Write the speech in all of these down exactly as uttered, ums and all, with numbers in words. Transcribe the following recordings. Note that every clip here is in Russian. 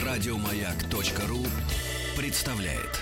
Радиомаяк.ру представляет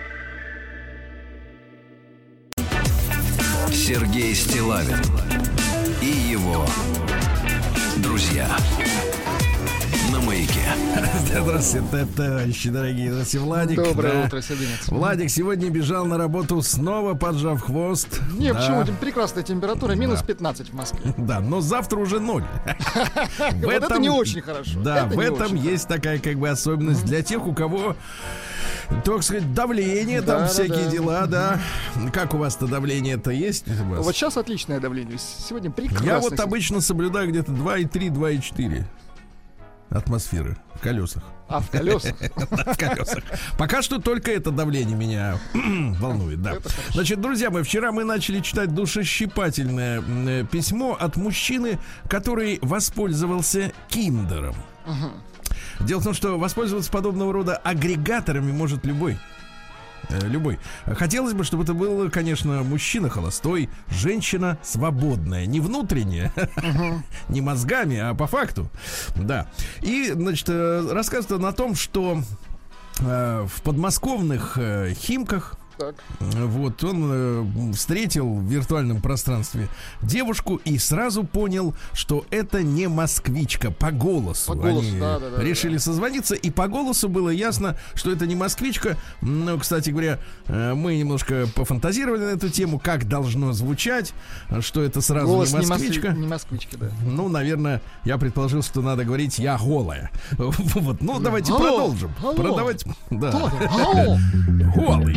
Сергей Стиллавин и его друзья на Маяке. Здравствуйте, товарищи дорогие. Здравствуйте, Владик. Доброе да. утро, Сергеец. Владик сегодня бежал на работу, снова поджав хвост. Не, да. почему? Прекрасная температура, минус Да. пятнадцать в Москве. Да, но завтра уже ноль. Вот это не очень хорошо. Да, в этом есть такая как бы особенность для тех, у кого, так сказать, давление, там Да, всякие да. дела, да. Как у вас-то давление-то есть? у вас? Вот сейчас отличное давление. Сегодня прекрасно. Я вот обычно соблюдаю где-то два и три - два и четыре атмосферы в колесах. А в колесах? В колесах. Пока что только это давление меня волнует, да. Значит, друзья мои, вчера мы начали читать душещипательное м, письмо от мужчины, который воспользовался киндером. Дело в том, что воспользоваться подобного рода агрегаторами может любой. Э, Любой. Хотелось бы, чтобы это был, конечно, мужчина холостой, женщина свободная. Не внутренняя, не мозгами, а по факту. Да. И, значит, э, рассказывает он о том, что э, в подмосковных э, Химках Так. вот он э, встретил в виртуальном пространстве девушку и сразу понял, что это не москвичка по голосу. По голосу, Они да, да, да, решили да. созвониться, и по голосу было ясно, что это не москвичка. Ну, кстати говоря, э, мы немножко пофантазировали на эту тему, как должно звучать, что это сразу Голос не не москвичка. москви- не москвичка, да. Ну, наверное, я предположил, что надо говорить «я голая». Вот, ну, давайте Алло, продолжим. алло. Продавать, да. Кто там? Алло. Голый.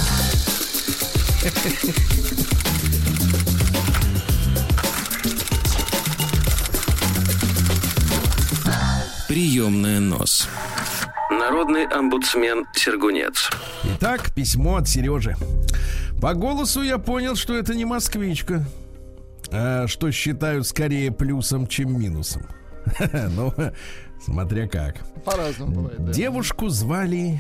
Приемная нос. Народный омбудсмен Сергунец. Итак, письмо от Сережи. По голосу я понял, что это не москвичка, а что считают скорее плюсом, чем минусом. Ну, смотря как. По-разному бывает, да. Девушку звали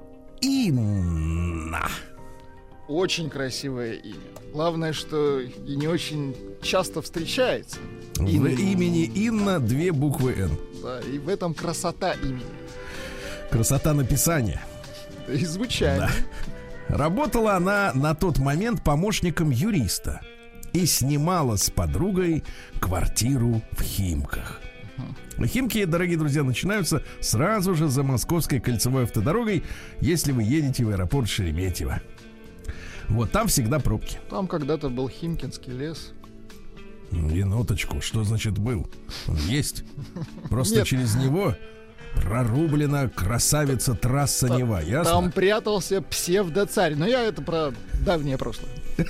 Инна. Очень красивое имя. Главное, что и не очень часто встречается. В Инна. имени Инна две буквы «Н». Да, и в этом красота имени. Красота написания. Да и звучание. Да. Работала она на тот момент помощником юриста и снимала с подругой квартиру в Химках. Химки, дорогие друзья, начинаются сразу же за Московской кольцевой автодорогой, если вы едете в аэропорт Шереметьево. Вот там всегда пробки. Там когда-то был Химкинский лес. Минуточку, что значит был? Он есть. Просто Нет. через него прорублена красавица трасса Та- Нева, ясно? Там прятался псевдоцарь. Но я это про давнее прошлое.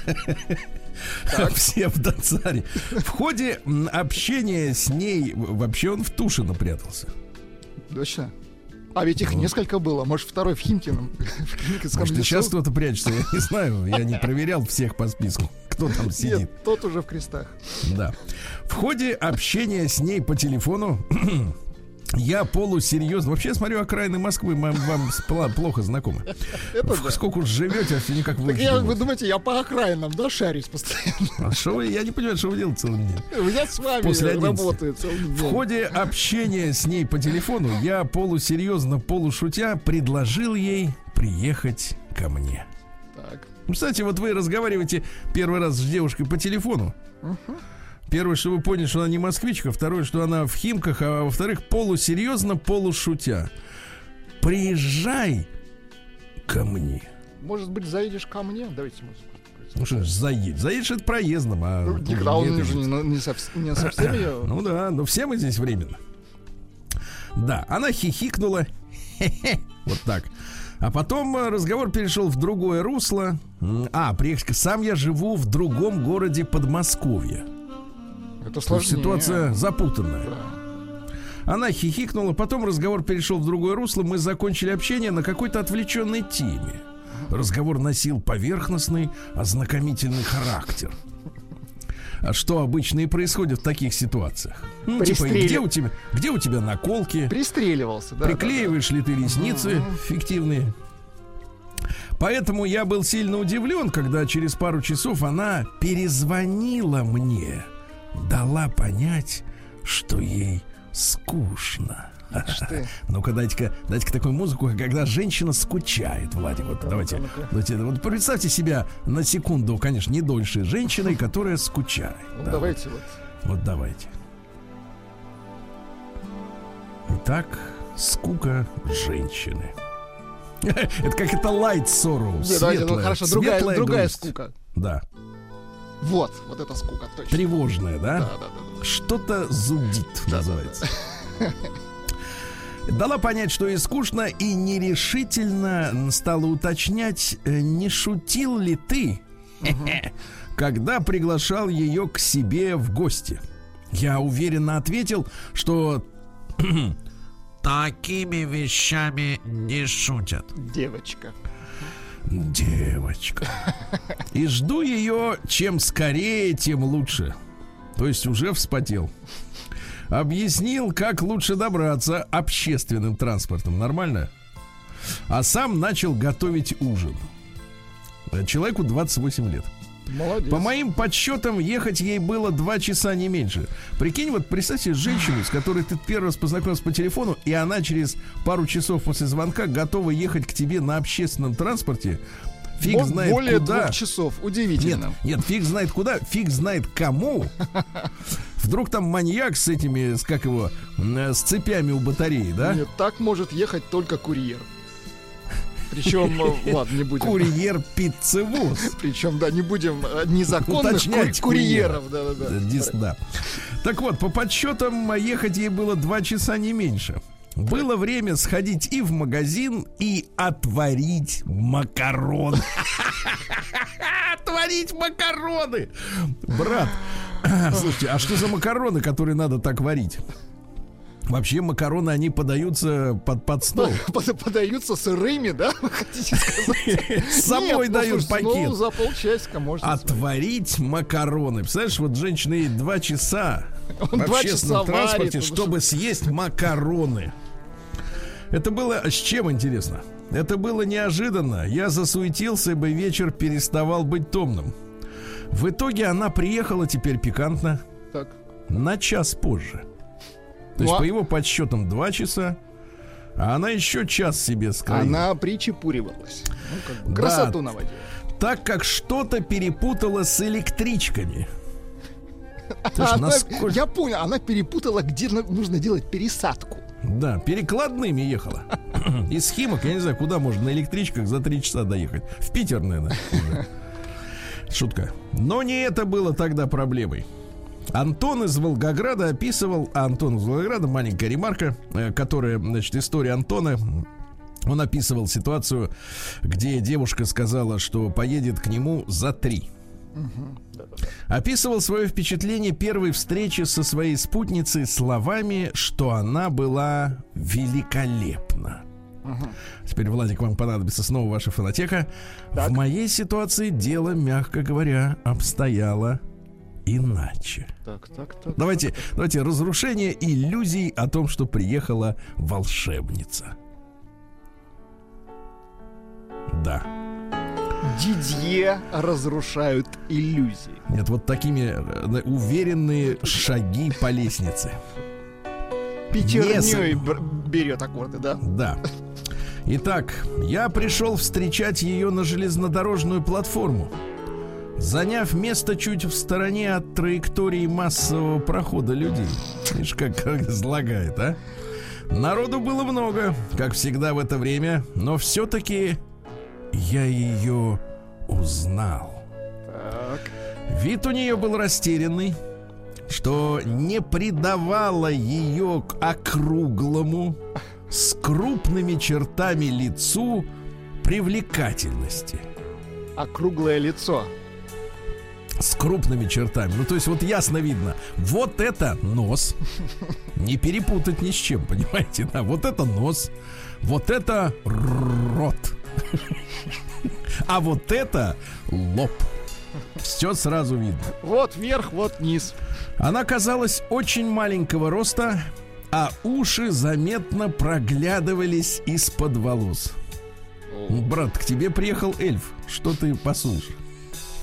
Псевдоцарь. В ходе м, общения с ней в- вообще он в Тушино прятался. Точно. А ведь их несколько было. Может, второй в Химкином. В Химкинском Может, и лесу. сейчас кто-то прячется, я не знаю. Я не проверял всех по списку, кто там сидит. Нет, тот уже в крестах. Да. В ходе общения с ней по телефону я полусерьезно. Вообще, я смотрю, окраины Москвы вам, вам спла- плохо знакомы. Это да. Сколько уж живете, вообще никак Так выучить я, не вы можете. думаете, я по окраинам, да, шарюсь постоянно? А что вы, я не понимаю, что вы делаете целый день. Я с вами После одиннадцати. работаю целый день. В ходе общения с ней по телефону я полусерьезно, полушутя предложил ей приехать ко мне. Так. Ну, кстати, вот вы разговариваете первый раз с девушкой по телефону. Первое, что вы поняли, что она не москвичка. Второе, что она в Химках. А во-вторых, полусерьезно, полушутя. Приезжай ко мне. Может быть, заедешь ко мне? Давайте музыку. Ну что ж, заедь. Заедешь это проездом. А Ну, тут никогда он где-то- же не, не, совс- не совсем ее... Ну да, но все мы здесь временно. Да, она хихикнула. Хе-хе. Вот так. А потом э, разговор перешел в другое русло. М, А, приехать. Сам я живу в другом городе Подмосковья. Это То есть сложнее. ситуация запутанная. Да. Она хихикнула, потом разговор перешел в другое русло. Мы закончили общение на какой-то отвлеченной теме. Разговор носил поверхностный, ознакомительный характер. А что обычно и происходит в таких ситуациях? Ну, типа, Пристрели- где у тебя, где у тебя наколки? Пристреливался, да. Приклеиваешь ли ты ресницы фиктивные? Поэтому я был сильно удивлен, когда через пару часов она перезвонила мне, дала понять, что ей скучно. Ну-ка, дайте-ка, дайте-ка такую музыку, когда женщина скучает, Владик. Вот, давайте, давайте, вот представьте себя на секунду, конечно, не дольше, женщиной, которая скучает. Ну, да, давайте вот. Вот давайте. Итак, скука женщины. Это как это light sorrow. Давайте, ну хорошо, другая, другая скука. Да. Вот, вот эта скука, точно. Тревожная, да? Да, да, да. Что-то зудит, да, называется. Дала понять, что ей скучно, и нерешительно стала уточнять, не шутил ли ты, uh-huh. когда приглашал ее к себе в гости. Я уверенно ответил, что такими вещами не шутят. Девочка. Девочка. И жду ее чем скорее, тем лучше. То есть уже вспотел. Объяснил, как лучше добраться общественным транспортом. Нормально? А сам начал готовить ужин. Человеку двадцать восемь лет. Молодец. По моим подсчетам, ехать ей было два часа, не меньше. Прикинь, вот представьте женщину, с которой ты первый раз познакомился по телефону, и она через пару часов после звонка готова ехать к тебе на общественном транспорте. Фиг Бо- знает более куда. двух часов. Удивительно. Нет, нет, фиг знает куда, фиг знает кому. Вдруг там маньяк с этими, с как его, с цепями у батареи, да? Нет, так может ехать только курьер. Причем, ладно, не будем. Курьер-пиццевоз. Причем, да, не будем незаконных уточнять кур- курьеров. Да, да, да. Дис, да. Так вот, по подсчетам, ехать ей было два часа, не меньше. Было время сходить и в магазин, и отварить макарон. Отварить макароны! Брат, слушайте, а что за макароны, которые надо так варить? Вообще макароны, они подаются под, под стол. Подаются сырыми, да? Вы хотите сказать? С собой дают пакет. Ну, за полчасика можно. Отварить макароны. Представляешь, вот женщина едет два часа в общественном транспорте, чтобы съесть макароны. Это было с чем, интересно? Это было неожиданно. Я засуетился, ибо вечер переставал быть томным. В итоге она приехала, теперь пикантно, так. на час позже. То есть, по его подсчетам, два часа, а она еще час себе скроила. Она причепуривалась. Ну, как бы, красоту да, наводила. Так как что-то перепутала с электричками. Она, насколько... Я понял, она перепутала, где нужно делать пересадку. Да, перекладными ехала. Из Химок, я не знаю, куда можно на электричках за три часа доехать. В Питер, наверное. Шутка. Но не это было тогда проблемой. Антон из Волгограда описывал, а Антон из Волгограда, маленькая ремарка, которая, значит, история Антона. Он описывал ситуацию, где девушка сказала, что поедет к нему за три. Угу. Описывал свое впечатление первой встречи со своей спутницей словами, что она была великолепна. Угу. Теперь, Владик, вам понадобится снова ваша фонотека. Так. В моей ситуации дело, мягко говоря, обстояло иначе. Так, так, так, давайте, так. давайте разрушение иллюзий о том, что приехала волшебница. Да. Дидье разрушают иллюзии. Нет, вот такими уверенные шаги по лестнице. Пятерней берет аккорды, да? Да. Итак, я пришел встречать ее на железнодорожную платформу, заняв место чуть в стороне от траектории массового прохода людей. Видишь, как, как излагает, а? Народу было много, как всегда в это время, но все-таки я ее узнал. Так. Вид у нее был растерянный, что не придавало ее к округлому, с крупными чертами лицу привлекательности. Округлое лицо. С крупными чертами. Ну, то есть вот ясно видно. Вот это нос. Не перепутать ни с чем, понимаете? Да, вот это нос. Вот это рот. А вот это лоб. Все сразу видно. Вот вверх, вот вниз. Она казалась очень маленького роста, а уши заметно проглядывались из-под волос. Брат, к тебе приехал эльф. Что ты послушаешь?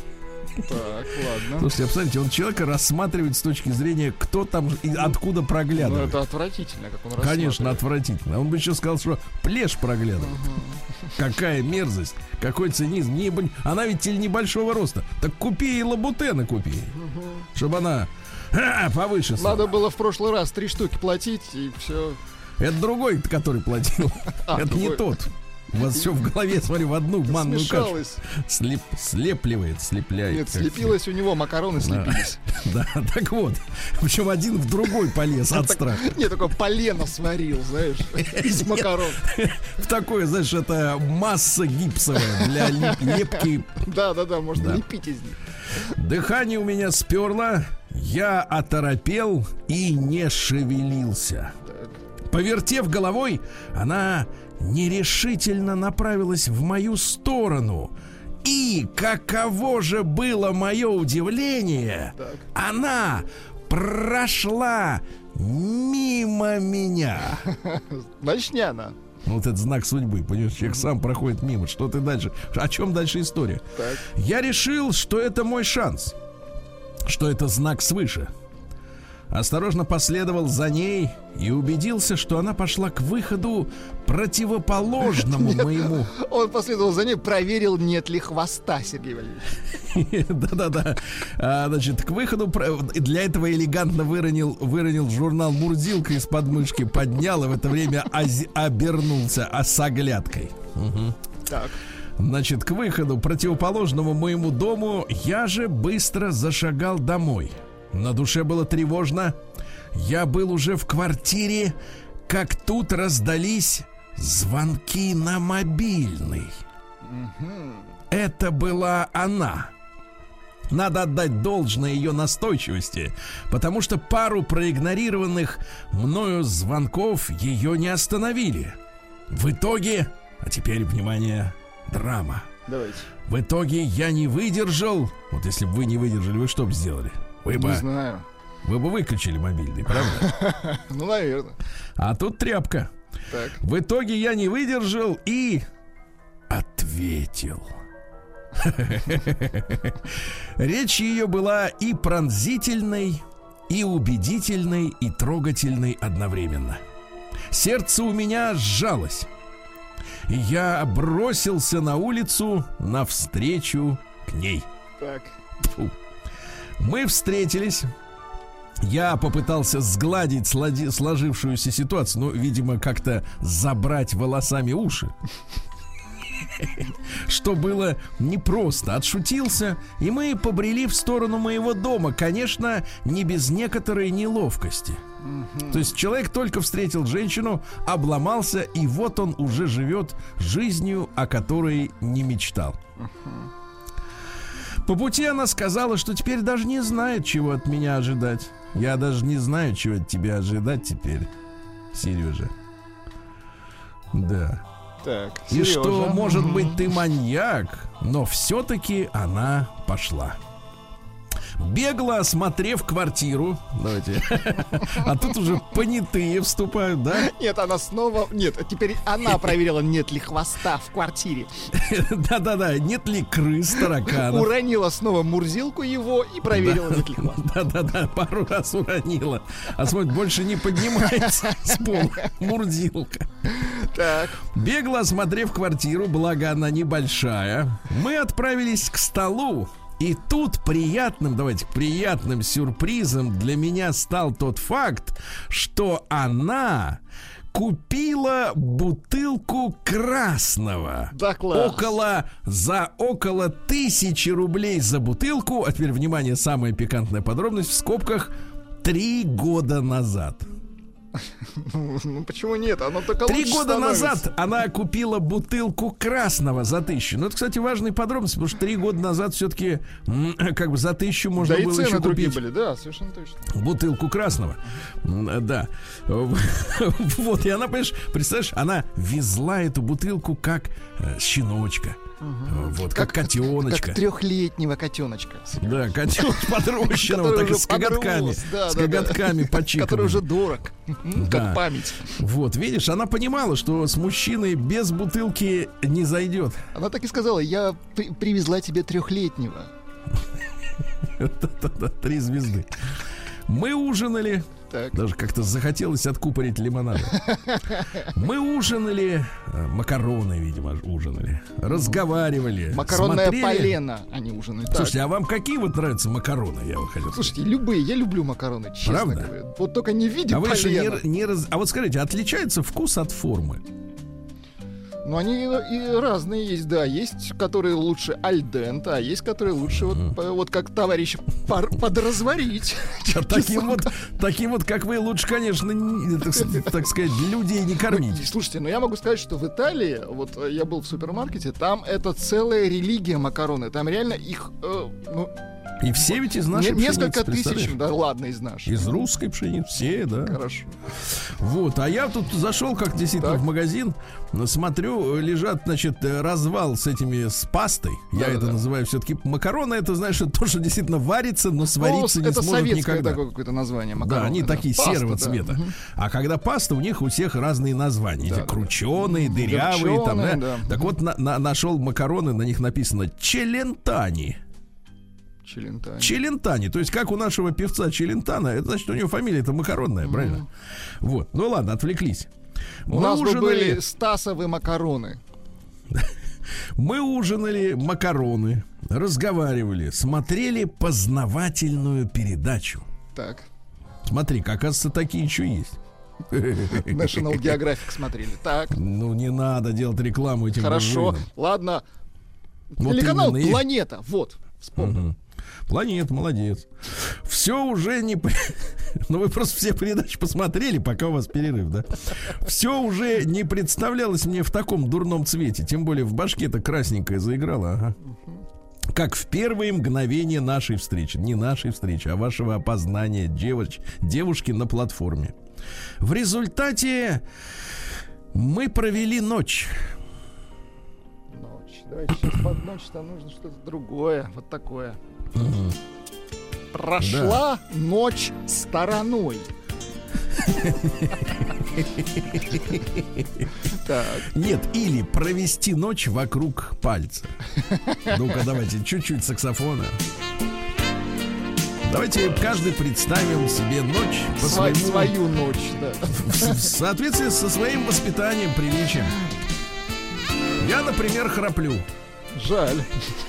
Так, ладно. Слушайте, посмотрите, он человека рассматривает с точки зрения, кто там и откуда проглядывает. Ну, это отвратительно, как он Конечно, рассматривает. отвратительно. Он бы еще сказал, что плешь проглядывает. Uh-huh. Какая мерзость, какой цинизм. Не, она ведь тель небольшого роста. Так купи ей лабутены, купи. Uh-huh. Чтобы она а, повыше стала. Надо было в прошлый раз три штуки платить, и все. Это другой, который платил. А, это другой. Не тот. У вас все в голове, смотри, в одну манную кашу. Слеп, слепливает, слепляет. Нет, слепилось у него, макароны слепились. Да, да, так вот. Причем один в другой полез от страха. Нет, такое полено сварил, знаешь, из макарон. В такое, знаешь, это масса гипсовая для лепки. Да, да, да, можно лепить из них. Дыхание у меня сперло, я оторопел и не шевелился. Повертев головой, она нерешительно направилась в мою сторону. И каково же было мое удивление, так. Она прошла мимо меня. Значит, не она. Вот это знак судьбы, понимаешь, человек сам проходит мимо. Что ты дальше? О чем дальше история? Так. Я решил, что это мой шанс, что это знак свыше. Осторожно последовал за ней и убедился, что она пошла к выходу противоположному нет, моему. Он последовал за ней, проверил, нет ли хвоста, Сергей Валерьевич. Да-да-да. А, значит, к выходу для этого элегантно выронил, выронил журнал «Мурзилка» из подмышки, поднял и в это время оз... обернулся осоглядкой. Угу. Так. Значит, к выходу противоположному моему дому я же быстро зашагал домой. На душе было тревожно. Я был уже в квартире, как тут раздались звонки на мобильный. Mm-hmm. Это была она. Надо отдать должное ее настойчивости, потому что пару проигнорированных мною звонков ее не остановили. В итоге, а теперь, внимание, драма. Давайте. В итоге я не выдержал. Вот если бы вы не выдержали, вы что бы сделали? Вы бы, не знаю. Вы бы выключили мобильный, правда? Ну, наверное. А тут тряпка. Так. В итоге я не выдержал и ответил. Речь ее была и пронзительной, и убедительной, и трогательной одновременно. Сердце у меня сжалось. И я бросился на улицу навстречу к ней. Так. Фу. Мы встретились. Я попытался сгладить слади- сложившуюся ситуацию, но, видимо, как-то забрать волосами уши. Что было непросто. Отшутился, и мы побрели в сторону моего дома. Конечно, не без некоторой неловкости. То есть человек только встретил женщину, обломался, и вот он уже живет жизнью, о которой не мечтал. По пути она сказала, что теперь даже не знает, чего от меня ожидать. Я даже не знаю, чего от тебя ожидать теперь, Сережа. Да. Так, и Сережа. Что, может быть, ты маньяк, но все-таки она пошла. Бегло осмотрев квартиру. Давайте. А тут уже понятые вступают, да? Нет, она снова... Нет, теперь она проверила, нет ли хвоста в квартире. Да-да-да, нет ли крыс, тараканов. Уронила снова Мурзилку его и проверила, да, нет ли хвоста. Да-да-да, пару раз уронила. А смотрит, больше не поднимается с пола Мурзилка. Так. Бегло осмотрев квартиру, благо она небольшая, мы отправились к столу. И тут приятным, давайте, приятным сюрпризом для меня стал тот факт, что она купила бутылку красного. Да, класс. Около, за около тысячи рублей за бутылку. А теперь, внимание, самая пикантная подробность в скобках: три года назад. Ну почему нет? Оно только Три лучше года становится. назад она купила бутылку красного за тысячу. Ну, это, кстати, важная подробность, потому что три года назад все-таки как бы за тысячу можно да было и цены еще другие купить были, да, совершенно точно. бутылку красного. Да. Вот, и она, понимаешь, представляешь, она везла эту бутылку как щеночка. Угу. Вот, как, как котеночка. Как трехлетнего котеночка. Да, котеночка подрощенного, так с коготками. Да, с да, коготками да. почиканными. Который уже дорог. Да. Как память. Вот, видишь, она понимала, что с мужчиной без бутылки не зайдет. Она так и сказала: я при- привезла тебе трехлетнего. Три звезды. Мы ужинали. Так. Даже как-то захотелось откупорить лимонада. Мы ужинали, макароны, видимо, ужинали, разговаривали. Макаронное смотрели... полено они ужинали. Слушайте, так. а вам какие вот нравятся макароны? Я вот хотел Слушайте, любые, я люблю макароны, честно Правда? говоря. Вот только не в виде а вы же полена. не, не раз... А вот скажите, отличается вкус от формы? Ну, они и разные есть, да. Есть, которые лучше аль денте, а есть, которые лучше вот, mm. вот как товарищ пар- подразварить. А таким вот, таким вот, как вы, лучше, конечно, не, так, так сказать, людей не кормить. Слушайте, ну я могу сказать, что в Италии, вот я был в супермаркете, там это целая религия макароны. Там реально их, э, ну... И все ведь из нашей не, несколько пшеницы, тысяч, да ладно, из нашей. Из русской пшеницы, все, да. Хорошо. Вот, а я тут зашел, как действительно, так. в магазин, смотрю, лежат, значит, развал с этими, с пастой. Да, я да, это да. называю все-таки макароны, это, знаешь, это то, что действительно варится, но свариться ну, не это сможет никогда. Это такое какое-то название макароны. Да, они да. такие паста, серого да. цвета. Угу. А когда паста, у них у всех разные названия. Да, Эти да. крученые, дырявые, Дырчёные, там, да. да. Так вот, на, на, нашел макароны, на них написано «Челентани». Челентани. Челентани, то есть как у нашего певца Челентана, это значит, у него фамилия-то макаронная, mm-hmm. правильно? Вот, ну ладно, отвлеклись. У Мы нас ужинали... были стасовые макароны. Мы ужинали макароны, разговаривали, смотрели познавательную передачу. Так. Смотри, оказывается, такие еще есть. National Geographic смотрели. Так. Ну, не надо делать рекламу этим. Хорошо, буржуям. Ладно. Вот телеканал именно. «Планета», вот, вспомнил. Угу. «Планета», молодец. Все уже не... Ну, вы просто все передачи посмотрели, пока у вас перерыв, да? Все уже не представлялось мне в таком дурном цвете. Тем более в башке-то красненькое заиграло, ага. Как в первые мгновения нашей встречи. Не нашей встречи, а вашего опознания девоч... девушки на платформе. В результате мы провели ночь. Ночь. Давайте сейчас под ночь-то нужно что-то другое. Вот такое. Угу. Прошла да. ночь стороной. Нет, или провести ночь вокруг пальца. Ну-ка, давайте чуть-чуть саксофона. Давайте каждый представим себе ночь по Сво- своему... Свою ночь, да. В, в соответствии со своим воспитанием, приличием. Я, например, храплю. Жаль.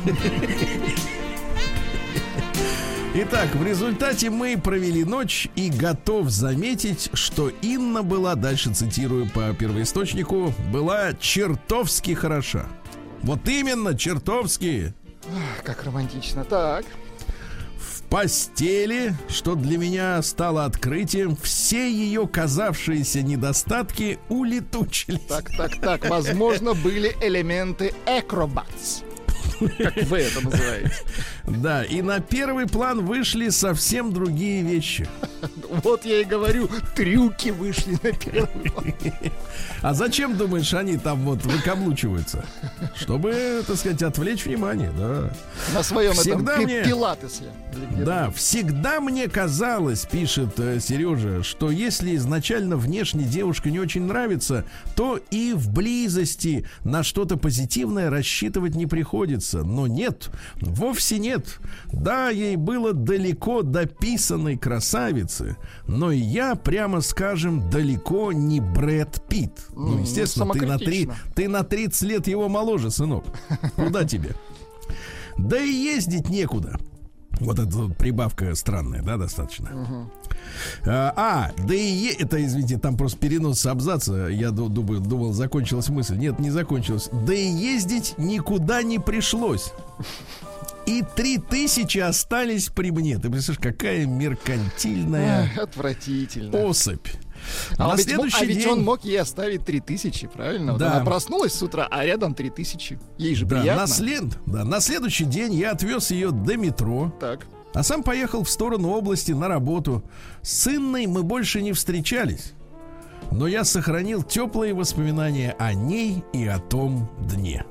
Итак, в результате мы провели ночь, и готов заметить, что Инна была, дальше цитирую по первоисточнику, была чертовски хороша. Вот именно, чертовски. Как романтично. Так. В постели, что для меня стало открытием, все ее казавшиеся недостатки улетучились. Так, так, так. Возможно, были элементы acrobats. Как вы это называете. Да, и на первый план вышли совсем другие вещи. Вот я и говорю, трюки вышли на первый план. А зачем, думаешь, они там вот выкаблучиваются? Чтобы, так сказать, отвлечь внимание, да. На своем всегда этом мне... пилатесе. Да, всегда мне казалось, пишет э, Сережа, что если изначально внешне девушка не очень нравится, то и в близости на что-то позитивное рассчитывать не приходится. Но нет, вовсе нет. Да, ей было далеко до писаной красавицы, но и я, прямо скажем, далеко не Брэд Питт. Ну, естественно, ну, ты на, три, ты на тридцать лет его моложе, сынок. Куда тебе? Да и ездить некуда. Вот эта вот прибавка странная, да, достаточно. Uh-huh. А, а, да и е... это, извините, там просто перенос абзаца. Я думал, думал, закончилась мысль. Нет, не закончилась. Да и ездить никуда не пришлось. И три тысячи остались при мне. Ты представляешь, какая меркантильная Эх, отвратительно. особь. А, на ведь, следующий а ведь день... он мог ей оставить три тысячи, правильно? Да. Вот она проснулась с утра, а рядом три тысячи. Ей же да, приятно. На след... да, на следующий день я отвез ее до метро. Так. А сам поехал в сторону области на работу. С Инной мы больше не встречались. Но я сохранил теплые воспоминания о ней и о том дне.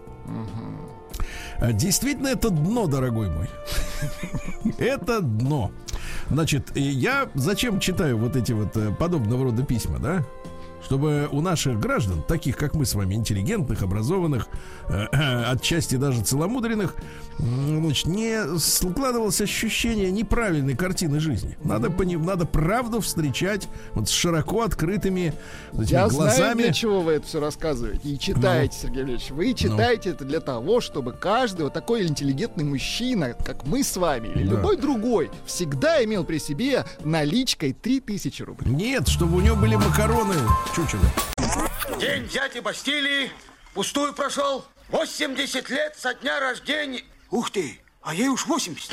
Угу. Действительно, это дно, дорогой мой. Это дно. Значит, я зачем читаю вот эти вот подобного рода письма, да? чтобы у наших граждан, таких как мы с вами, интеллигентных, образованных, э, э, отчасти даже целомудренных, э, значит, не складывалось ощущение неправильной картины жизни. Надо, пони- надо правду встречать вот с широко открытыми этими Я глазами. знаю, для чего вы это все рассказываете и читаете, ну. Сергей Ильич. Вы читаете ну. это для того, чтобы каждый вот такой интеллигентный мужчина, как мы с вами, или да. любой другой, всегда имел при себе наличкой три тысячи рублей. Нет, чтобы у него были макароны. Чучело. День дяди Бастилии пустую прошел. восемьдесят лет со дня рождения. Ух ты, а ей уж восемьдесят.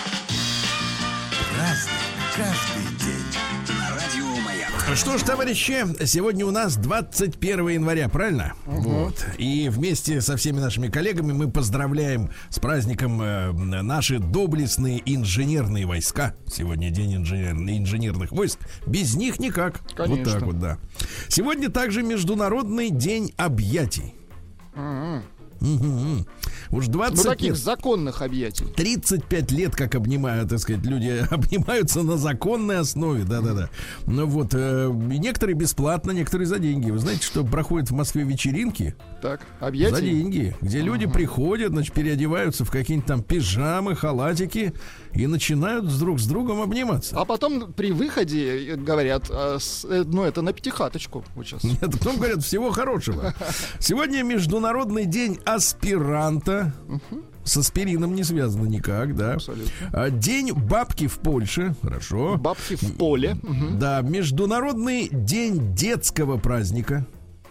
Разный, каждый день. На радио Маяк. Что ж, товарищи, сегодня у нас двадцать первое января, правильно? Угу. Вот. И вместе со всеми нашими коллегами мы поздравляем с праздником э, наши доблестные инженерные войска. Сегодня день инженер... инженерных войск. Без них никак. Конечно. Вот так вот, да. Сегодня также Международный день объятий. Угу. Угу. Уж двадцать ну, таких лет, законных объятий. тридцать пять лет, как обнимают, так сказать, люди обнимаются на законной основе, да-да-да. Ну вот, э, некоторые бесплатно, некоторые за деньги. Вы знаете, что проходят в Москве вечеринки? Так, объятия? За деньги, где люди uh-huh. приходят, значит, переодеваются в какие-нибудь там пижамы, халатики и начинают с друг с другом обниматься. А потом при выходе говорят, а, с, ну это на пятихаточку вот сейчас. Нет, потом говорят, всего хорошего. Сегодня Международный день аспиранта. Uh-huh. С аспирином не связано никак, да. Абсолютно. День бабки в Польше. Хорошо. Бабки в поле. Uh-huh. Да, Международный день детского праздника.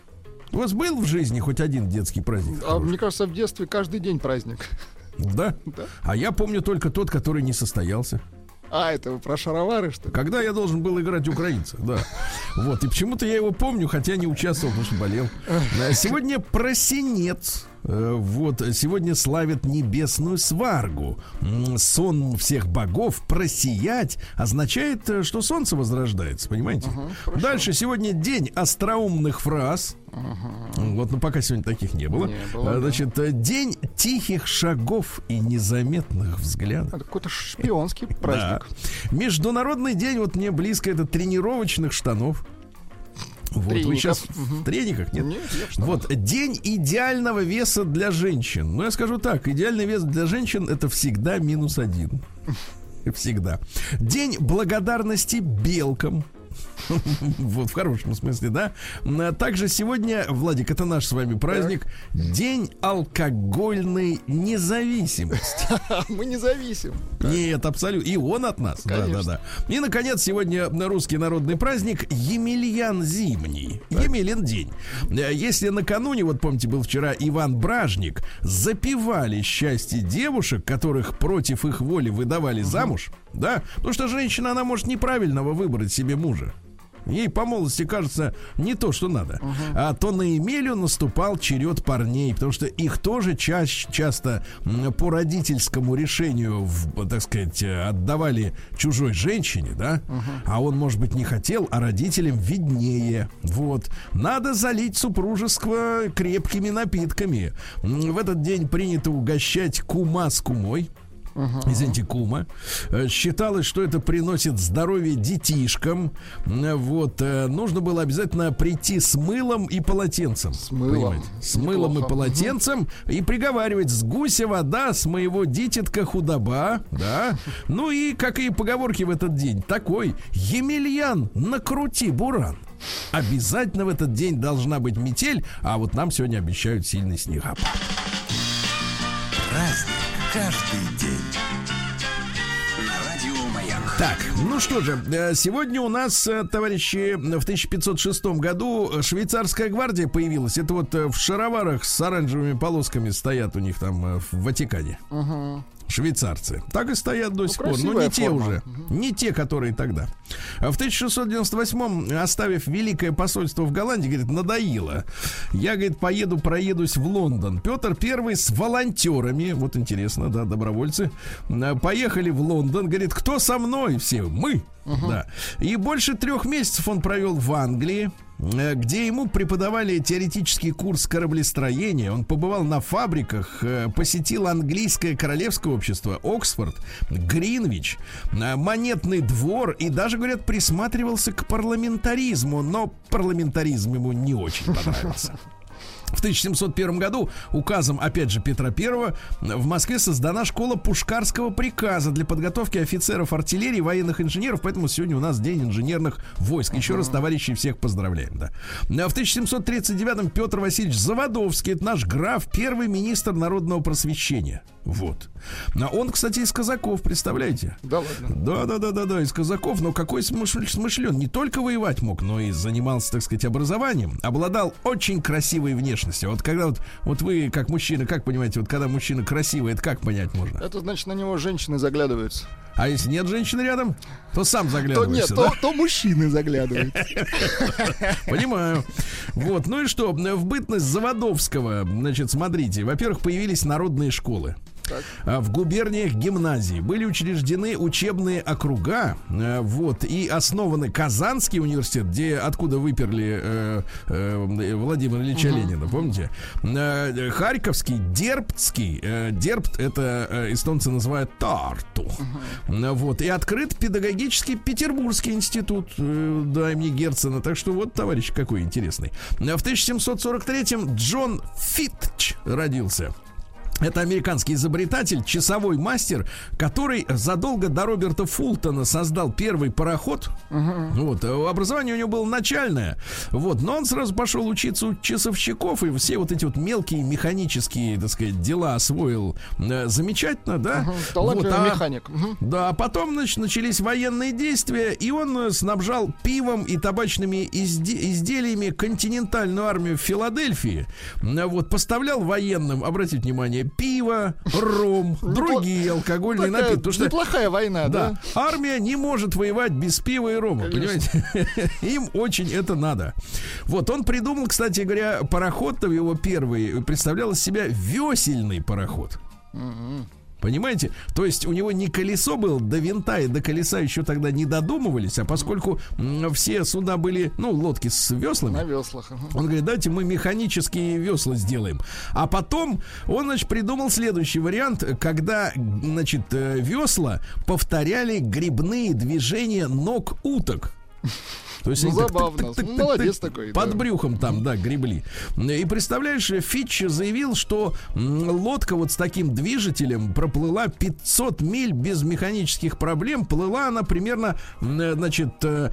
У вас был в жизни хоть один детский праздник? А мне кажется, в детстве каждый день праздник. Да? Да? А я помню только тот, который не состоялся. А, это вы про шаровары, что ли? Когда я должен был играть украинца, да. Вот, и почему-то я его помню, хотя не участвовал, потому что болел. Сегодня просенец. Вот, сегодня славят небесную сваргу. Сон всех богов просиять означает, что солнце возрождается, понимаете? Uh-huh, дальше сегодня день остроумных фраз. Uh-huh. Вот, но пока сегодня таких не было. Не было Значит, да. День тихих шагов и незаметных взглядов. Это какой-то шпионский праздник. Да. Международный день, вот мне близко, это тренировочных штанов. Вот, треников. Вы сейчас угу. в трениках? Нет? Нет, вот, день идеального веса для женщин. Ну, я скажу так, идеальный вес для женщин — это всегда минус один. Всегда. День благодарности белкам. Вот, в хорошем смысле, да. Также сегодня, Владик, это наш с вами праздник, так. День алкогольной независимости. Мы не зависим. Нет, абсолютно. И он от нас. Да, да, да. И, наконец, сегодня русский народный праздник Емельян Зимний. Так. Емелин день. Если накануне, вот помните, был вчера Иван Бражник, запивали счастье девушек, которых против их воли выдавали угу. замуж, да, потому что женщина, она может неправильного выбрать себе мужа. Ей по молодости кажется не то, что надо. Uh-huh. А то на Емелю наступал черед парней, потому что их тоже ча- часто по родительскому решению, в, так сказать, отдавали чужой женщине, да? Uh-huh. А он, может быть, не хотел, а родителям виднее. Вот. Надо залить супружеского крепкими напитками. В этот день принято угощать кума с кумой. Uh-huh. Извините, кума. Считалось, что это приносит здоровье детишкам. Вот. Нужно было обязательно прийти с мылом и полотенцем. С мылом. С мылом и полотенцем. Uh-huh. И приговаривать: с гуся вода, с моего дитятка худоба. Да. Ну и, как и поговорки в этот день, такой: Емельян, накрути буран. Обязательно в этот день должна быть метель. А вот нам сегодня обещают сильный снегопад. Праздник каждый день. На радио Маяк. Так, ну что же, сегодня у нас, товарищи, в тысяча пятьсот шестом году швейцарская гвардия появилась. Это вот в шароварах с оранжевыми полосками стоят у них там в Ватикане. Угу. Швейцарцы. Так и стоят до сих ну, пор. Но не те форма. уже. Угу. Не те, которые тогда. В тысяча шестьсот девяносто восьмом, оставив великое посольство в Голландии, говорит, надоело. Я, говорит, поеду, проедусь в Лондон. Петр Первый с волонтерами, вот интересно, да, добровольцы, поехали в Лондон. Говорит, кто со мной? Все, мы. Угу. Да. И больше трех месяцев он провел в Англии. где ему преподавали теоретический курс кораблестроения. Он побывал на фабриках, посетил английское королевское общество, Оксфорд, Гринвич, монетный двор и даже, говорят, присматривался к парламентаризму, но парламентаризм ему не очень понравился. В тысяча семьсот первом году указом, опять же, Петра Первого в Москве создана школа Пушкарского приказа для подготовки офицеров артиллерии, военных инженеров, поэтому сегодня у нас День инженерных войск. Еще uh-huh. раз, товарищи, всех поздравляем. Да. В тысяча семьсот тридцать девятом Петр Васильевич Заводовский, это наш граф, первый министр народного просвещения. Вот. А он, кстати, из казаков, представляете? Да ладно. Да, да, да, да, да, из казаков. Но какой смышлен. Не только воевать мог, но и занимался, так сказать, образованием. Обладал очень красивой внешностью. Вот когда вот, вот вы, как мужчина, как понимаете, вот когда мужчина красивый, это как понять можно? Это значит, на него женщины заглядываются. А если нет женщины рядом, то сам заглядываешься, то нет, да? то, то мужчины заглядывают. Понимаю. Вот, ну и что, в бытность Заводовского, значит, смотрите, во-первых, появились народные школы. Так. В губерниях гимназии были учреждены учебные округа, вот, и основаны Казанский университет, где откуда выперли э, э, Владимира Ильича uh-huh. Ленина, помните? Э, Харьковский, Дербцкий, э, Дербт это э, эстонцы называют Тарту, uh-huh. вот, и открыт педагогический Петербургский институт, э, да, имени Герцена, так что вот, товарищ, какой интересный. В тысяча семьсот сорок третьем Джон Фитч родился. Это американский изобретатель, часовой мастер, который задолго до Роберта Фултона создал первый пароход. Uh-huh. Вот, образование у него было начальное. Вот, но он сразу пошел учиться у часовщиков и все вот эти вот мелкие механические, так сказать, дела освоил э, замечательно, да? Uh-huh. Талантливый вот, а, механик. Uh-huh. Да, а потом, значит, начались военные действия, и он снабжал пивом и табачными изде- изделиями континентальную армию в Филадельфии. Вот, поставлял военным, обратите внимание, пиво, ром, другие алкогольные напитки. Потому что, неплохая война, да, да? Армия не может воевать без пива и рома, конечно. Понимаете? Им очень это надо. Вот, он придумал, кстати говоря, пароход-то его первый представлял из себя весельный пароход. Понимаете? То есть у него не колесо было, до винта и до колеса еще тогда не додумывались, а поскольку м, все суда были, ну, лодки с веслами. На веслах. Uh-huh. Он говорит, давайте мы механические весла сделаем. А потом он, значит, придумал следующий вариант, когда, значит, весла повторяли грибные движения ног уток. То есть ну, они забавно. Так, так, так, ну, молодец так, такой. Под да. брюхом там, да, гребли. И представляешь, Фитч заявил, что лодка вот с таким движителем проплыла пятьсот миль без механических проблем. Плыла она примерно, значит,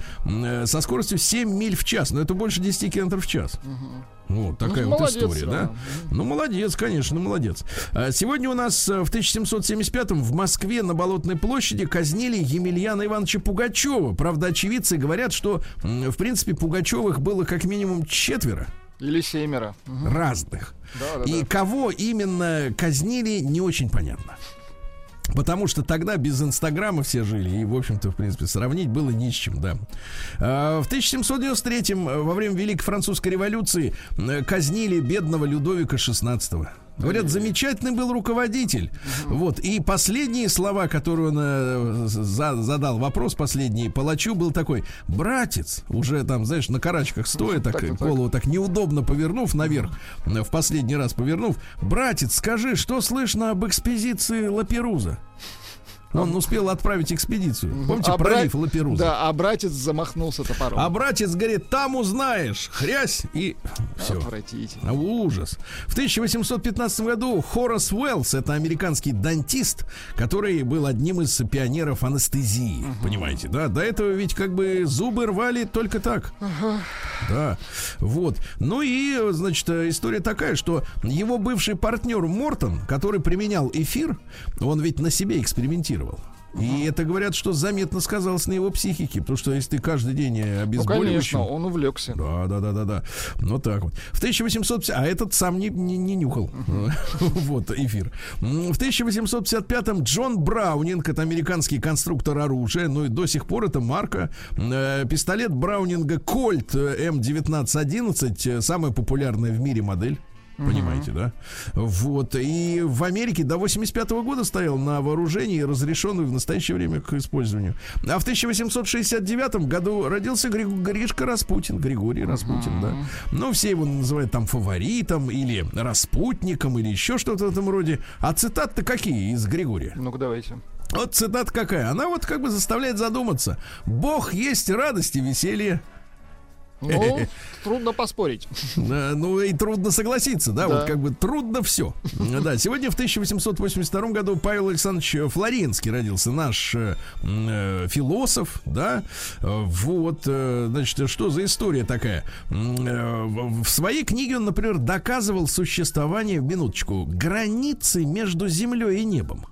со скоростью семь миль в час. Но это больше десять километров в час. Угу. Вот такая ну, вот молодец, история, да? да? Ну, молодец, конечно, молодец. Сегодня у нас в тысяча семьсот семьдесят пятом в Москве на Болотной площади казнили Емельяна Ивановича Пугачева. Правда, очевидцы говорят, что, в принципе, Пугачевых было как минимум четверо. Или семеро. Угу. Разных. Да, да, И да. кого именно казнили, не очень понятно. Потому что тогда без Инстаграма все жили. И, в общем-то, в принципе, сравнить было ни с чем, да. В тысяча семьсот девяносто третьем, во время Великой Французской революции, казнили бедного Людовика шестнадцатого. Говорят, замечательный был руководитель. Uh-huh. Вот. И последние слова, которые он э, за, задал, вопрос последний палачу, был такой: братец, уже там, знаешь, на карачках стоя, так, так, голову так. так неудобно повернув наверх, в последний раз повернув: братец, скажи, что слышно об экспедиции Лаперуза? Он успел отправить экспедицию. Помните, а пролив брат... Лаперуза? Да, а братец замахнулся топором. А братец говорит: там узнаешь. Хрясь и все. Отвратительно. Ужас. В тысяча восемьсот пятнадцатом году Хорас Уэллс, это американский дантист, который был одним из пионеров анестезии. Uh-huh. Понимаете, да? До этого ведь как бы зубы рвали только так. Uh-huh. Да. Вот. Ну и, значит, история такая, что его бывший партнер Мортон, который применял эфир, он ведь на себе экспериментировал. И это, говорят, что заметно сказалось на его психике. Потому что если ты каждый день обезболивающим... Ну, конечно, он увлекся. Да, да, да, да, да. Вот так вот. В тысяча восемьсот... А этот сам не, не, не нюхал. Вот, эфир. В тысяча восемьсот пятьдесят пятом Джон Браунинг, это американский конструктор оружия, ну и до сих пор это марка. Пистолет Браунинга Кольт эм девятнадцать одиннадцать, самая популярная в мире модель. Понимаете, uh-huh. да? Вот. И в Америке до восемьдесят пятого года стоял на вооружении, разрешенный в настоящее время к использованию. А в тысяча восемьсот шестьдесят девятом году родился Гри- Гришка Распутин, Григорий uh-huh. Распутин, да. Ну, все его называют там фаворитом или распутником или еще что-то в этом роде. А цитаты-то какие из Григория? Ну-ка, давайте. Вот цитата какая? Она вот как бы заставляет задуматься. Бог есть радость и веселье. Ну, трудно поспорить. Ну и трудно согласиться, да, да. вот как бы трудно все. Да, сегодня в тысяча восемьсот восемьдесят втором году Павел Александрович Флоренский родился, наш э, философ, да. Вот, э, значит, что за история такая? Э, в своей книге он, например, доказывал существование, минуточку, границы между землей и небом.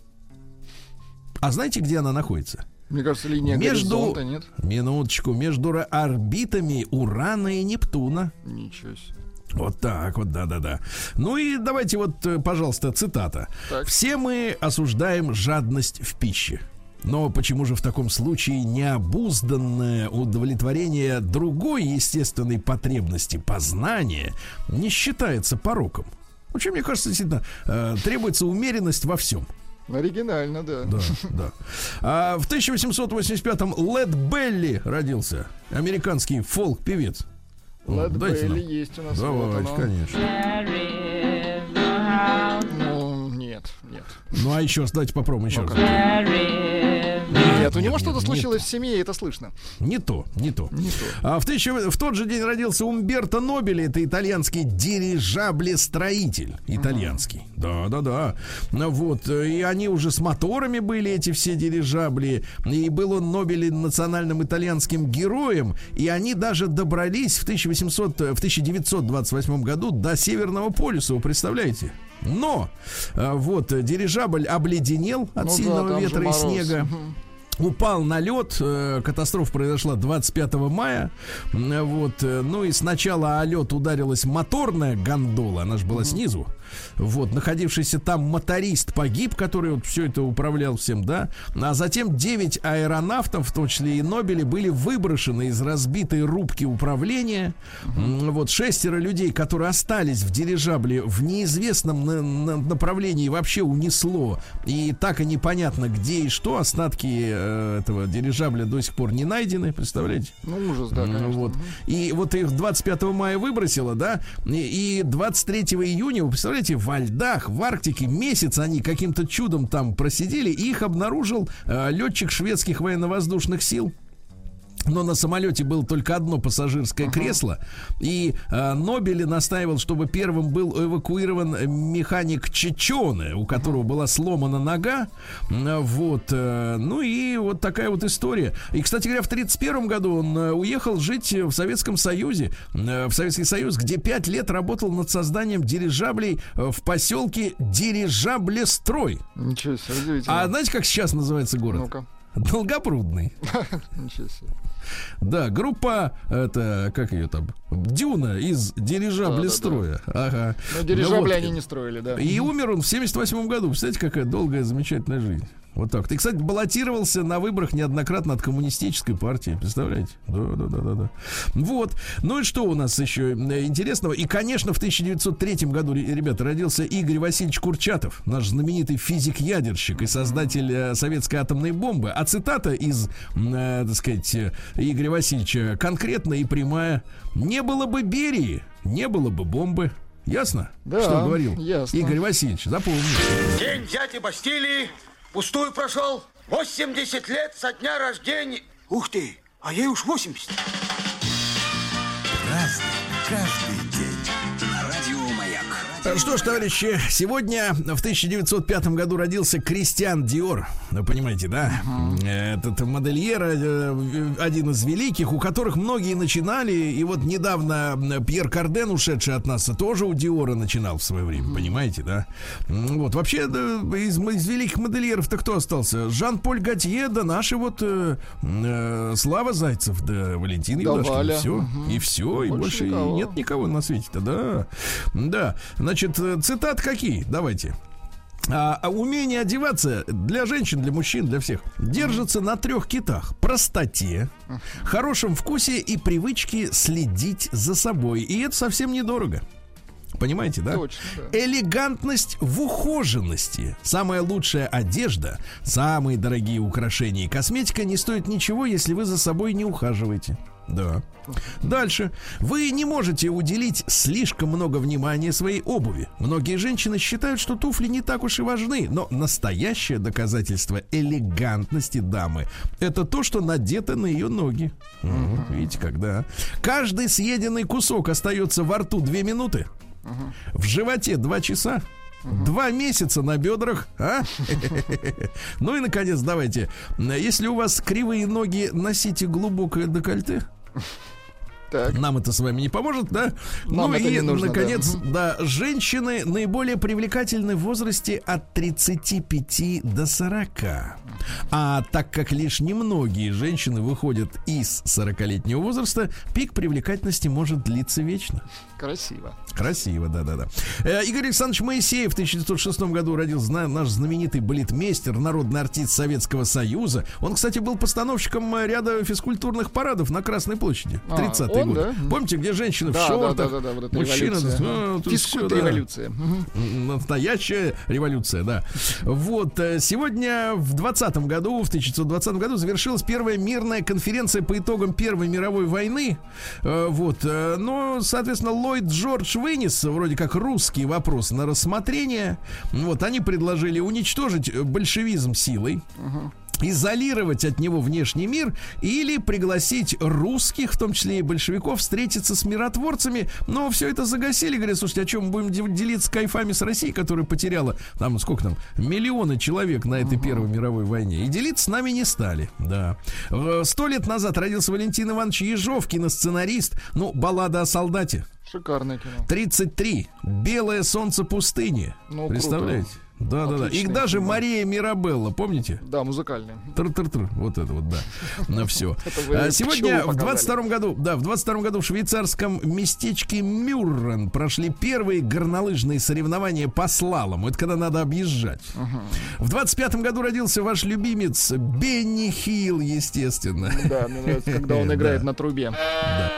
А знаете, где она находится? Мне кажется, линия между, горизонта, нет? Минуточку, между орбитами Урана и Нептуна. Ничего себе. Вот так вот, да-да-да. Ну и давайте вот, пожалуйста, цитата. Так. «Все мы осуждаем жадность в пище. Но почему же в таком случае необузданное удовлетворение другой естественной потребности познания не считается пороком? В общем, мне кажется, действительно, э, требуется умеренность во всем». Оригинально, да. Да, да. А в тысяча восемьсот восемьдесят пятом Лед Белли родился, американский фолк-певец. Лед Белли есть у нас. Давайте, вот конечно. Ну, нет, нет. Ну, а еще раз, давайте попробуем еще раз. Нет, у него что-то случилось в семье, и это слышно. Не то, не то. Не то. А в, тысяча, в тот же день родился Умберто Нобели, это итальянский дирижаблестроитель. Итальянский. Uh-huh. Да, да, да. Вот. И они уже с моторами были, эти все дирижабли. И был он Нобели национальным итальянским героем. И они даже добрались в, тысяча восемьсот, в тысяча девятьсот двадцать восьмом году до Северного полюса, вы представляете? Но вот дирижабль обледенел от ну сильного да, ветра и снега. Упал на лед, катастрофа произошла двадцать пятого мая. Вот, ну и сначала о лед ударилась моторная гондола, она же была снизу. Вот, находившийся там моторист погиб, который вот все это управлял всем, да. А затем девять аэронавтов, в том числе и Нобели, были выброшены из разбитой рубки управления. Uh-huh. Вот, шестеро людей, которые остались в дирижабле в неизвестном на- на- направлении, вообще унесло. И так и непонятно, где и что. Остатки э, этого дирижабля до сих пор не найдены, представляете? Ну, ужас, да, конечно. Вот. И вот их двадцать пятого мая выбросило, да. И, и двадцать третьего июня, вы представляете, во льдах, в Арктике месяц они каким-то чудом там просидели, и их обнаружил э, летчик шведских военно-воздушных сил. Но на самолете было только одно пассажирское uh-huh. кресло. И э, Нобели настаивал, чтобы первым был эвакуирован механик Чечоне, у которого uh-huh. была сломана нога. Вот. Э, ну и вот такая вот история. И, кстати говоря, в тридцать первом году он э, уехал жить в Советском Союзе. Э, в Советский Союз, где пять лет работал над созданием дирижаблей э, в поселке Дирижаблестрой. Ничего себе, удивительно. А знаете, как сейчас называется город? Ну-ка. Долгопрудный. Ничего себе. Да, группа, это, как ее там, Дюна из дирижаблестроя. Да, да, да. Ага. Но дирижабли ну, вот. они не строили, да. И умер он в семьдесят восьмом году. Представляете, какая долгая, замечательная жизнь. Вот так. Ты, кстати, баллотировался на выборах неоднократно от коммунистической партии. Представляете? Да, да, да, да, да. Вот. Ну и что у нас еще интересного? И, конечно, в тысяча девятьсот третьем году, ребята, родился Игорь Васильевич Курчатов, наш знаменитый физик-ядерщик и создатель советской атомной бомбы. А цитата из, э, так сказать, Игоря Васильевича конкретная и прямая: «Не было бы Берии, не было бы бомбы». Ясно? Да, что говорил ясно. Игорь Васильевич? Запомните. День дяди Бастилии пустую прошел. восемьдесят лет со дня рождения. Ух ты, а ей уж восемьдесят. Разный, каждый день. Радио Маяк. Что ж, товарищи, сегодня в тысяча девятьсот пятом году родился Кристиан Диор. Вы понимаете, да? Uh-huh. Этот модельер, один из великих, у которых многие начинали. И вот недавно Пьер Карден, ушедший от нас, тоже у Диора начинал в свое время. Uh-huh. Понимаете, да? Вот, вообще, из, из великих модельеров-то кто остался? Жан-Поль Готье, да наши вот э, э, Слава Зайцев, да Валентин Юдашкин. И все, uh-huh. и все, и больше, больше никого. Нет никого на свете-то, да. Да. Значит, цитат какие? Давайте. А, а умение одеваться для женщин, для мужчин, для всех держится на трех китах: простоте, хорошем вкусе и привычке следить за собой. И это совсем недорого. Понимаете, да? Точно, да. Элегантность в ухоженности. Самая лучшая одежда, самые дорогие украшения и косметика не стоят ничего, если вы за собой не ухаживаете. Да. Дальше. Вы не можете уделить слишком много внимания своей обуви. Многие женщины считают, что туфли не так уж и важны, но настоящее доказательство элегантности дамы — это то, что надето на ее ноги. Uh-huh. Вот, видите, когда каждый съеденный кусок остается во рту две минуты, uh-huh. в животе два часа, uh-huh. два месяца на бедрах, а? Ну и, наконец, давайте, если у вас кривые ноги, носите глубокое декольте. Так. Нам это с вами не поможет, да? Нам ну это и, не нужно, наконец, да. да, женщины наиболее привлекательны в возрасте от тридцати пяти до сорока. А так как лишь немногие женщины выходят из сорокалетнего возраста, пик привлекательности может длиться вечно. Красиво. Красиво, да-да-да. Э, Игорь Александрович Моисеев в тысяча девятьсот шестом году родился, зна- наш знаменитый балетмейстер, народный артист Советского Союза. Он, кстати, был постановщиком ряда физкультурных парадов на Красной площади в тридцатые годы. Да? Помните, где женщины да, в шортах, да, да, да, да, вот мужчины... А, физкульт-революция. Да. Настоящая революция, да. Вот, сегодня в двадцатом году, в тысяча девятьсот двадцатом году завершилась первая мирная конференция по итогам Первой мировой войны. Вот, но, соответственно, Ллойд Джордж вынес вроде как русский вопрос на рассмотрение. Вот, они предложили уничтожить большевизм силой, угу. изолировать от него внешний мир или пригласить русских, в том числе и большевиков, встретиться с миротворцами. Но все это загасили. Говорят, слушайте, о чем мы будем делиться кайфами с Россией, которая потеряла, там, сколько там, миллионы человек на этой uh-huh. Первой мировой войне. И делиться с нами не стали. Да. Сто лет назад родился Валентин Иванович Ежов, киносценарист. Ну, «Баллада о солдате». Шикарное кино. тридцать три. «Белое солнце пустыни». Ну, представляете? Круто. Да, да, да. И даже фильм. Мария Мирабелла, помните? Да, музыкальная. Тр-тр-тр. Вот это вот, да. На все. Сегодня в двадцать втором году, да, в двадцать втором году в швейцарском местечке Мюррен прошли первые горнолыжные соревнования по слалому. Это когда надо объезжать. В двадцать пятом году родился ваш любимец Бенни Хилл, естественно. Да, мне нравится, когда он играет на трубе. Да.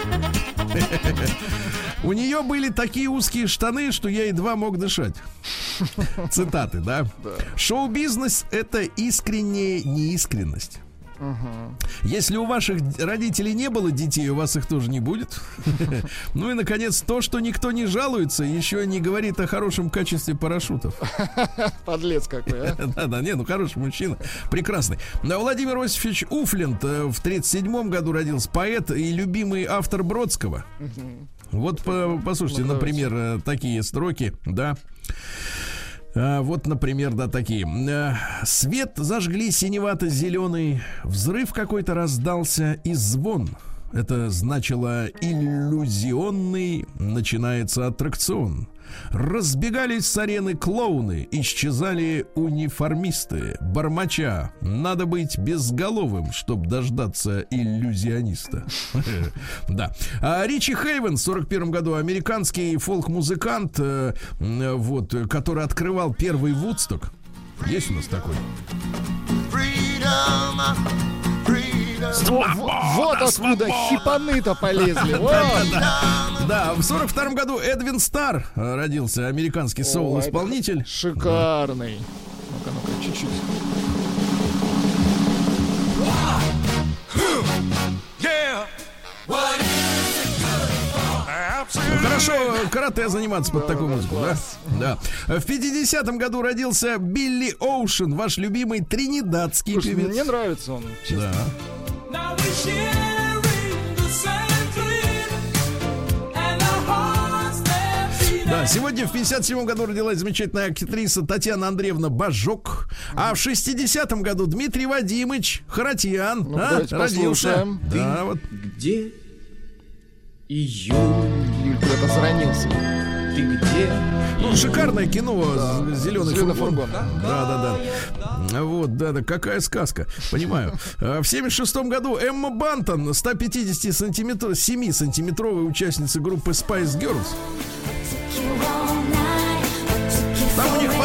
У нее были такие узкие штаны, что я едва мог дышать. Цитаты, да? Да. Шоу-бизнес — это искренняя неискренность. Угу. Если у ваших родителей не было детей, у вас их тоже не будет. Ну и, наконец, то, что никто не жалуется, еще не говорит о хорошем качестве парашютов. Подлец какой, а? Да-да, не, ну хороший мужчина, прекрасный. Владимир Осипович Уфлент в тридцать седьмом году родился, поэт и любимый автор Бродского. Вот, послушайте, например, такие строки, да. А, вот, например, да, такие. Свет зажгли синевато-зеленый, взрыв какой-то раздался и звон. Это значило иллюзионный начинается аттракцион. Разбегались с арены клоуны, исчезали униформисты, бормоча. Надо быть безголовым, чтобы дождаться иллюзиониста. Да. А Ричи Хейвен в сорок первом году, американский фолк-музыкант, вот, который открывал первый Вудсток. Есть у нас такой? Вот, вот откуда хипаны-то полезли. Вот. Да, в сорок втором году Эдвин Старр родился, американский соул-исполнитель. Шикарный. Ну-ка, ну-ка, чуть-чуть. Хорошо карате заниматься под такую музыку, да? Да. В пятидесятом году родился Билли Оушен, ваш любимый тринидадский Слушай, певец. Мне нравится он, честно. Да. Да, сегодня в пятьдесят седьмом году родилась замечательная актриса Татьяна Андреевна Бажок. А в шестидесятом году Дмитрий Вадимович Харатьян ну, а, родился. Да, вот. Где июнь? Юль куда-то заронился. Ты где? Ну, шикарное кино, да. Зеленый, Зеленый фургон. фургон. Да, да, да. Вот, да, да, какая сказка. Понимаю. В семьдесят шестом году Эмма Бантон, сто пятьдесят сантиметров, семисантиметровая участница группы Spice Girls. Там у них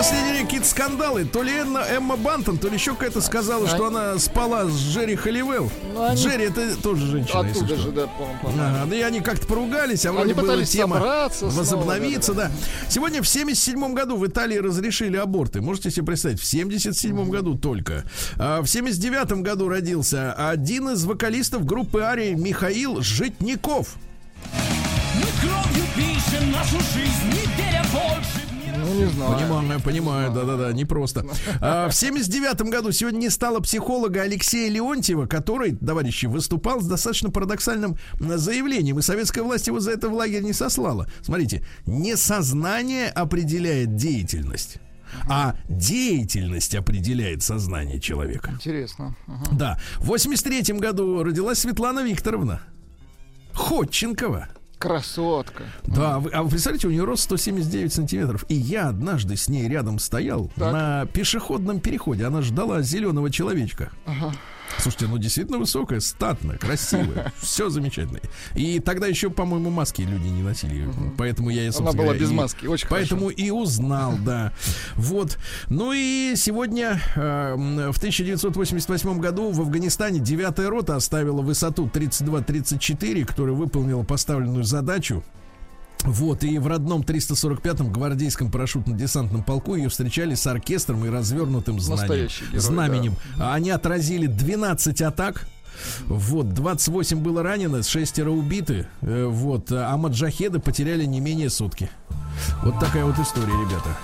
последнее время какие-то скандалы. То ли Эмма, Эмма Бантон, то ли еще какая-то сказала, что она спала с Джерри Холливелл. Ну, они... Джерри это тоже женщина. Оттуда же, да, по-моему. Ага, да и они как-то поругались, а они вроде была тема возобновиться, снова, да, да. Сегодня в семьдесят седьмом году в Италии разрешили аборты. Можете себе представить, в семьдесят седьмом mm-hmm. году только. А в семьдесят девятом году родился один из вокалистов группы Арии Михаил Житников. Мы кровью пишем нашу жизнь, не веря больше. Ну, не знаю. Понимаю, понимаю, да-да-да, непросто. А, в семьдесят девятом году сегодня не стало психолога Алексея Леонтьева, который, товарищи, выступал с достаточно парадоксальным заявлением, и советская власть его за это в лагерь не сослала. Смотрите, не сознание определяет деятельность, а деятельность определяет сознание человека. Интересно. Ага. Да. В восемьдесят третьем году родилась Светлана Викторовна Ходченкова. Красотка. Да, вы, а вы представляете, у нее рост сто семьдесят девять сантиметров. И я однажды с ней рядом стоял так. на пешеходном переходе. Она ждала зеленого человечка. Ага. Слушайте, ну действительно высокая, статная, красивая. Все замечательно. И тогда еще, по-моему, маски люди не носили. Угу. Поэтому я и, собственно, она была без и, маски, очень поэтому хорошо. И узнал, да. Вот. Ну и сегодня, э, в тысяча девятьсот восемьдесят восьмом году в Афганистане девятая рота оставила высоту тридцать два тридцать четыре, которая выполнила поставленную задачу. Вот, и в родном триста сорок пятом гвардейском парашютно-десантном полку ее встречали с оркестром и развернутым знанием, герой, знаменем. Да. Они отразили двенадцать атак. Вот, двадцать восемь было ранено, шестеро убиты. Вот, а маджахеды потеряли не менее сутки. Вот такая вот история, ребята.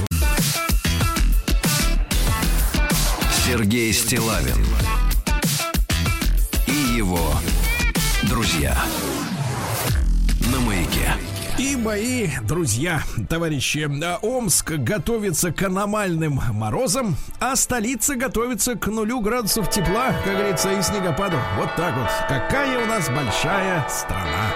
Сергей Стиллавин и его друзья на Маяке. И мои друзья, товарищи, Омск готовится к аномальным морозам, а столица готовится к нулю градусов тепла, как говорится, и снегопаду. Вот так вот. Какая у нас большая страна.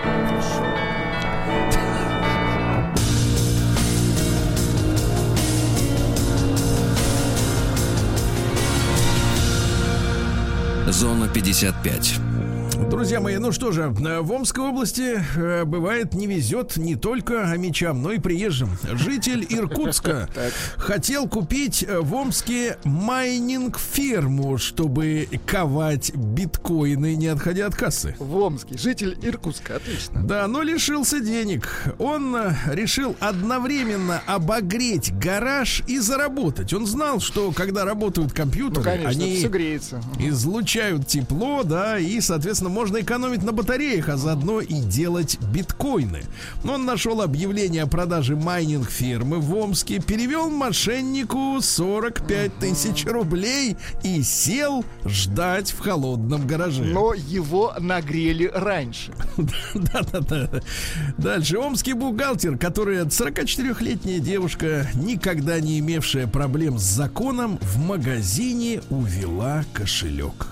Зона пятьдесят пять. Друзья мои, ну что же, в Омской области э, бывает не везет не только амичам, но и приезжим. Житель Иркутска хотел купить в Омске майнинг-ферму, чтобы ковать биткоины, не отходя от кассы. В Омске. Житель Иркутска, отлично. Да, но лишился денег. Он решил одновременно обогреть гараж и заработать. Он знал, что когда работают компьютеры, ну, конечно, они все греется. Излучают тепло, да, и, соответственно, можно экономить на батареях, а заодно и делать биткоины. Он нашел объявление о продаже майнинг-фирмы в Омске, перевел мошеннику сорок пять тысяч рублей и сел ждать в холодном гараже. Но его нагрели раньше. Да-да-да. Дальше. Омский бухгалтер, который сорокачетырёхлетняя девушка, никогда не имевшая проблем с законом, в магазине увела кошелек.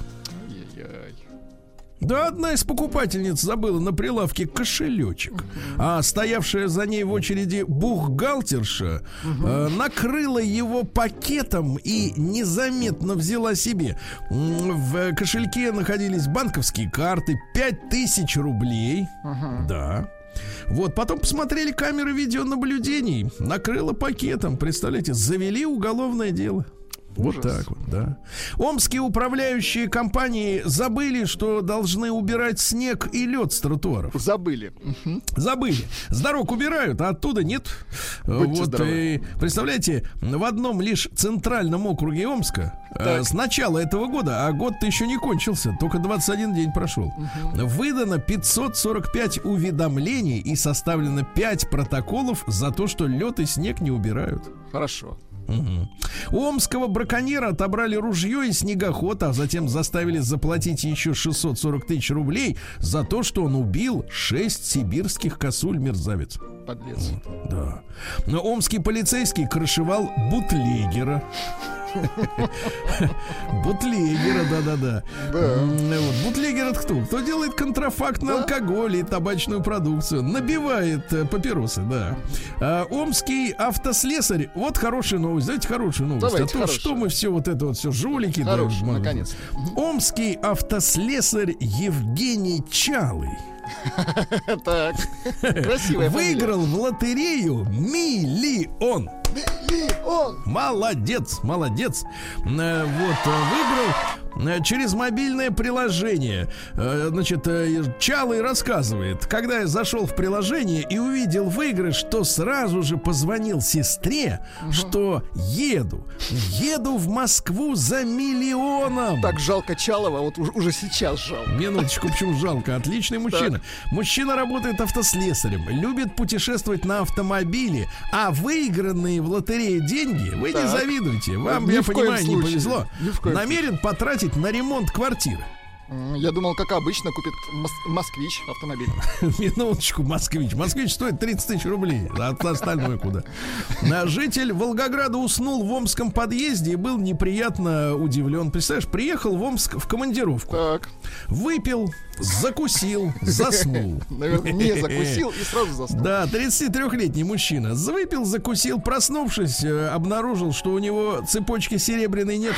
Да, одна из покупательниц забыла на прилавке кошелечек, uh-huh. а стоявшая за ней в очереди бухгалтерша uh-huh. э, накрыла его пакетом и незаметно взяла себе. В кошельке находились банковские карты, пять тысяч рублей. Uh-huh. Да. Вот, потом посмотрели камеры видеонаблюдений, накрыла пакетом, представляете, завели уголовное дело. Вот ужас. Так вот, да. Омские управляющие компании забыли, что должны убирать снег и лед с тротуаров. Забыли. Угу. Забыли. С дорог убирают, а оттуда нет. Будьте вот, и, представляете, в одном лишь центральном округе Омска э, с начала этого года, а год-то еще не кончился, только двадцать один день прошел, угу. выдано пятьсот сорок пять уведомлений и составлено пять протоколов за то, что лед и снег не убирают. Хорошо. Угу. У омского браконьера отобрали ружье и снегоход, а затем заставили заплатить еще шестьсот сорок тысяч рублей за то, что он убил шесть сибирских косуль, мерзавец. Подлец. Вот, да. Но омский полицейский крышевал бутлегера. Бутлегера, да-да-да. Вот. Бутлегер это кто? Кто делает контрафактный да? алкоголь и табачную продукцию, набивает э, папиросы, да. А, омский автослесарь, вот хорошая новость, знаете, хорошая новость. Давайте, а то, что мы все вот это вот все жулики. Хороший, да, наконец. Омский автослесарь Евгений Чалый так, красивая выиграл в лотерею миллион. Миллион. Молодец, молодец. Э, Вот, э, выиграл э, через мобильное приложение. Э, Значит, э, Чалый рассказывает: когда я зашел в приложение и увидел выигрыш, то сразу же позвонил сестре, что еду, еду в Москву за миллионом. Так жалко Чалова, вот уже, уже сейчас жалко. Минуточку, почему жалко? Отличный мужчина. Мужчина работает автослесарем, любит путешествовать на автомобиле, а выигранные в лотерее деньги вы Так. не завидуйте. Вам, Ни я в коем понимаю, не случае. повезло. Ни в коем Намерен потратить на ремонт квартиры. М, Я думал, как обычно, купит мос- москвич автомобиль. Минуточку, москвич. Москвич стоит тридцать тысяч рублей. А остальное куда? А Житель Волгограда уснул в омском подъезде и был неприятно удивлен. Представляешь, приехал в Омск в командировку. Так, Выпил, закусил, заснул. наверное, не закусил и сразу заснул. Да, тридцатитрёхлетний мужчина. Выпил, закусил, проснувшись, э, обнаружил, что у него цепочки серебряной нет,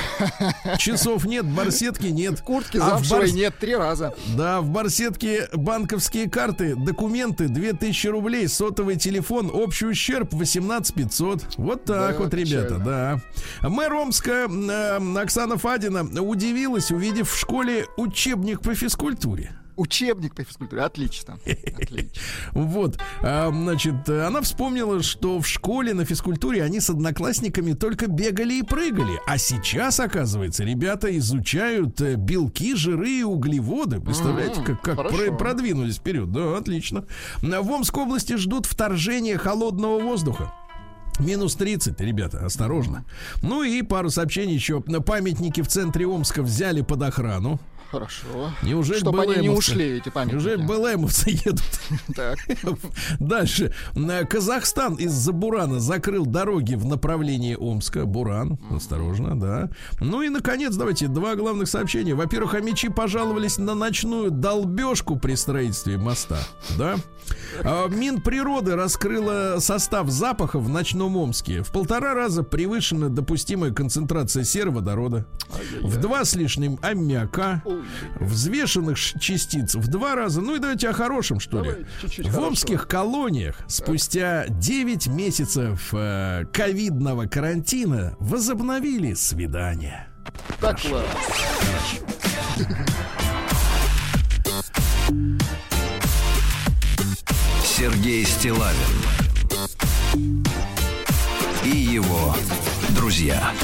часов нет, барсетки нет. Куртки А в замшевой барс- нет, три раза. Да, в барсетке банковские карты, документы, две тысячи рублей, сотовый телефон, общий ущерб восемнадцать тысяч пятьсот. Вот так Да, вот, ребята, печально. да. Мэр Омска э, Оксана Фадина удивилась, увидев в школе учебник по физкультуре. Учебник по физкультуре, отлично. Отлично. Вот, а, значит, она вспомнила, что в школе на физкультуре они с одноклассниками только бегали и прыгали, а сейчас, оказывается, ребята изучают э, белки, жиры и углеводы. Представляете, М, как, как хорошо. про- продвинулись вперед? Да, отлично. В Омской области ждут вторжения холодного воздуха. Минус тридцать, ребята, осторожно. Ну и пару сообщений еще. Памятники в центре Омска взяли под охрану. Хорошо. Неужели Чтобы они не БЛМовцы- ушли, эти памятники. Неужели БЛМовцы едут? Так. Дальше. Казахстан из-за бурана закрыл дороги в направлении Омска. Буран. Осторожно, да. Ну и, наконец, давайте два главных сообщения. Во-первых, омичи пожаловались на ночную долбежку при строительстве моста. Да. А, Минприроды раскрыла состав запахов в ночном Омске. В полтора раза превышена допустимая концентрация сероводорода. В два с лишним аммиака. Взвешенных ш- частиц в два раза. Ну и давайте о хорошем, что ли. Давайте чуть-чуть В хорошего. омских колониях спустя девять месяцев э, ковидного карантина возобновили свидания. Так, ладно. Сергей Стиллавин и его друзья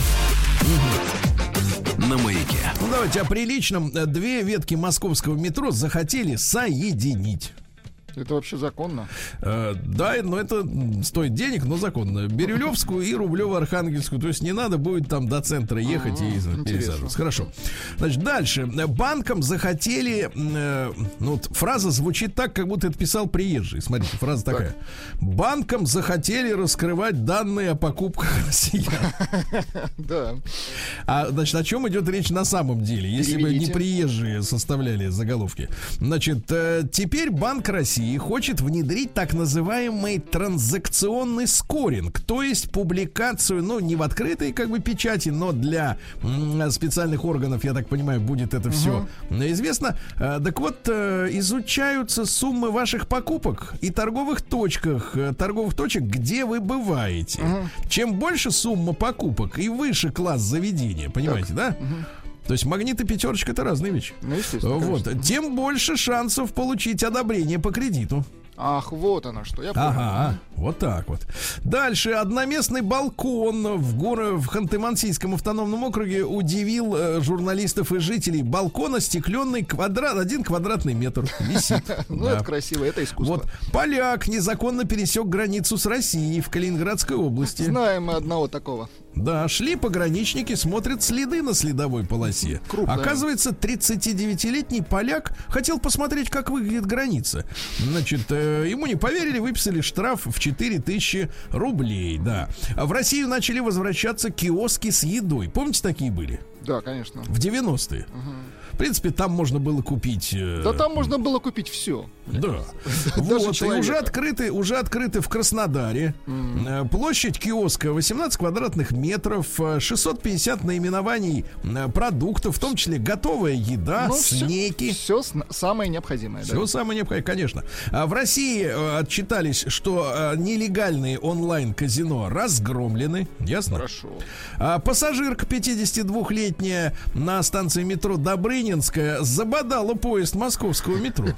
на Маяке. Ну давайте о приличном. Две ветки московского метро захотели соединить. Это вообще законно? Э, да, но это стоит денег, но законно. Бирюлевскую и Рублево-Архангельскую. То есть не надо будет там до центра ехать и пересаживаться. Хорошо. Значит, дальше. Банкам захотели... э, ну, вот фраза звучит так, как будто это писал приезжий. Смотрите, фраза такая. Банкам захотели раскрывать данные о покупках россиян. Да. А, значит, о чем идет речь на самом деле, если бы не Переведите. приезжие составляли заголовки? Значит, э, теперь Банк России хочет внедрить так называемый транзакционный скоринг, то есть публикацию, ну, не в открытой как бы печати, но для м, специальных органов, я так понимаю, будет это все известно. Э, так вот, э, изучаются суммы ваших покупок и торговых точках, э, торговых точек, где вы бываете. Чем больше сумма покупок и выше класс заведения, понимаете, да? То есть магнит и пятерочка — это разные вещи. Ну, естественно, Вот, конечно. тем больше шансов получить одобрение по кредиту. Ах, вот оно что, я понял. Ага, вот так вот. Дальше. Одноместный балкон в горе в Ханты-Мансийском автономном округе удивил э, журналистов и жителей. Балкона стекленный квадрат, один квадратный метр висит. Ну, Да. это красиво, это искусство. Вот поляк незаконно пересек границу с Россией в Калининградской области. Знаем мы одного такого. Да, шли пограничники, смотрят следы на следовой полосе. Крупная. Оказывается, тридцатидевятилетний поляк хотел посмотреть, как выглядит граница. Значит, э, ему не поверили, выписали штраф в четыре тысячи рублей, да. А в Россию начали возвращаться киоски с едой. Помните, такие были? Да, конечно. В девяностые. В принципе, там можно было купить... э, Да там можно было купить все. Да. Даже Вот, и человека. уже открыты, уже открыты в Краснодаре. Э, Площадь киоска восемнадцать квадратных метров, э, шестьсот пятьдесят наименований э, продуктов, в том числе готовая еда, Ну, снеки. Все самое необходимое. Все да. самое необходимое, конечно. А в России э, отчитались, что э, нелегальные онлайн-казино разгромлены. Ясно? Хорошо. А пассажирка пятидесятидвухлетняя на станции метро Добрынинская забодала поезд московского метро.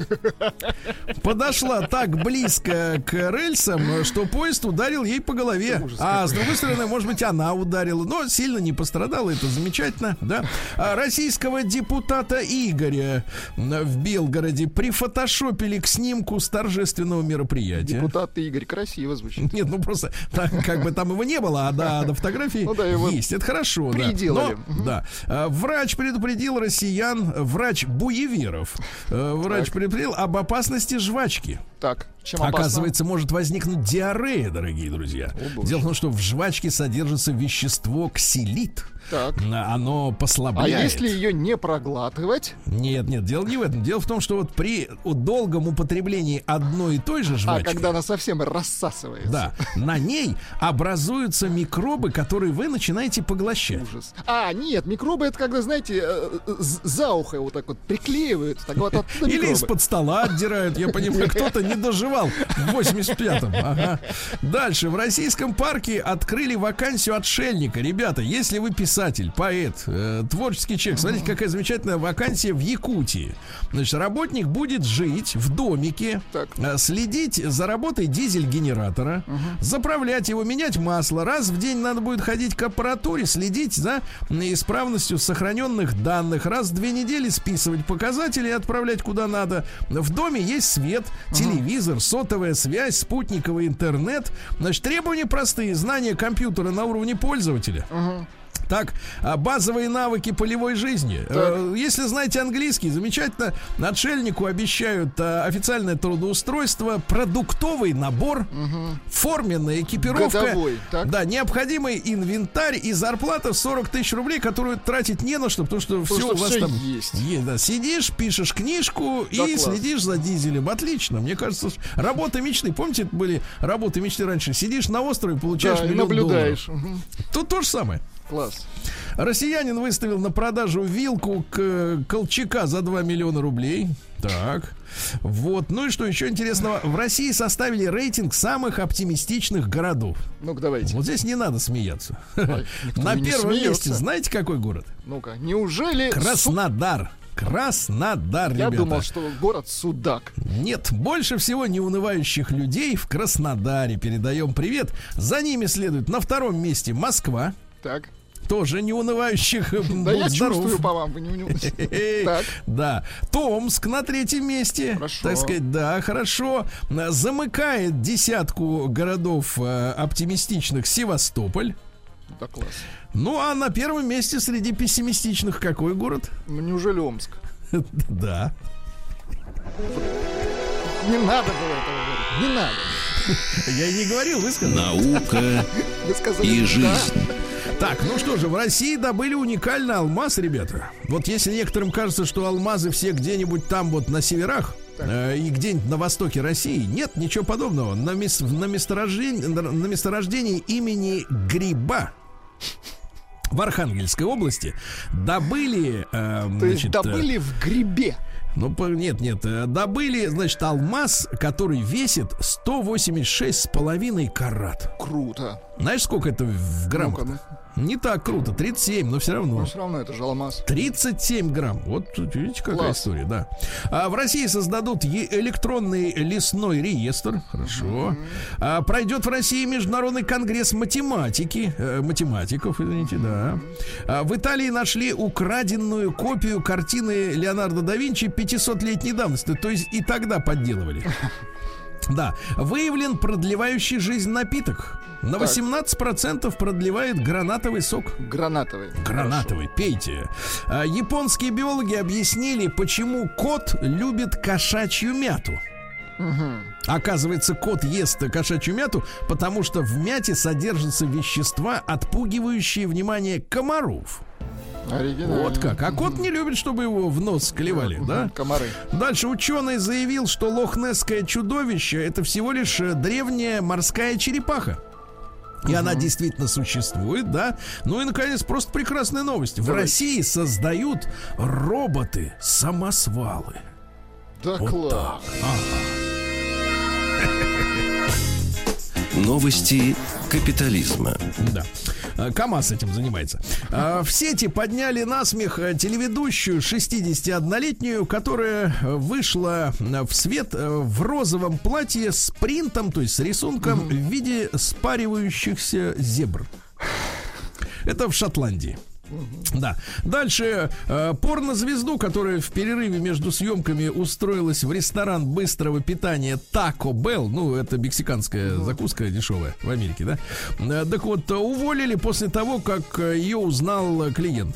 Подошла так близко к рельсам, что поезд ударил ей по голове. А с другой стороны, может быть, она ударила. Но сильно не пострадала, это замечательно, да. А российского депутата Игоря в Белгороде прифотошопили к снимку с торжественного мероприятия. Депутат Игорь красиво звучит. Нет, ну просто так, как бы там его не было, а да, на фотографии Ну да, его есть. Это хорошо, да. приделали. Но, да. А, Врач предупредил россиян, врач Буеверов, э, врач Так. предупредил об опасности жвачки. Так, чем опасно? Оказывается, может возникнуть диарея, дорогие друзья. боже. Дело в том, что в жвачке содержится вещество ксилит. Так. Оно А послабляет. если ее не проглатывать? Нет, нет, дело не в этом. Дело в том, что вот при долгом употреблении одной и той же А жвачки, когда она совсем рассасывается? да, на ней образуются микробы, которые вы начинаете поглощать. Ужас. А, нет, микробы это когда, знаете, э, э, з- за ухо вот так вот приклеивают. Так вот оттуда Или микробы. из-под стола отдирают. Я понимаю, кто-то не доживал в восемьдесят пятом. Ага. Дальше. В российском парке открыли вакансию отшельника. Ребята, если вы писатель, поэт, э, творческий человек, смотрите, какая замечательная вакансия в Якутии. Значит, работник будет жить в домике, Так. э, следить за работой дизель-генератора, заправлять его, менять масло. Раз в день надо будет ходить к аппаратуре, следить за исправностью сохраненных данных. Раз в две недели списывать показатели и отправлять куда надо. В доме есть свет, телевизор, сотовая связь, спутниковый интернет. Значит, требования простые. Знание компьютера на уровне пользователя. Так, а, базовые навыки полевой жизни. Э, Если знаете английский, замечательно. Отшельнику обещают а, официальное трудоустройство, продуктовый набор, форменная экипировка. Годовой, так? Да, необходимый инвентарь и зарплата в сорок тысяч рублей, которую тратить не на что, потому что все что у вас всё там есть. да. Сидишь, пишешь книжку Да, и класс. следишь за дизелем. Отлично. Мне кажется, что работа мечты. Помните, это были работы мечты раньше? Сидишь на острове, получаешь Да, и миллион наблюдаешь. долларов. Мгм. Тут то же самое. Класс. Россиянин выставил на продажу вилку к Колчака за два миллиона рублей. Так. Вот. Ну и что еще интересного? В России составили рейтинг самых оптимистичных городов. Ну-ка, давайте. Вот здесь не надо смеяться. Ай, никто На и не первом смеется. месте знаете какой город? Ну-ка, неужели... Су- Краснодар. Краснодар, Я ребята. думал, что город Судак. Нет, больше всего неунывающих людей в Краснодаре. Передаем привет. За ними следует на втором месте Москва. Так. Тоже неунывающих. Да Будь я здоров. чувствую по вам, вы не унывайте. Так. Да. Томск на третьем месте. Хорошо. Так сказать, да, хорошо. Замыкает десятку городов э, оптимистичных Севастополь. Да, класс. Ну, а на первом месте среди пессимистичных какой город? Ну, неужели Омск? Да. Не надо было этого говорить. Не надо. Я и не говорил, вы сказали. Наука Вы сказали, и да. жизнь. Так, ну что же, в России добыли уникальный алмаз, ребята. Вот если некоторым кажется, что алмазы все где-нибудь там вот на северах э, и где-нибудь на востоке России, нет, ничего подобного. На, мес- на, месторождении, на месторождении имени Гриба в Архангельской области добыли... э, То есть значит, добыли в грибе. Ну, по- нет, нет, э, добыли, значит, алмаз, который весит сто восемьдесят шесть с половиной карат. Круто. Знаешь, сколько это в граммах? Ну-ка, Не так круто, тридцать семь, но все равно. Но все равно это же алмаз. тридцать семь грамм. Вот тут видите, какая Класс. история, да. А в России создадут е- электронный лесной реестр. Хорошо. А пройдет в России международный конгресс математики. э, математиков, извините, да. А в Италии нашли украденную копию картины Леонардо да Винчи пятисотлетней давности. То есть и тогда подделывали. Да, выявлен продлевающий жизнь напиток. На восемнадцать процентов продлевает гранатовый сок. Гранатовый. Гранатовый, пейте. А, японские биологи объяснили, почему кот любит кошачью мяту. Оказывается, кот ест кошачью мяту, потому что в мяте содержатся вещества, отпугивающие внимание комаров. Оригинально. Вот как. А кот не любит, чтобы его в нос клевали, да? Комары. Дальше ученый заявил, что лохнесское чудовище — это всего лишь древняя морская черепаха. И она действительно существует, да. Ну и, наконец, просто прекрасная новость. В Давай. России создают роботы-самосвалы. Да Вот класс. так. Новости капитализма. Да. А, КамАЗ этим занимается. А, в сети подняли насмех телеведущую шестидесятиоднолетнюю, которая вышла в свет в розовом платье с принтом, то есть с рисунком в виде спаривающихся зебр. Это в Шотландии. Да. Дальше э, порнозвезду, которая в перерыве между съемками устроилась в ресторан быстрого питания Taco Bell. Ну, это мексиканская закуска дешевая в Америке, да? Э, так вот, уволили после того, как ее узнал клиент.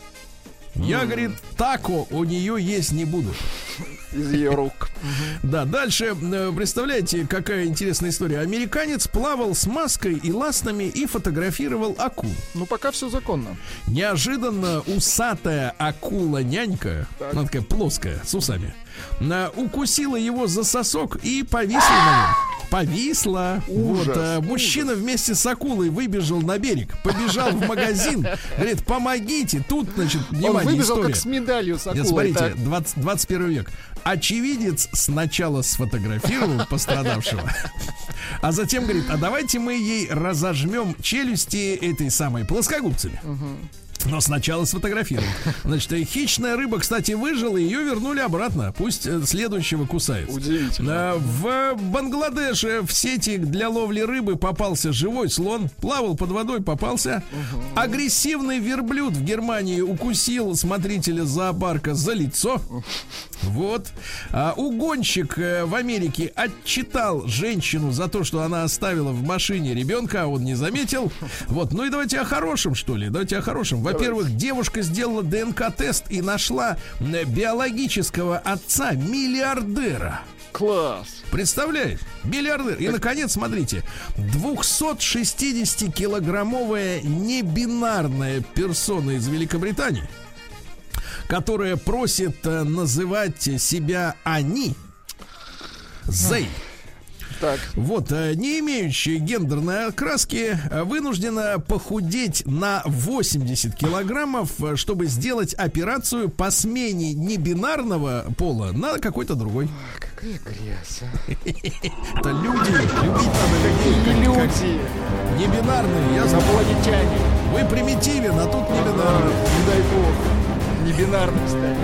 Я, говорит, тако у нее есть не буду. Из ее рук. Да, дальше, э, представляете, какая интересная история. Американец плавал с маской и ластами и фотографировал акул. Ну, пока все законно. Неожиданно усатая акула-нянька, она такая плоская, с усами, на- укусила его за сосок и повисла на нем. Повисла. Ужас, Вот, а, мужчина вместе с акулой выбежал на берег, побежал в магазин, говорит, помогите. Тут, значит, Он внимание, выбежал история. как с медалью с акулой. Нет, смотрите, так. двадцать, двадцать первый век. Очевидец сначала сфотографировал пострадавшего, а затем говорит, а давайте мы ей разожмем челюсти этой самой плоскогубцами. Но сначала сфотографировал. Значит, и хищная рыба, кстати, выжила, и ее вернули обратно. Пусть э, следующего кусает. Удивительно. А, В Бангладеше в сети для ловли рыбы попался живой слон. Плавал под водой, попался. Агрессивный верблюд в Германии укусил смотрителя зоопарка за лицо. Вот. А, угонщик э, в Америке отчитал женщину за то, что она оставила в машине ребенка, а он не заметил. Вот. Ну и давайте о хорошем, что ли. Давайте о хорошем. Во-первых, девушка сделала ДНК-тест и нашла э, биологического отца миллиардера. Класс. Представляешь? Миллиардер. И, наконец, смотрите, двухсотшестидесятикилограммовая небинарная персона из Великобритании, которая просит э, называть себя они, they. Так. Вот, э, не имеющая гендерной окраски, э, вынуждена похудеть на восемьдесят килограммов, э, чтобы сделать операцию по смене небинарного пола на какой-то другой. Какая грязь, а. Это люди. Любить надо людей. Какие как- как люди. Небинарные. Я знаю. Инопланетяне. Вы примитивен, а тут А, небинарный. Не дай бог. Небинарный стать.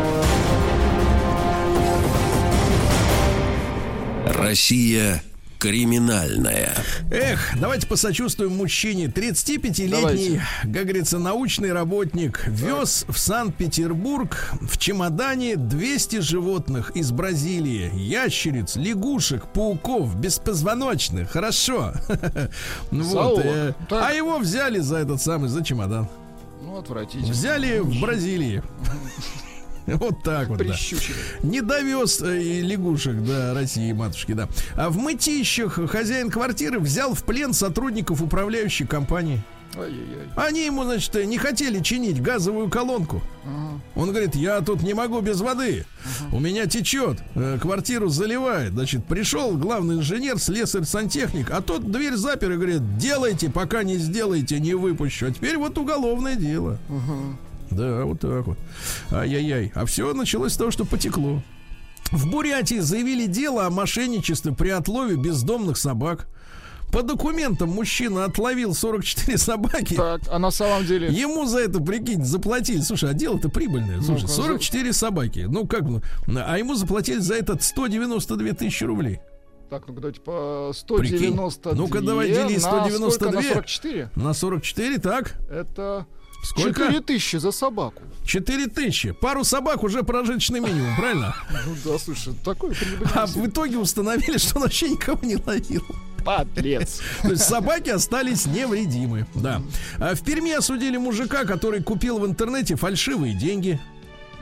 Россия криминальная. Эх, давайте посочувствуем мужчине. тридцатипятилетний, Давайте. как говорится, научный работник вез в Санкт-Петербург в чемодане двести животных из Бразилии. Ящериц, лягушек, пауков, беспозвоночных. Хорошо. Ну вот, Зоолог. э, Так. А его взяли за этот самый, за чемодан. Ну, отвратительно. Взяли в Бразилии. Вот так вот, да. Прищучили. Не довез э, и лягушек до России, матушки, да. А в Мытищах хозяин квартиры взял в плен сотрудников управляющей компании. Ай-яй-яй. Они ему, значит, не хотели чинить газовую колонку. Ага. Он говорит, я тут не могу без воды. У меня течет, э, квартиру заливает. Значит, пришел главный инженер, слесарь, сантехник, а тот дверь запер и говорит, делайте, пока не сделаете, не выпущу. А теперь вот уголовное дело. Да, вот так вот. Ай-яй-яй. А все началось с того, что потекло. В Бурятии заявили дело о мошенничестве при отлове бездомных собак. По документам мужчина отловил сорок четыре собаки. Так, а на самом деле... Ему за это, прикинь, заплатили. Слушай, а дело-то прибыльное. Слушай, Ну-ка, сорок четыре собаки. Ну как, ну, а ему заплатили за это сто девяносто две тысячи рублей. Так, ну-ка давайте по сто девяносто две. Ну-ка, давай дели на сто девяносто две. сколько? На сорок четыре? На сорок четыре, так? Это Сколько? четыре тысячи за собаку. четыре тысячи. Пару собак уже прожиточный минимум, правильно? Ну да, слушай, такой прибыльный. А в итоге установили, что он вообще никого не ловил. Подлец. То есть собаки остались невредимы. Да. А в Перми осудили мужика, который купил в интернете фальшивые деньги.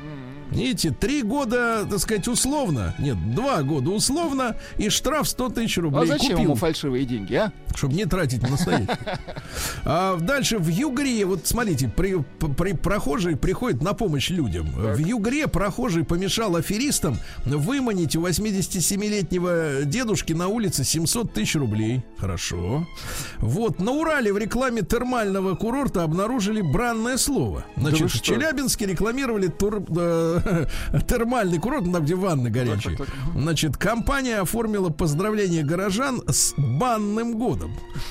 Видите, три года, так сказать, условно. Нет, два года условно и штраф сто тысяч рублей. А зачем Купил, ему фальшивые деньги, а? чтобы не тратить на настоящие. А дальше в Югре, вот смотрите, при, при, прохожий приходит на помощь людям. Так. В Югре прохожий помешал аферистам выманить у восьмидесятисемилетнего дедушки на улице семьсот тысяч рублей. Хорошо. Вот, на Урале в рекламе термального курорта обнаружили бранное слово. Значит, да в Челябинске рекламировали тур, э, термальный курорт, там, где ванны горячие. Так, так, так. Значит, компания оформила поздравление горожан с банным годом.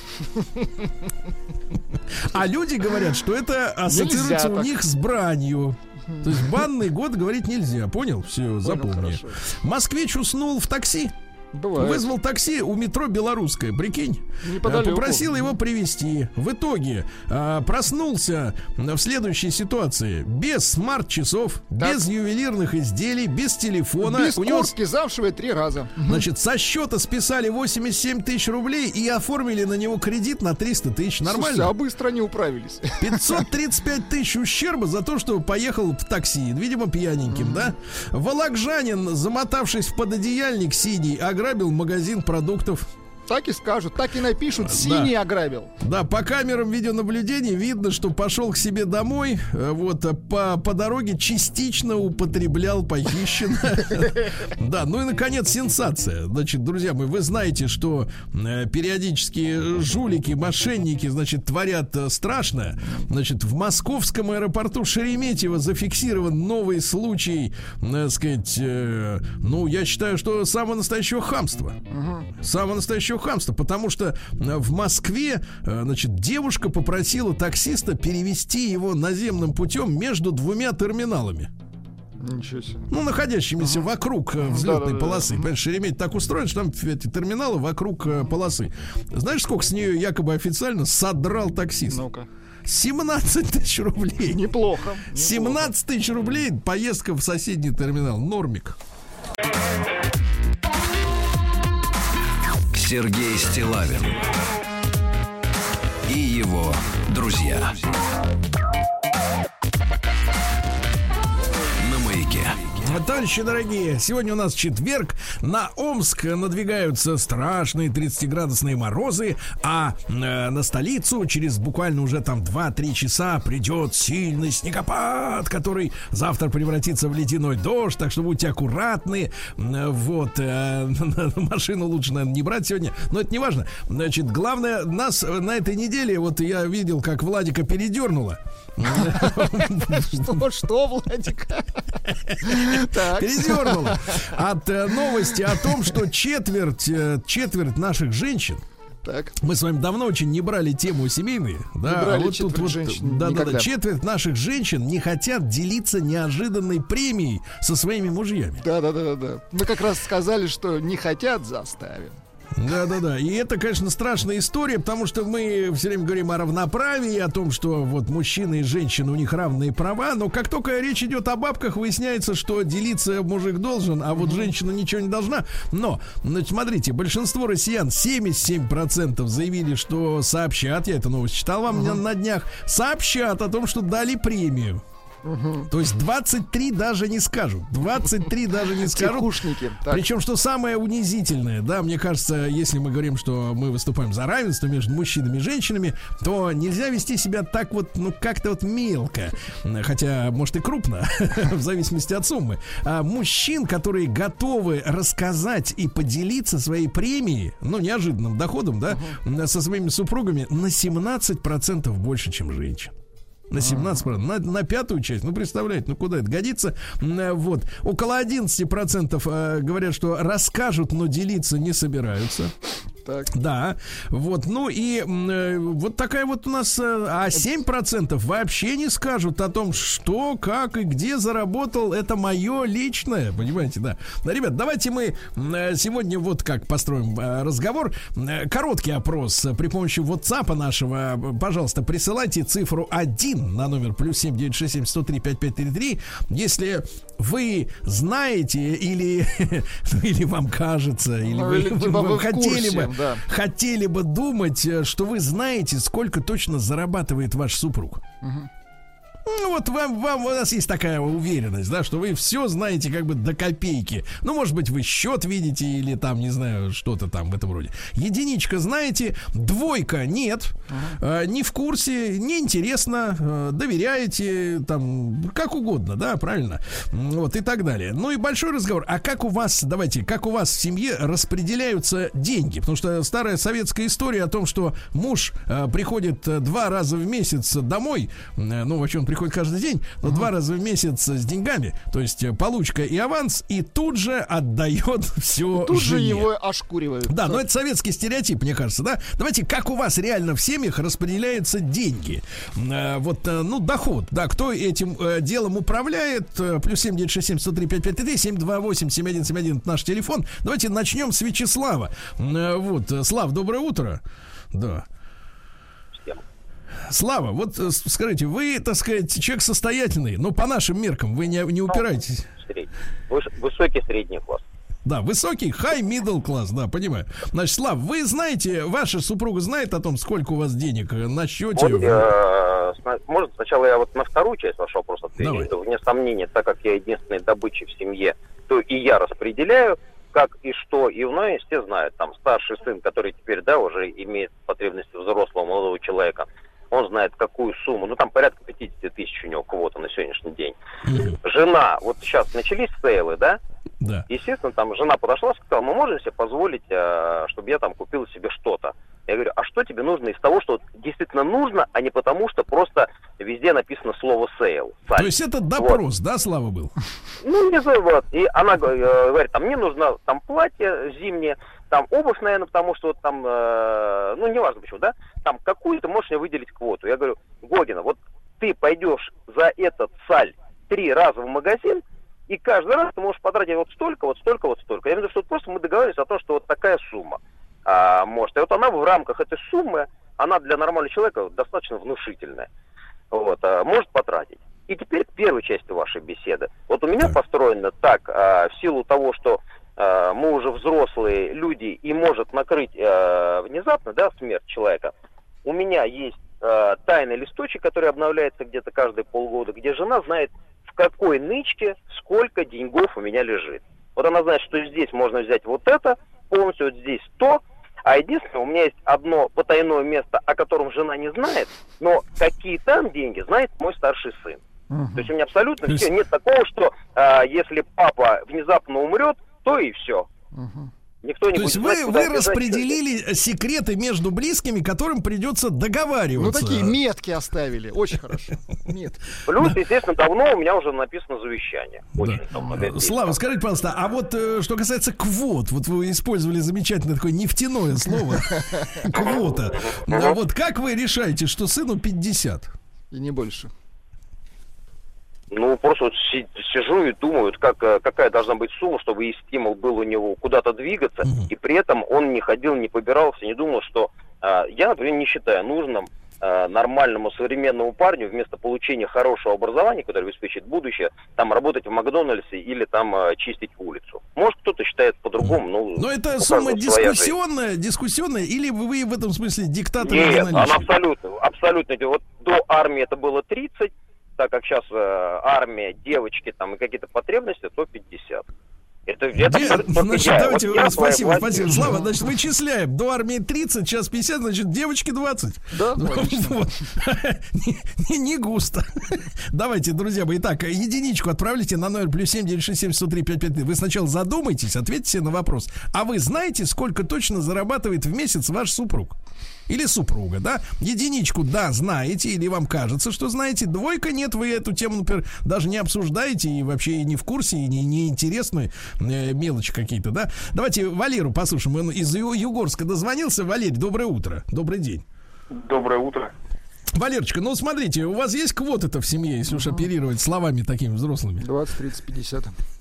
А люди говорят, что это ассоциируется у них с бранью. То есть банный год говорить нельзя. Понял? Все, запомни. Москвич уснул в такси. Бывает. Вызвал такси у метро Белорусское, прикинь. Неподалеку. Попросил его привезти. В итоге а, проснулся в следующей ситуации: без смарт-часов, так. без ювелирных изделий, без телефона. Без у куртки него... замшевые три раза. Значит, со счета списали восемьдесят семь тысяч рублей и оформили на него кредит на триста тысяч. Нормально? Слушайте, а быстро они управились. пятьсот тридцать пять тысяч ущерба за то, что поехал в такси. Видимо, пьяненьким, да? Вологжанин, замотавшись в пододеяльник синий, ограбил магазин продуктов. Так и скажут, так и напишут: синий да. ограбил. Да, по камерам видеонаблюдения видно, что пошел к себе домой. Вот, по, по дороге частично употреблял похищенное. Да, ну и, наконец, сенсация. Значит, друзья мои, вы знаете, что периодически жулики, мошенники, значит, творят страшное. Значит, в московском аэропорту Шереметьево зафиксирован новый случай, так сказать, ну, я считаю, что самого настоящего хамства. Самого настоящего хамство, потому что в Москве, значит, девушка попросила таксиста перевести его наземным путем между двумя терминалами. Ничего себе. Ну, находящимися ага. вокруг взлетной да, полосы. Да, да. Понимаешь, Шереметьево так устроен, что там эти терминалы вокруг полосы. Знаешь, сколько с нее якобы официально содрал таксист? Ну-ка. семнадцать тысяч рублей. Неплохо. семнадцать тысяч рублей поездка в соседний терминал. Нормик. Сергей Стиллавин и его друзья на Маяке. Товарищи дорогие, сегодня у нас четверг. На Омск надвигаются страшные тридцатиградусные морозы, а э, на столицу через буквально уже там два-три часа придет сильный снегопад, который завтра превратится в ледяной дождь, так что будьте аккуратны. Вот, э, машину лучше, наверное, не брать сегодня, но это не важно. Значит, главное, нас на этой неделе, вот я видел, как Владика передернуло. Что, что, Владика? Передернуло от э, новости о том, что четверть, э, четверть наших женщин. Так. Мы с вами давно очень не брали тему семейные. Да, не брали а вот тут вот, женщин да, да, никогда. да, четверть наших женщин не хотят делиться неожиданной премией со своими мужьями. Да, да, да, да. Мы как раз сказали, что не хотят, заставим. Да-да-да, и это, конечно, страшная история, потому что мы все время говорим о равноправии, о том, что вот мужчины и женщины, у них равные права, но как только речь идет о бабках, выясняется, что делиться мужик должен, а вот женщина ничего не должна. Но, значит, смотрите, большинство россиян, семьдесят семь процентов заявили, что сообщат, я эту новость читал вам uh-huh. на днях, сообщат о том, что дали премию. Угу. То есть двадцать три даже не скажут. двадцать три даже не скажут. Тихушники. Причем, что самое унизительное, да, мне кажется, если мы говорим, что мы выступаем за равенство между мужчинами и женщинами, то нельзя вести себя так вот, ну, как-то вот мелко. Хотя, может, и крупно, в зависимости от суммы. А мужчин, которые готовы рассказать и поделиться своей премией, ну, неожиданным доходом, да, угу. со своими супругами на семнадцать процентов больше, чем женщин. На семнадцать процентов, на, на пятую часть. Ну, представляете, ну куда это годится? Вот. Около одиннадцать процентов э, говорят, что расскажут, но делиться не собираются. Так. Да, вот, ну и э, вот такая вот у нас, э, а семь процентов вообще не скажут о том, что, как и где заработал, это мое личное, понимаете, да. Ребят, давайте мы э, сегодня вот как построим э, разговор, э, короткий опрос э, при помощи WhatsApp нашего, пожалуйста, присылайте цифру один на номер плюс семь девятьсот шестьдесят семь сто три пятьдесят пять тридцать три, если вы знаете или, или вам кажется, или ну, вы, или, вы, типа, вы, вы хотели курсе, бы да. хотели бы думать, что вы знаете, сколько точно зарабатывает ваш супруг. Угу. Ну, вот вам, вам, у нас есть такая уверенность, да, что вы все знаете как бы до копейки. Ну, может быть, вы счет видите или там, не знаю, что-то там в этом роде. Единичка знаете, двойка нет, uh-huh. э, не в курсе, не интересно, э, доверяете, там, как угодно, да, правильно? Вот и так далее. Ну и большой разговор. А как у вас, давайте, как у вас в семье распределяются деньги? Потому что старая советская история о том, что муж э, приходит два раза в месяц домой, э, ну, вообще он приходит каждый день, но uh-huh. два раза в месяц с деньгами, то есть получка и аванс, и тут же отдает все Тут жене. же его ошкуривают. Да, но это советский стереотип, мне кажется, да? Давайте, как у вас реально в семьях распределяются деньги? Э, вот, э, ну, доход, да, кто этим э, делом управляет? Э, плюс семь девять шесть семь сто три пять пять три, семь два восемь семь один семь один, это наш телефон. Давайте начнем с Вячеслава. Э, вот, Слав, доброе утро. Да. Слава, вот скажите, вы, так сказать, человек состоятельный, но по нашим меркам вы не, не упираетесь. Высокий средний класс. Да, высокий, high middle класс, да, понимаю. Значит, Слав, вы знаете, ваша супруга знает о том, сколько у вас денег на счете? Вот, э, может, сначала я вот на вторую часть вашего вопроса отвечу. Вне сомнения, так как я единственный добытчик в семье, то и я распределяю, как и что, и мной все знают. Там старший сын, который теперь, да, уже имеет потребности взрослого молодого человека, он знает, какую сумму, ну там порядка пятьдесят тысяч у него кого-то на сегодняшний день. Mm-hmm. Жена, вот сейчас начались сейлы, да? Да. Естественно, там жена подошла и сказала, мы можем себе позволить, э, чтобы я там купил себе что-то. Я говорю, а что тебе нужно из того, что действительно нужно, а не потому, что просто везде написано слово сейл. То есть это допрос, вот. Да, Слава, был? Ну, не знаю, вот. И она э, говорит, там, мне нужно там платье зимнее, там обувь, наверное, потому что вот там, э, ну, неважно почему, да, там какую-то можешь мне выделить квоту. Я говорю, Година, вот ты пойдешь за этот саль три раза в магазин, и каждый раз ты можешь потратить вот столько, вот столько, вот столько. Я имею в виду, что просто мы договорились о том, что вот такая сумма а, может. И вот она в рамках этой суммы, она для нормального человека достаточно внушительная, вот, а, может потратить. И теперь к первой части вашей беседы. Вот у меня построено так, а, в силу того, что а, мы уже взрослые люди и может накрыть а, внезапно, да, смерть человека. У меня есть а, тайный листочек, который обновляется где-то каждые полгода, где жена знает, в какой нычке сколько деньгов у меня лежит. Вот она знает, что здесь можно взять вот это, полностью вот здесь то, а единственное, у меня есть одно потайное место, о котором жена не знает, но какие там деньги знает мой старший сын. Uh-huh. То есть у меня абсолютно есть... все, нет такого, что а, если папа внезапно умрет, то и все. Uh-huh. Никто не То будет есть знать, вы, вы распределили что-то. Секреты между близкими, которым придется договариваться. Ну, такие метки оставили. Очень хорошо. Метки. Плюс, естественно, давно у меня уже написано завещание. Очень да. там Слава, скажите, пожалуйста, а вот что касается квот, вот вы использовали замечательное такое нефтяное слово. Квота. Вот как вы решаете, что сыну пятьдесят? И не больше. Ну, просто вот сижу и думаю, как, какая должна быть сумма, чтобы и стимул был у него куда-то двигаться, uh-huh. и при этом он не ходил, не побирался, не думал, что э, я, например, не считаю нужным э, нормальному современному парню вместо получения хорошего образования, которое обеспечит будущее, там работать в Макдональдсе или там э, чистить улицу. Может, кто-то считает по-другому. Ну, но это сумма дискуссионная, дискуссионная, или вы в этом смысле диктатор? Нет, она абсолютно, абсолютно. Вот до армии это было тридцать, так как сейчас э, армия, девочки там и какие-то потребности, то пятьдесят. Это, это Где, значит, я. давайте, вот спасибо, я, спасибо. Слава, значит, вычисляем. До армии тридцать, сейчас пятьдесят, значит, девочки двадцать. Да, вот. не, не, не густо. Давайте, друзья мои, итак, единичку отправляйте на номер плюс семь девять шесть семь сто три пять пять три. Вы сначала задумайтесь, ответьте на вопрос. А вы знаете, сколько точно зарабатывает в месяц ваш супруг? Или супруга, да? Единичку, да, знаете, или вам кажется, что знаете. Двойка, нет, вы эту тему, например, даже не обсуждаете и вообще и не в курсе, и не, не интересны э, мелочи какие-то, да? Давайте Валеру послушаем. Он из Ю- Югорска дозвонился. Валерий, доброе утро. Добрый день. Доброе утро. Валерочка, ну смотрите, у вас есть квоты-то в семье, если уж оперировать словами такими взрослыми? двадцать, тридцать, пятьдесят.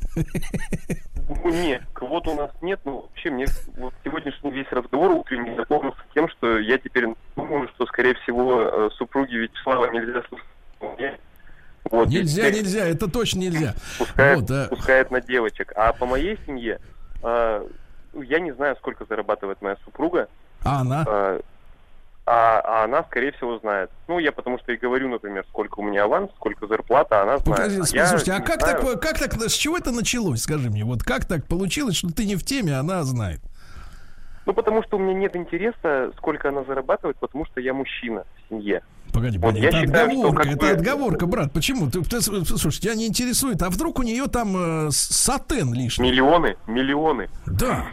Нет, квот у нас нет. Ну, вообще, мне вот сегодняшний весь разговор утренний заполнился тем, что я теперь думаю, что, скорее всего, супруги Вячеслава нельзя слушать. Вот, нельзя, теперь... нельзя, это точно нельзя. Пускает, вот, а... пускает на девочек. А по моей семье, э, я не знаю, сколько зарабатывает моя супруга. А она? Э, а, а она, скорее всего, знает. Ну, я потому что и говорю, например, сколько у меня аванс, сколько зарплата, она знает. Покажи, а я слушайте, а как знаю. так, как так, с чего это началось, скажи мне? Вот как так получилось, что ты не в теме, а она знает? Ну, потому что у меня нет интереса, сколько она зарабатывает, потому что я мужчина в семье. Погоди, Вот погоди, я это считаю, что отговорка, как это бы- отговорка, брат. Почему? Ты, ты, слушай, тебя не интересует, а вдруг у нее там э, сатен лишний? Миллионы, миллионы. Да.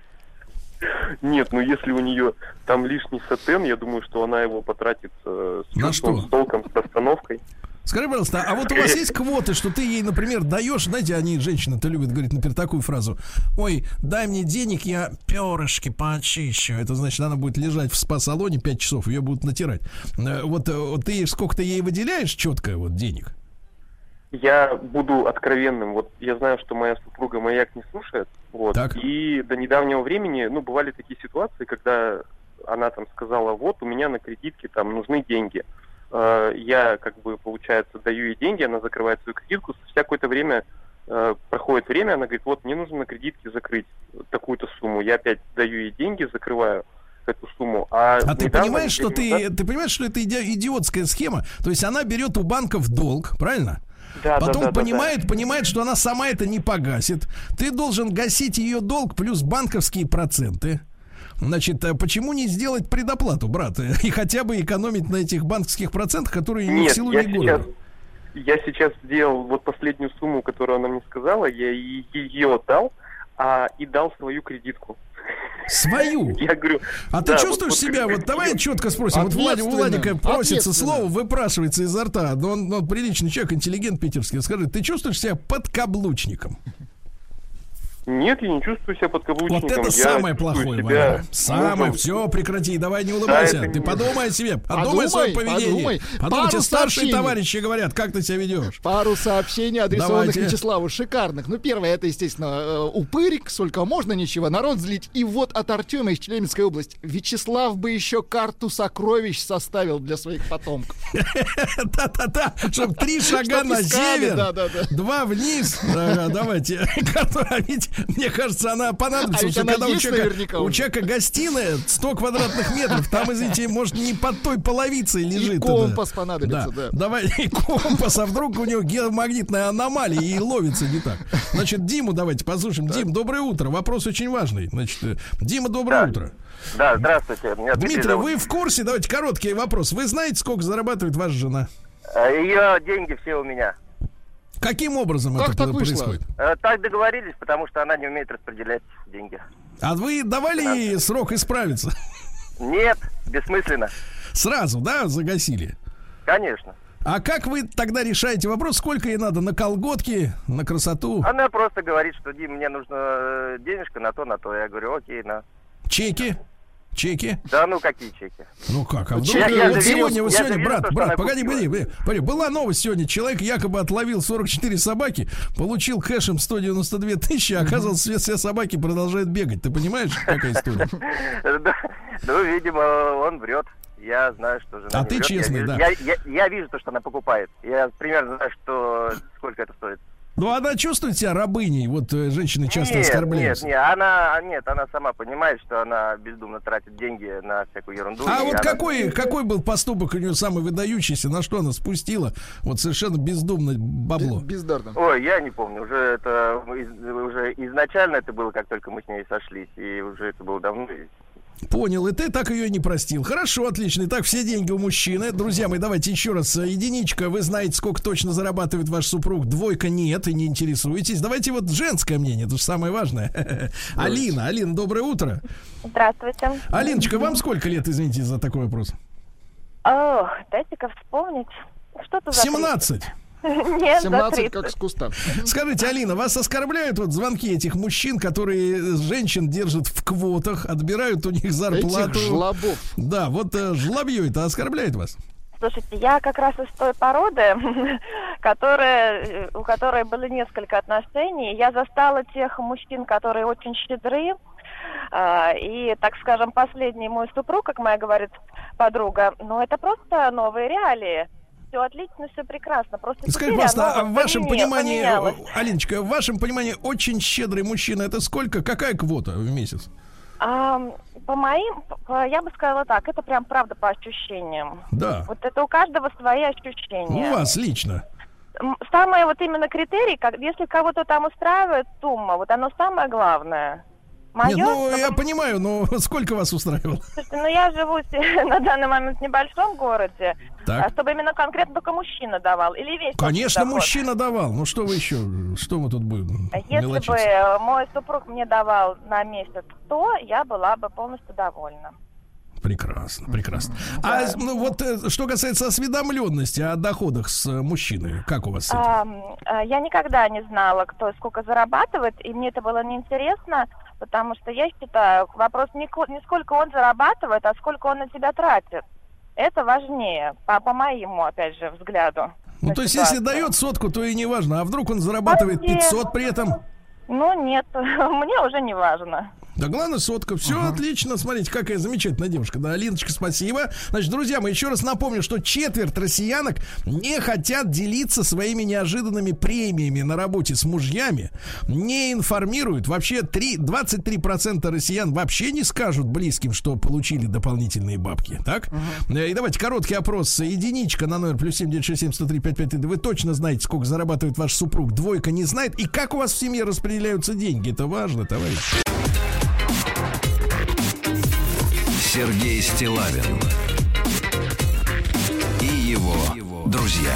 Нет, ну если у нее там лишний сатен, я думаю, что она его потратит э, с На чувством, что? с толком, с остановкой. Скажи, пожалуйста, а вот у вас есть квоты, что ты ей, например, даешь, знаете, они, женщины-то любят говорить, например, такую фразу: ой, дай мне денег, я перышки поочищу. Это значит, она будет лежать в спа-салоне пять часов, ее будут натирать. Э, Вот, э, вот ты сколько-то ей выделяешь четко вот денег? Я буду откровенным. Вот я знаю, что моя супруга маяк не слушает. Вот. Так. И до недавнего времени, ну, бывали такие ситуации, когда она там сказала: вот, у меня на кредитке там нужны деньги. Э, Я, как бы, получается, даю ей деньги, она закрывает свою кредитку. Спустя какое-то время, э, проходит время, она говорит: вот, мне нужно на кредитке закрыть такую-то сумму. Я опять даю ей деньги, закрываю эту сумму. А, А ты недавно, понимаешь, что неделю ты, назад- ты понимаешь, что это иди- идиотская схема? То есть она берет у банков долг, правильно? Да, да, Потом да, да, понимает, понимает, что она сама это не погасит. Ты должен гасить ее долг плюс банковские проценты. Значит, а почему не сделать предоплату, брат, и хотя бы экономить на этих банковских процентах, которые ни в Нет, силу, я ни сейчас, города? я сейчас сделал вот последнюю сумму, которую она мне сказала, я и- ее дал, а, и дал свою кредитку. Свою? Я говорю, А да, ты чувствуешь вот- вот себя, как- вот давай четко спросим, вот Влади- у Ответственно, Владика просится ответственно. слово, выпрашивается изо рта, но он, он приличный человек, интеллигент питерский. Скажи, ты чувствуешь себя подкаблучником? Нет, я не чувствую себя подкаблучником. Вот это я самое чувствую плохое, себя Ваня. Самое, мужем. все, прекрати, давай не улыбайся. это Ты не- подумай о себе, подумай, Подумай, о своем поведении. подумай. Подумай, тебе Пару старшие сообщений. товарищи говорят, как ты себя ведешь. Пару сообщений, адресованных Давайте. Вячеславу, шикарных. Ну, первое, это, естественно, э, упырик, сколько можно, ничего, народ злить. И вот от Артема из Челябинской области. Вячеслав бы еще карту сокровищ составил для своих потомков. Да-да-да, чтобы три шага Чтоб на искали, север, да-да-да. два вниз. Ага, давайте. А ведь, мне кажется, она понадобится, А ведь потому что она когда у есть человека, наверняка у уже. человека гостиная сто квадратных метров, там, извините, может, не под той половицей лежит. И это. компас понадобится, да. Давай, и компас, а вдруг у него геомагнитная аномалия и ловится не так. Значит, Диму давайте послушаем. Дим, доброе утро. Вопрос очень важный. Значит, э, Дима, доброе Да. утро. Да, здравствуйте. Меня Дмитрий Дмитрий, зовут. вы в курсе? Давайте короткий вопрос. Вы знаете, сколько зарабатывает ваша жена? Ее деньги все у меня. Каким образом Как это так вышло? происходит? Э, Так договорились, потому что она не умеет распределять деньги. А вы давали ей срок исправиться? Нет, бессмысленно. Сразу, да, загасили? Конечно. А как вы тогда решаете вопрос, сколько ей надо на колготки, на красоту? Она просто говорит, что: Дим, мне нужно э, денежка на то, на то. Я говорю: окей, на. Чеки? Чеки? Да ну какие чеки? Ну как? А вдруг Я- я вот же сегодня, вижу- вот я сегодня, же вижу брат, то, что брат, она погоди, купила. погоди, погоди, погоди. Была новость сегодня. Человек якобы отловил сорок четыре собаки, получил кэшем сто девяносто две тысячи, а оказывается, все, все собаки продолжают бегать. Ты понимаешь, какая история? Да, ну, видимо, он врет. Я знаю, что жена А не ты врет. честный, я, да. Я, я, я вижу то, что она покупает. Я примерно знаю, что сколько это стоит. Ну, она чувствует себя рабыней. Вот э, женщины часто нет, оскорбляются. нет, нет, она, нет, она сама понимает, что она бездумно тратит деньги на всякую ерунду. А и вот она- какой, какой был поступок у нее самый выдающийся, на что она спустила вот совершенно бездумно бабло? Бездарно. Ой, я не помню, уже это из- уже изначально это было, как только мы с ней сошлись, и уже это было давно. и- Понял, и ты так ее и не простил. Хорошо, отлично. Итак, все деньги у мужчины. Друзья мои, давайте еще раз. Единичка, вы знаете, сколько точно зарабатывает ваш супруг. Двойка нет, и не интересуетесь. Давайте вот женское мнение, это же самое важное. Алина, Алина, доброе утро. Здравствуйте. Алиночка, вам сколько лет, извините за такой вопрос? О, дайте-ка вспомнить. Что-то за семнадцать. тридцать. Нет, за семнадцать тридцать. как с куста. Скажите, Алина, вас оскорбляют вот звонки этих мужчин, которые женщин держат в квотах, отбирают у них Этих зарплату? жлобов. Да, вот э, жлобье это оскорбляет вас? Слушайте, я как раз из той породы, которая, у которой были несколько отношений. Я застала тех мужчин, которые очень щедры. А, И, так скажем, последний мой супруг, как моя говорит подруга, ну это просто новые реалии. Все отлично, все прекрасно. Просто Скажи, теперь пожалуйста, оно а в вашем поменя- понимании, поменялось. Алиночка, в вашем понимании очень щедрый мужчина это сколько? Какая квота в месяц? А, по моим, по- я бы сказала так, это прям правда по ощущениям. Да. Вот это у каждого свои ощущения. У вас лично. М, Самый вот именно критерий, как, если кого-то там устраивает сумма, вот оно самое главное. Моё, Нет, ну, чтобы- я понимаю, но сколько вас устраивало? Слушайте, ну я живу с- на данный момент в небольшом городе, Так. а чтобы именно конкретно только мужчина давал или весь Конечно, доход? мужчина давал. Ну, что вы еще? Что мы тут будем А Если мелочиться? бы э, мой супруг мне давал на месяц сто, я была бы полностью довольна. Прекрасно, прекрасно. А ну, вот э, что касается осведомленности о доходах с э, мужчиной, как у вас с этим? А, м, а, я никогда не знала, кто и сколько зарабатывает, и мне это было неинтересно, потому что я считаю, вопрос не, ко- не сколько он зарабатывает, а сколько он на тебя тратит. Это важнее, по, по моему, опять же, взгляду. Ну, на то есть, если ситуацию. дает сотку, то и не важно. А вдруг он зарабатывает Нет. пятьсот при этом? Ну, нет, мне уже не важно. Да главное сотка. Все отлично. Смотрите, какая замечательная девушка. Да, Алиночка, спасибо. Значит, друзья, мы еще раз напомню, что четверть россиянок не хотят делиться своими неожиданными премиями на работе с мужьями, не информируют. Вообще три, двадцать три процента россиян вообще не скажут близким, что получили дополнительные бабки. Так? Uh-huh. И давайте короткий опрос. Единичка на номер плюс семь девять шесть семь сто три пять пять три. Вы точно знаете, сколько зарабатывает ваш супруг. Двойка не знает. И как у вас в семье распределяются деньги? Это важно, товарищ. Сергей Стиллавин и его друзья.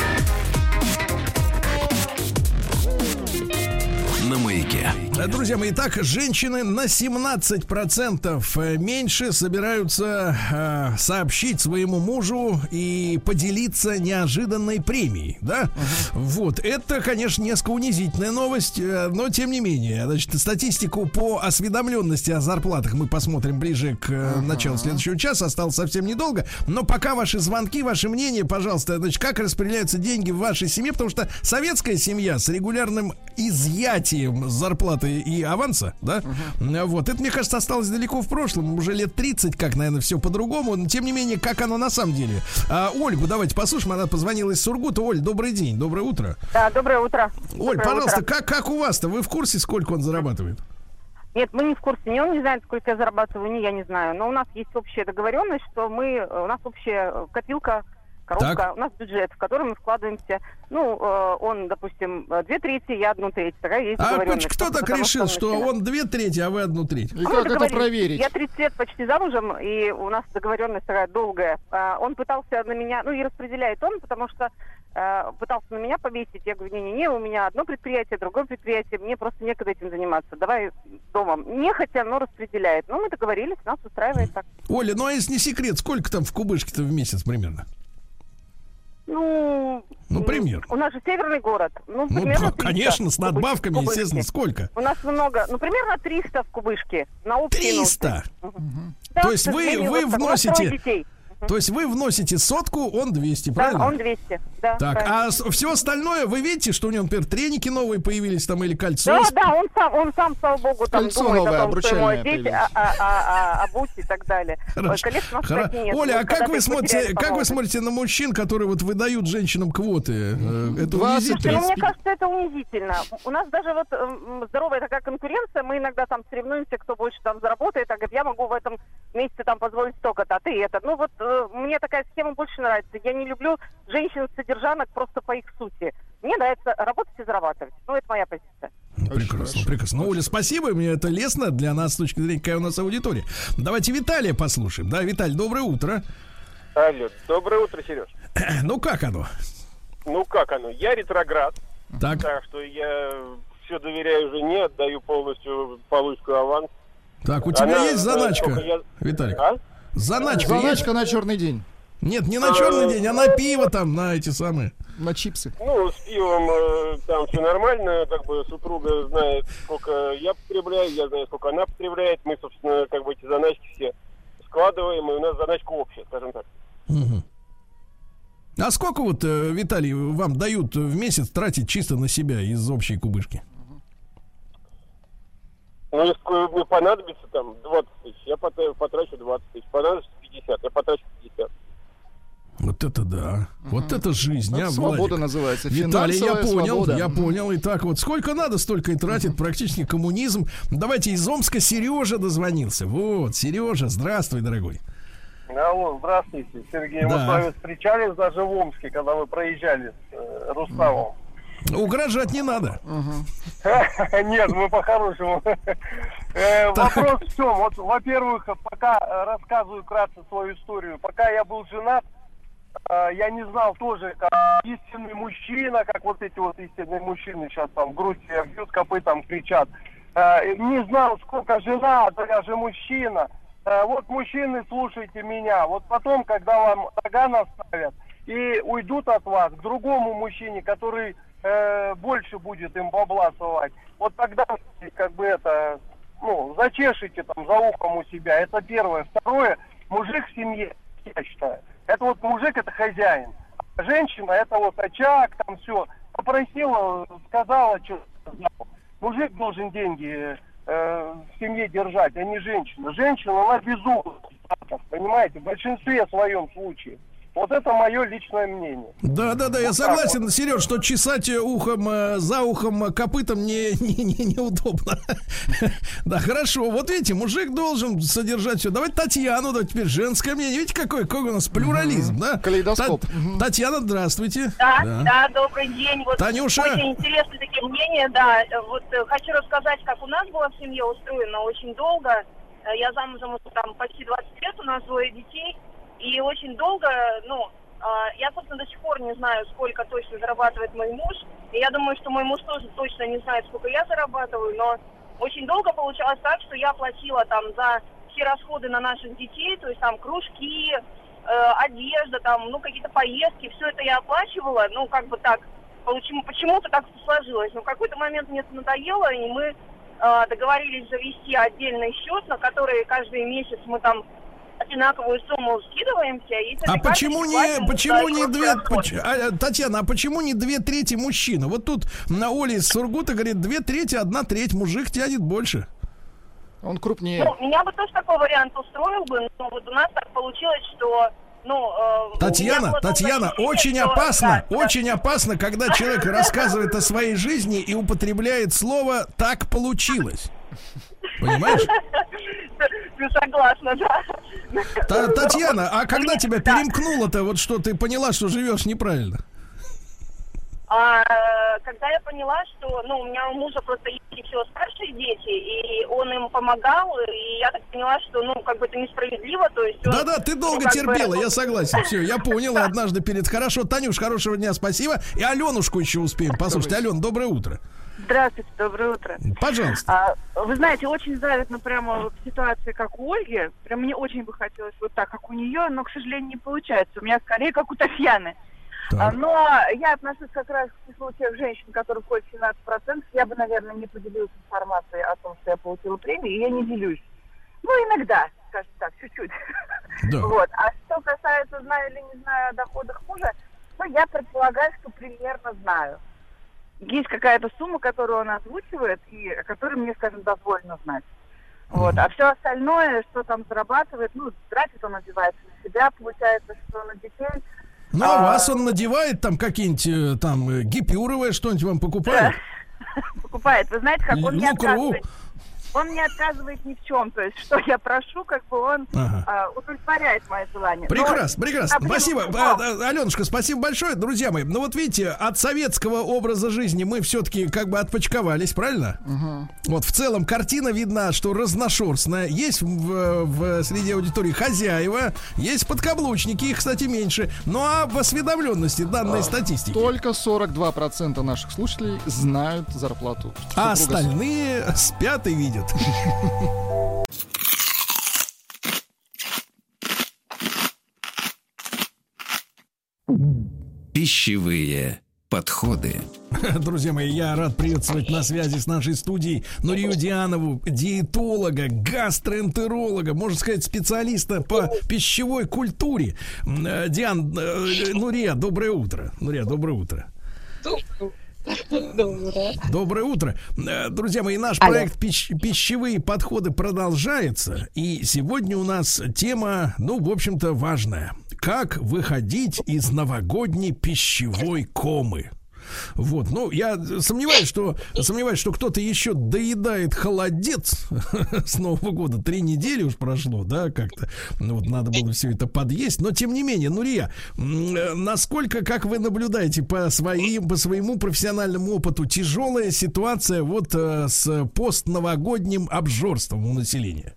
На маяке. Друзья мои, итак, женщины на семнадцать процентов меньше собираются э, сообщить своему мужу и поделиться неожиданной премией, да? Uh-huh. Вот, это, конечно, несколько унизительная новость, э, но тем не менее, значит, статистику по осведомленности о зарплатах мы посмотрим ближе к э, uh-huh. началу следующего часа, осталось совсем недолго, но пока ваши звонки, ваши мнения, пожалуйста, значит, как распределяются деньги в вашей семье, потому что советская семья с регулярным изъятием зарплаты и аванса, да, uh-huh. вот, это, мне кажется, осталось далеко в прошлом, уже лет тридцать, как, наверное, все по-другому, но, тем не менее, как оно на самом деле. А, Ольгу давайте послушаем, она позвонила из Сургута. Оль, добрый день, доброе утро. Да, доброе утро. Оль, доброе пожалуйста, утро. Как, как у вас-то, вы в курсе, сколько он зарабатывает? Нет, мы не в курсе, ни он не знает, сколько я зарабатываю, ни я не знаю, но у нас есть общая договоренность, что мы, у нас общая копилка, коробка, так. У нас бюджет, в который мы вкладываемся. Ну, э, он, допустим, две трети, я одну треть. Такая есть А договоренность. кто так Потому решил, что, что он две трети, а вы одну треть? И как это проверить? Я тридцать лет почти замужем, и у нас договоренность такая долгая. А, он пытался на меня, ну и распределяет он, потому что а, пытался на меня повесить. Я говорю, не-не-не, у меня одно предприятие, другое предприятие, мне просто некогда этим заниматься. Давай дома. Нехотя, но распределяет. Ну, мы договорились, нас устраивает так. Оля, ну а если не секрет, сколько там в кубышке-то в месяц примерно? Ну, ну, пример. У нас же северный город. Ну, ну примерно да, конечно, с надбавками, кубышки. Естественно, сколько? У нас много, ну, примерно триста в кубышке. На триста? Угу. Да, то есть вы, вы вот вносите... То есть вы вносите сотку, он двести, правильно? Да, он двести, да. Так, правильно. А все остальное, вы видите, что у него, например, треники новые появились там или кольцо? Да, да, он сам, он сам, слава богу, там кольцо думает новое, о том, что ему одеть, а, а, а, обуть и так далее. Хорошо. Ой, колец, Хорошо. нет. Оля, Вот, а как вы смотрите, как вы смотрите на мужчин, которые вот выдают женщинам квоты? Это унизительно? Ну, мне кажется, это унизительно. У нас даже вот э, здоровая такая конкуренция, мы иногда там соревнуемся, кто больше там заработает, а говорит, я могу в этом месяце там позволить столько-то, а ты это. Ну вот э, мне такая схема больше нравится. Я не люблю женщин-содержанок просто по их сути. Мне нравится работать и зарабатывать. Ну, это моя позиция. Ну, прекрасно, хорошо. прекрасно. Ну, Оля, спасибо, мне это лестно для нас с точки зрения, какая у нас аудитория. Давайте Виталия послушаем. Да, Виталий, доброе утро. Алло, доброе утро, Сереж. Ну, как оно? Ну, как оно? Я ретроград. Так. Так что я все доверяю жене, отдаю полностью получку аванс. Так, у тебя Она, есть заначка, я... Виталий? А? Заначка Заначка есть? на черный день. Нет, не на черный день, а на пиво там, на эти самые. На чипсы. Ну, с пивом э, там все нормально, как бы супруга знает, сколько я потребляю, я знаю, сколько она потребляет. Мы, собственно, как бы эти заначки все складываем, и у нас заначка общая, скажем так. Угу. А сколько вот, Виталий, вам дают в месяц тратить чисто на себя из общей кубышки? Ну, если мне понадобится там двадцать тысяч, я потрачу двадцать тысяч. Понадобится пятьдесят, я потрачу пятьдесят. Вот это да. Вот это жизнь, это а, свобода Владик. называется. Виталий, я понял, свобода. я понял. И так вот, сколько надо, столько и тратит, практически коммунизм. Давайте из Омска Сережа дозвонился. Вот, Сережа, здравствуй, дорогой. Алло, здравствуйте, Сергей. Да. Мы с вами встречались даже в Омске, когда вы проезжали с э, Руставом. Угрожать не надо. Нет, мы по-хорошему. Вопрос в чем? Вот, во-первых, пока рассказываю кратко свою историю. Пока я был женат, я не знал тоже, как истинный мужчина, как вот эти вот истинные мужчины сейчас там в Грузии бьют копытом, кричат. Не знал, сколько жена, да я же мужчина. Вот, мужчины, слушайте меня. Вот потом, когда вам рога наставят и уйдут от вас к другому мужчине, который э, больше будет им бабла совать, вот тогда как бы это, ну, зачешите там за ухом у себя. Это первое. Второе, мужик в семье, я считаю. Это вот мужик, это хозяин. А женщина, это вот очаг, там все. Попросила, сказала, что мужик должен деньги в семье держать, а не женщина. Женщина, она безумна, понимаете, в большинстве своем случае. Вот это мое личное мнение. Да, да, да, я согласен, Сереж, что чесать ухом, за ухом, копытом не, не, не, неудобно. Да, хорошо. Вот видите, мужик должен содержать все. Давайте Татьяну, да, теперь женское мнение. Видите, какой, какой у нас плюрализм, да? Калейдоскоп. Татьяна, здравствуйте. Да, да, да, добрый день. Вот Танюша. Очень интересные такие мнения, да. Вот э, хочу рассказать, как у нас была в семье устроена очень долго. Э, я замужем уже там почти двадцать лет, у нас двое детей. И очень долго, ну, э, я, собственно, до сих пор не знаю, сколько точно зарабатывает мой муж. И я думаю, что мой муж тоже точно не знает, сколько я зарабатываю. Но очень долго получалось так, что я платила там за все расходы на наших детей, то есть там кружки, э, одежда, там, ну, какие-то поездки. Все это я оплачивала, ну, как бы так, почему, почему-то так сложилось. Но в какой-то момент мне это надоело, и мы э, договорились завести отдельный счет, на который каждый месяц мы там одинаковую сумму скидываемся. И а почему не, почему не две, поч, а, Татьяна, а почему не две трети мужчина? Вот тут на Оле из Сургута говорит, две трети, одна треть, мужик тянет больше. Он крупнее. Ну, меня бы тоже такой вариант устроил бы, но вот у нас так получилось, что ну, э, Татьяна, Татьяна, очень что... опасно, да, очень да. опасно, когда человек рассказывает о своей жизни и употребляет слово «так получилось». Понимаешь? Ты согласна, да. Та- Татьяна, а когда тебя перемкнуло-то, вот что ты поняла, что живешь неправильно? А, когда я поняла, что, ну, у меня у мужа просто есть еще старшие дети, и он им помогал, и я так поняла, что, ну, как бы это несправедливо, то есть... Он, Да-да, ты долго ну, терпела, бы... я согласен, все, я понял, и однажды перед... Хорошо, Танюш, хорошего дня, спасибо, и Аленушку еще успеем послушать. Ален, доброе утро. Здравствуйте, доброе утро. Пожалуйста. А, вы знаете, очень завидно прямо вот ситуация, как у Ольги. Прям мне очень бы хотелось вот так, как у нее, но, к сожалению, не получается. У меня скорее, как у Татьяны. А, но я отношусь как раз к числу тех женщин, которые входят в семнадцать процентов. Я бы, наверное, не поделилась информацией о том, что я получила премию, и я не делюсь. Ну, иногда, скажем так, чуть-чуть. Да. Вот. А что касается, знаю или не знаю о доходах мужа, ну, я предполагаю, что примерно знаю. Есть какая-то сумма, которую он озвучивает, и о которой мне, скажем, дозволено знать. Вот. А все остальное, что там зарабатывает, ну, тратит он, одевается на себя, получается, что на детей. Ну, а, а вас он надевает там какие-нибудь там гипюровое что-нибудь вам покупает? Покупает. Вы знаете, как он не ну, отказывает. Он не отказывает ни в чем. То есть, что я прошу, как бы он ага. а, удовлетворяет мои желания. Прекрасно, Но, прекрасно. а, спасибо. А, а, Аленушка, спасибо большое, друзья мои. Ну вот видите, от советского образа жизни мы все-таки как бы отпочковались, правильно? Угу. Вот в целом картина видна, что разношерстная. Есть в, в среди аудитории хозяева, есть подкаблучники, их, кстати, меньше. Ну а в осведомленности данной а, статистики. Только сорок два процента наших слушателей знают зарплату. А остальные спят и видят. Пищевые подходы. Друзья мои, я рад приветствовать на связи с нашей студией Нурию Дианову, диетолога, гастроэнтеролога, можно сказать, специалиста по пищевой культуре. Диан, Нурия, доброе утро. Нурия, доброе утро. Доброе. Доброе утро. Друзья мои, наш Алло. проект пищ- «Пищевые подходы» продолжается. И сегодня у нас тема, ну, в общем-то, важная. как выходить из новогодней пищевой комы. Вот, ну, я сомневаюсь, что сомневаюсь, что кто-то еще доедает холодец с Нового года. Три недели уж прошло, да, как-то. Ну, вот надо было все это подъесть. Но, тем не менее, Нурия, насколько, как вы наблюдаете по своим, по своему профессиональному опыту, тяжелая ситуация вот с постновогодним обжорством у населения?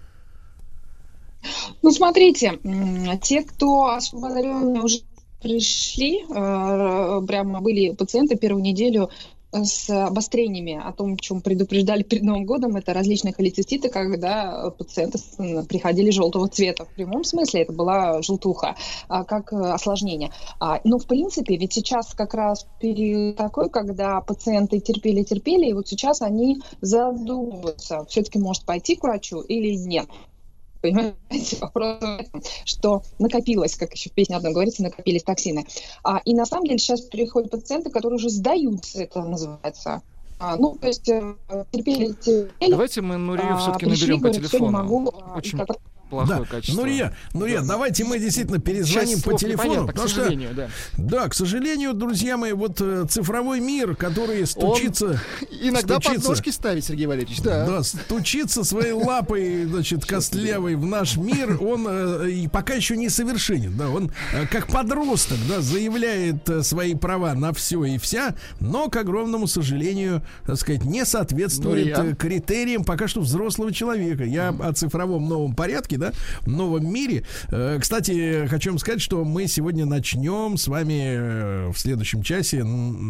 Ну, смотрите, те, кто освобожденные уже пришли, прямо были пациенты первую неделю с обострениями о том, о чем предупреждали перед Новым годом. Это различные холециститы, когда пациенты приходили желтого цвета. В прямом смысле это была желтуха, как осложнение. Но в принципе, ведь сейчас как раз период такой, когда пациенты терпели-терпели, и вот сейчас они задумываются, все-таки может пойти к врачу или нет. Понимаете, вопрос в этом, что накопилось, как еще в песне одной говорится, накопились токсины. А, и на самом деле сейчас приходят пациенты, которые уже сдаются, это называется. А, ну, то есть терпели, терпели. Давайте мы Нурию а, все-таки пришли, наберем говорят, по телефону. Не могу, Очень как... плохое да. качество. Нурия, Нурия, да. давайте мы действительно перезвоним Часть по телефону. Непонятно, к сожалению, что, да. Да, к сожалению, друзья мои, вот э, цифровой мир, который стучится... Он иногда стучится, подножки ставит, Сергей Валерьевич, да. Да, стучится своей лапой, значит, костлявой в наш мир, он э, и пока еще не совершенен, да, он э, как подросток, да, заявляет э, свои права на все и вся, но, к огромному сожалению, так сказать, не соответствует э, критериям пока что взрослого человека. Я о цифровом новом порядке, да, новом мире. Кстати, хочу вам сказать, что мы сегодня начнем с вами в следующем часе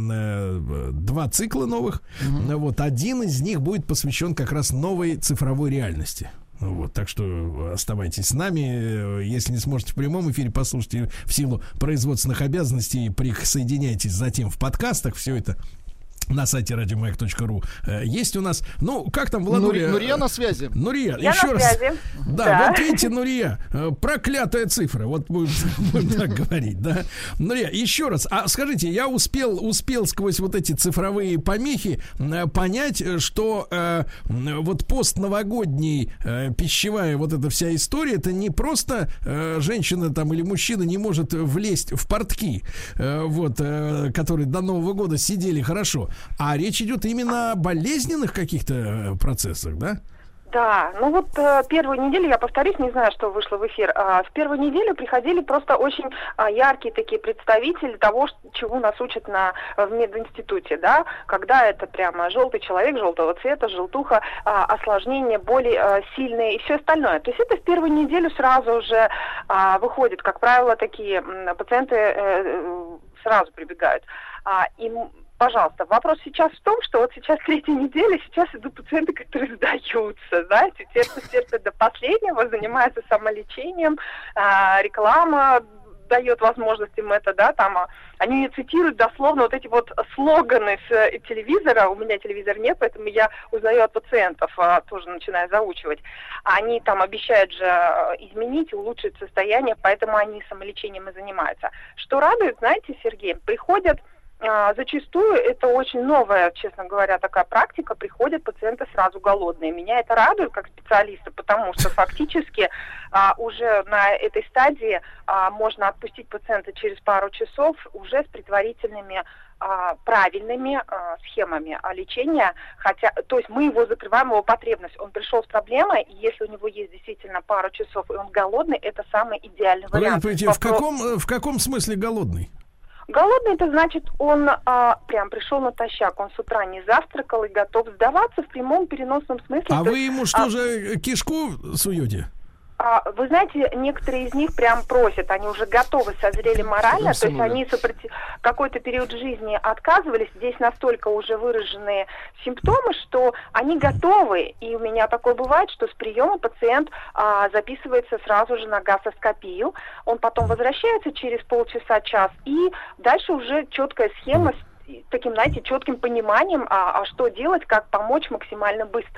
два цикла новых. Mm-hmm. Вот один из них будет посвящен как раз новой цифровой реальности. Вот, так что оставайтесь с нами. Если не сможете в прямом эфире послушать, в силу производственных обязанностей, присоединяйтесь затем в подкастах. Все это на сайте радиомаяк точка ру э, есть у нас. Ну, как там, Владуля? Нури, Нурия на связи. Нурия, Я еще на раз. связи. Да, да, вот видите, Нурия, э, проклятая цифра. Вот будем, будем так говорить, да. Нурия, еще раз. А скажите, я успел, успел сквозь вот эти цифровые помехи э, понять, что э, вот постновогодний э, пищевая вот эта вся история, это не просто э, женщина там или мужчина не может влезть в портки, э, вот, э, которые до Нового года сидели хорошо. А речь идет именно о болезненных каких-то процессах, да? Да, ну вот э, первую неделю, я повторюсь, не знаю, что вышло в эфир, э, в первую неделю приходили просто очень э, яркие такие представители того, что, чего нас учат на, в мединституте, да, когда это прямо желтый человек, желтого цвета, желтуха, э, осложнения, боли э, сильные и все остальное. То есть это в первую неделю сразу уже э, выходит, как правило, такие э, пациенты э, сразу прибегают. А, и пожалуйста, вопрос сейчас в том, что вот сейчас третья неделя, сейчас идут пациенты, которые сдаются, знаете, терпят, терпят до последнего, занимаются самолечением, а, реклама дает возможность им это, да, там, они цитируют дословно вот эти вот слоганы с телевизора, у меня телевизор нет, поэтому я узнаю от пациентов, а, тоже начинаю заучивать, они там обещают же изменить, улучшить состояние, поэтому они самолечением и занимаются. Что радует, знаете, Сергей, приходят А, зачастую это очень новая, честно говоря, такая практика. Приходят пациенты сразу голодные. Меня это радует как специалиста, потому что фактически а, уже на этой стадии а, можно отпустить пациента через пару часов уже с предварительными а, правильными а, схемами лечения. Хотя, то есть мы его закрываем, его потребность. Он пришел с проблемой, и если у него есть действительно пару часов, и он голодный, это самый идеальный вариант. В каком, в каком смысле голодный? Голодный, это значит, он а, прям пришел натощак, он с утра не завтракал и готов сдаваться в прямом переносном смысле. А то вы есть, ему что а, же, кишку суете? А, вы знаете, некоторые из них прям просят, они уже готовы, созрели морально, то есть они сопротив... какой-то период жизни отказывались, здесь настолько уже выраженные симптомы, что они готовы, и у меня такое бывает, что с приема пациент а, записывается сразу же на гастроскопию, он потом возвращается через полчаса-час, и дальше уже четкая схема с таким, знаете, четким пониманием, а, а что делать, как помочь максимально быстро.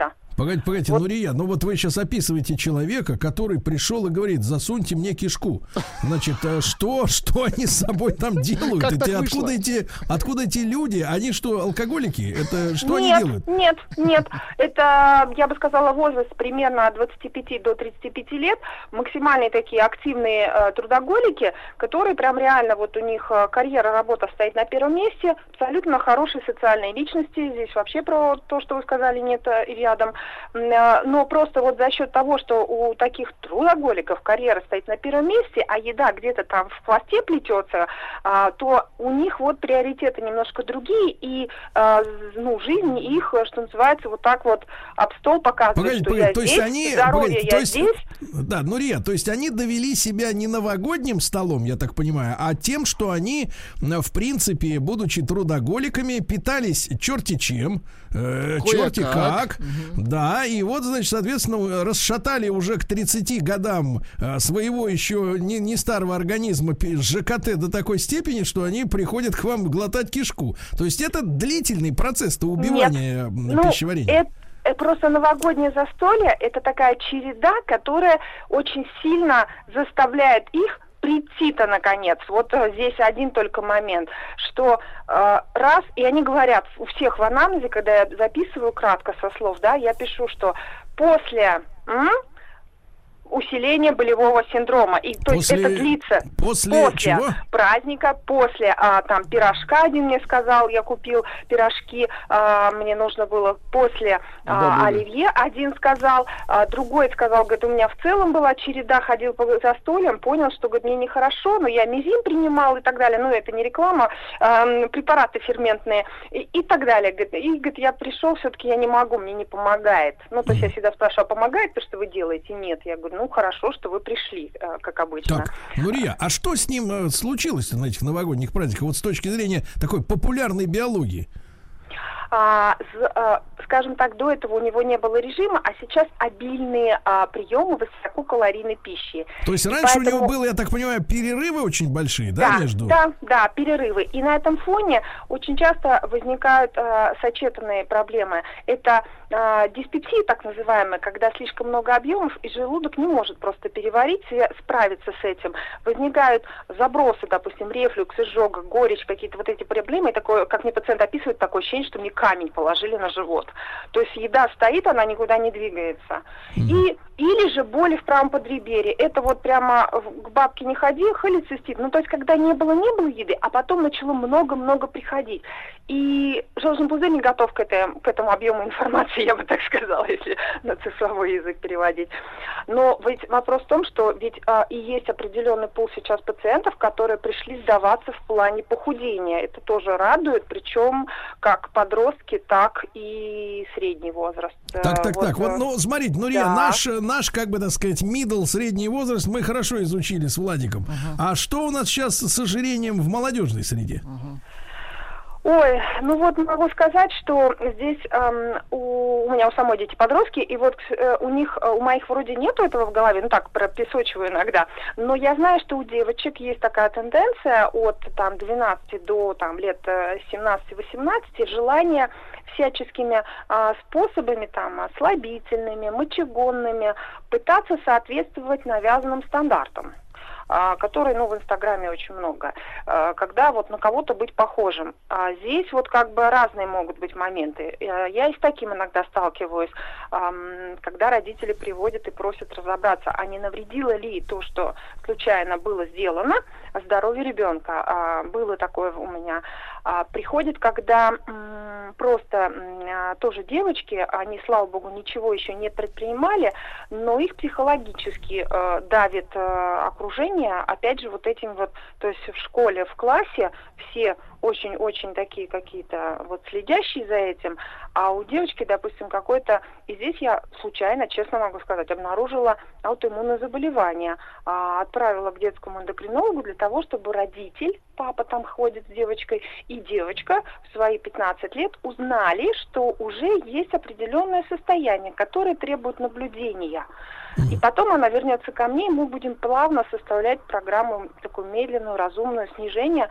Погодите, погодите, вот. Нурия, ну вот вы сейчас описываете человека, который пришел и говорит: засуньте мне кишку. Значит, что, что они с собой там делают? Эти, откуда, эти, откуда эти люди? Они что, алкоголики? Это что нет, они делают? Нет, нет. Это, я бы сказала, возраст примерно от двадцати пяти до тридцати пяти лет. Максимальные такие активные э, трудоголики, которые прям реально, вот у них э, карьера, работа стоит на первом месте. Абсолютно хорошие социальные личности. Здесь вообще про то, что вы сказали, нет и рядом. Э, но просто вот за счет того, что у таких трудоголиков карьера стоит на первом месте, а еда где-то там в хвосте плетется, э, то у них вот приоритеты немножко другие, и э, ну, жизнь их, что называется, вот так вот об стол показывает, погодите, что погодите, я то здесь, есть они, здоровье погодите, я то есть, здесь. Да, Нурия, то есть они довели себя не новогодним столом, я так понимаю, а тем, что они, в принципе, будучи трудоголиками, питались черти чем, э, черти как, угу. Да, и вот, значит, соответственно, расшатали уже к тридцати годам э, своего еще не, не старого организма ЖКТ до такой степени, что они приходят к вам глотать кишку. То есть это длительный процесс-то убивания Нет. пищеварения. Ну, это... Просто новогоднее застолье — это такая череда, которая очень сильно заставляет их прийти-то наконец. Вот здесь один только момент, что э, раз, и они говорят, у всех в анамнезе, когда я записываю кратко со слов, да, я пишу, что после... М? усиление болевого синдрома. И то есть это длится после, после чего? праздника, после а, там пирожка один мне сказал, я купил пирожки, а, мне нужно было после а, оливье, один сказал, а, другой сказал, говорит, у меня в целом была череда, ходил по застольям, понял, что, говорит, мне нехорошо, но я мизин принимал и так далее, ну это не реклама, а, препараты ферментные и, и так далее. Говорит, и, говорит, я пришел, все-таки я не могу, мне не помогает. Ну, то есть я всегда спрашиваю, а помогает то, что вы делаете? Нет. Я говорю, ну, хорошо, что вы пришли, как обычно. Так, Нурия, а что с ним случилось на этих новогодних праздниках, вот с точки зрения такой популярной биологии? А, с, а, скажем так, до этого у него не было режима, а сейчас обильные а, приемы высококалорийной пищи. То есть и раньше поэтому... у него было, я так понимаю, перерывы очень большие, да, да между? Да, да, перерывы. И на этом фоне очень часто возникают а, сочетанные проблемы. Это а, диспепсия, так называемая, когда слишком много объемов, и желудок не может просто переварить, справиться с этим. Возникают забросы, допустим, рефлюкс, изжога, горечь, какие-то вот эти проблемы. И такое, как мне пациент описывает, такое ощущение, что мне камень положили на живот. То есть еда стоит, она никуда не двигается. И, или же боли в правом подреберье. Это вот прямо к бабке не ходи, холецистит. Ну, то есть, когда не было, не было еды, а потом начало много-много приходить. И желчный пузырь не готов к, этой, к этому объему информации, я бы так сказала, если на цифровой язык переводить. Но ведь вопрос в том, что ведь а, и есть определенный пул сейчас пациентов, которые пришли сдаваться в плане похудения. Это тоже радует, причем как подростки, так и средний возраст. Так, так, вот, так. Вот, ну, смотрите, Нурия, да. наш, наш, как бы так сказать, middle, средний возраст мы хорошо изучили с Владиком. Uh-huh. А что у нас сейчас с ожирением в молодежной среде? Uh-huh. Ой, ну вот могу сказать, что здесь эм, у, у меня у самой дети подростки, и вот э, у них, у моих вроде нету этого в голове, ну так, пропесочиваю иногда, но я знаю, что у девочек есть такая тенденция от там двенадцати до там лет семнадцати-восемнадцати, желание всяческими а, способами, там, слабительными, мочегонными, пытаться соответствовать навязанным стандартам, которые, ну, в Инстаграме очень много, когда вот на кого-то быть похожим. А здесь вот как бы разные могут быть моменты. Я и с таким иногда сталкиваюсь, когда родители приводят и просят разобраться, а не навредило ли то, что случайно было сделано, здоровью ребенка. Было такое у меня. Приходит, когда просто тоже девочки, они, слава богу, ничего еще не предпринимали, но их психологически давит окружение, опять же, вот этим вот, то есть в школе, в классе все очень-очень такие какие-то вот следящие за этим, а у девочки, допустим, какой-то, и здесь я случайно, честно могу сказать, обнаружила аутоиммунное заболевание, а, отправила к детскому эндокринологу для того, чтобы родитель, папа там ходит с девочкой, и девочка в свои пятнадцать лет узнали, что уже есть определенное состояние, которое требует наблюдения. И потом она вернется ко мне, и мы будем плавно составлять программу, такую медленную, разумную, снижение с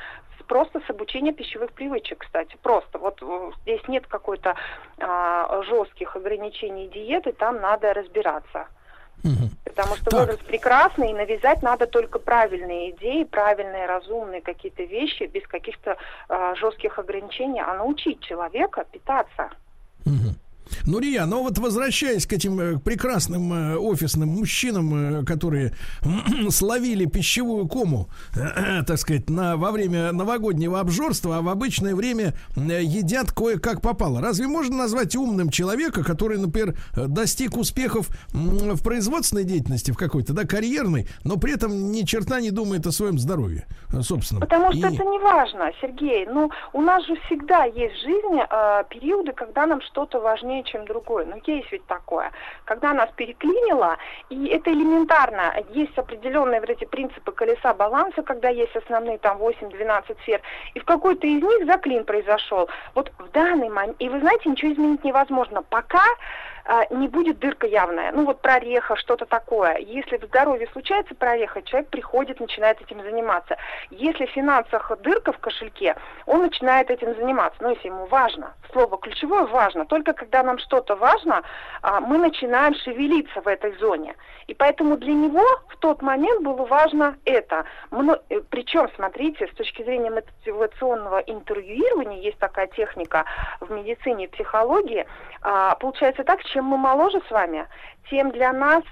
просто с обучения пищевых привычек, кстати, просто. Вот здесь нет какой-то а, жестких ограничений диеты, там надо разбираться. Угу. Потому что так. Возраст прекрасный, и навязать надо только правильные идеи, правильные, разумные какие-то вещи, без каких-то а, жестких ограничений, а научить человека питаться. Угу. Нурия, но вот возвращаясь к этим прекрасным э, офисным мужчинам, э, которые э, словили пищевую кому, э, так сказать, на, во время новогоднего обжорства, а в обычное время э, едят кое-как попало. Разве можно назвать умным человека, который, например, достиг успехов э, в производственной деятельности, в какой-то, да, карьерной, но при этом ни черта не думает о своем здоровье собственном? Потому что И... это не важно, Сергей. Ну, у нас же всегда есть в жизни э, периоды, когда нам что-то важнее, чем другое. Ну, есть ведь такое. Когда нас переклинило, и это элементарно. Есть определенные вот эти принципы колеса баланса, когда есть основные там восемь-двенадцать сфер, и в какой-то из них заклин произошел. Вот в данный момент, и вы знаете, ничего изменить невозможно, пока а, не будет дырка явная. Ну, вот прореха, что-то такое. Если в здоровье случается прореха, человек приходит, начинает этим заниматься. Если в финансах дырка в кошельке, он начинает этим заниматься. Ну, если ему важно. Слово ключевое важно. Только когда нам что-то важно, мы начинаем шевелиться в этой зоне. И поэтому для него в тот момент было важно это. Причем, смотрите, с точки зрения мотивационного интервьюирования, есть такая техника в медицине и психологии, получается так, чем мы моложе с вами, тем для нас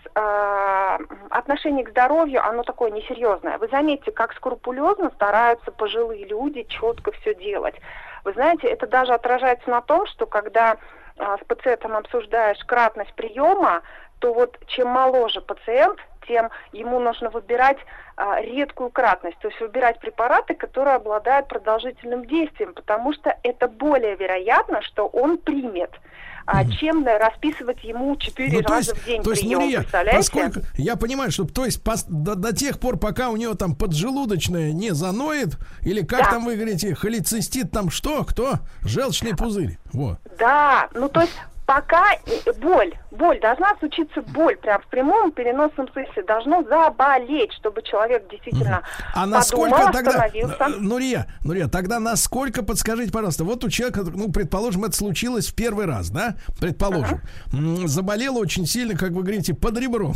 отношение к здоровью, оно такое несерьезное. Вы заметите, как скрупулезно стараются пожилые люди четко все делать. Вы знаете, это даже отражается на том, что когда с пациентом обсуждаешь кратность приема, то вот чем моложе пациент, тем ему нужно выбирать а, редкую кратность, то есть выбирать препараты, которые обладают продолжительным действием, потому что это более вероятно, что он примет, а, чем расписывать ему четыре ну, раза есть, в день то есть, прием, Мария, представляете? Поскольку, я понимаю, что то есть пос, до, до тех пор, пока у него там поджелудочная не заноет, или как да. там вы говорите, холецистит, там что, кто? Желчный пузырь. Вот. Да, ну то есть пока боль, боль, должна случиться боль, прям в прямом переносном смысле, должно заболеть, чтобы человек действительно а подумал, насколько тогда, остановился. Нурия, Нурия, тогда насколько, подскажите, пожалуйста, вот у человека, ну, предположим, это случилось в первый раз, да, предположим, uh-huh. заболела очень сильно, как вы говорите, под ребром,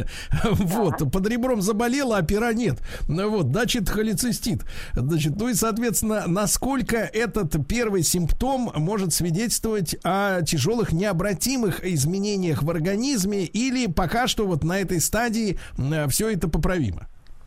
вот, под ребром заболела, а пера нет, вот, значит, холецистит, значит, ну и, соответственно, насколько этот первый симптом может свидетельствовать о тяжелых необратимых изменениях в организме, или пока что вот на этой стадии э, все это поправимо?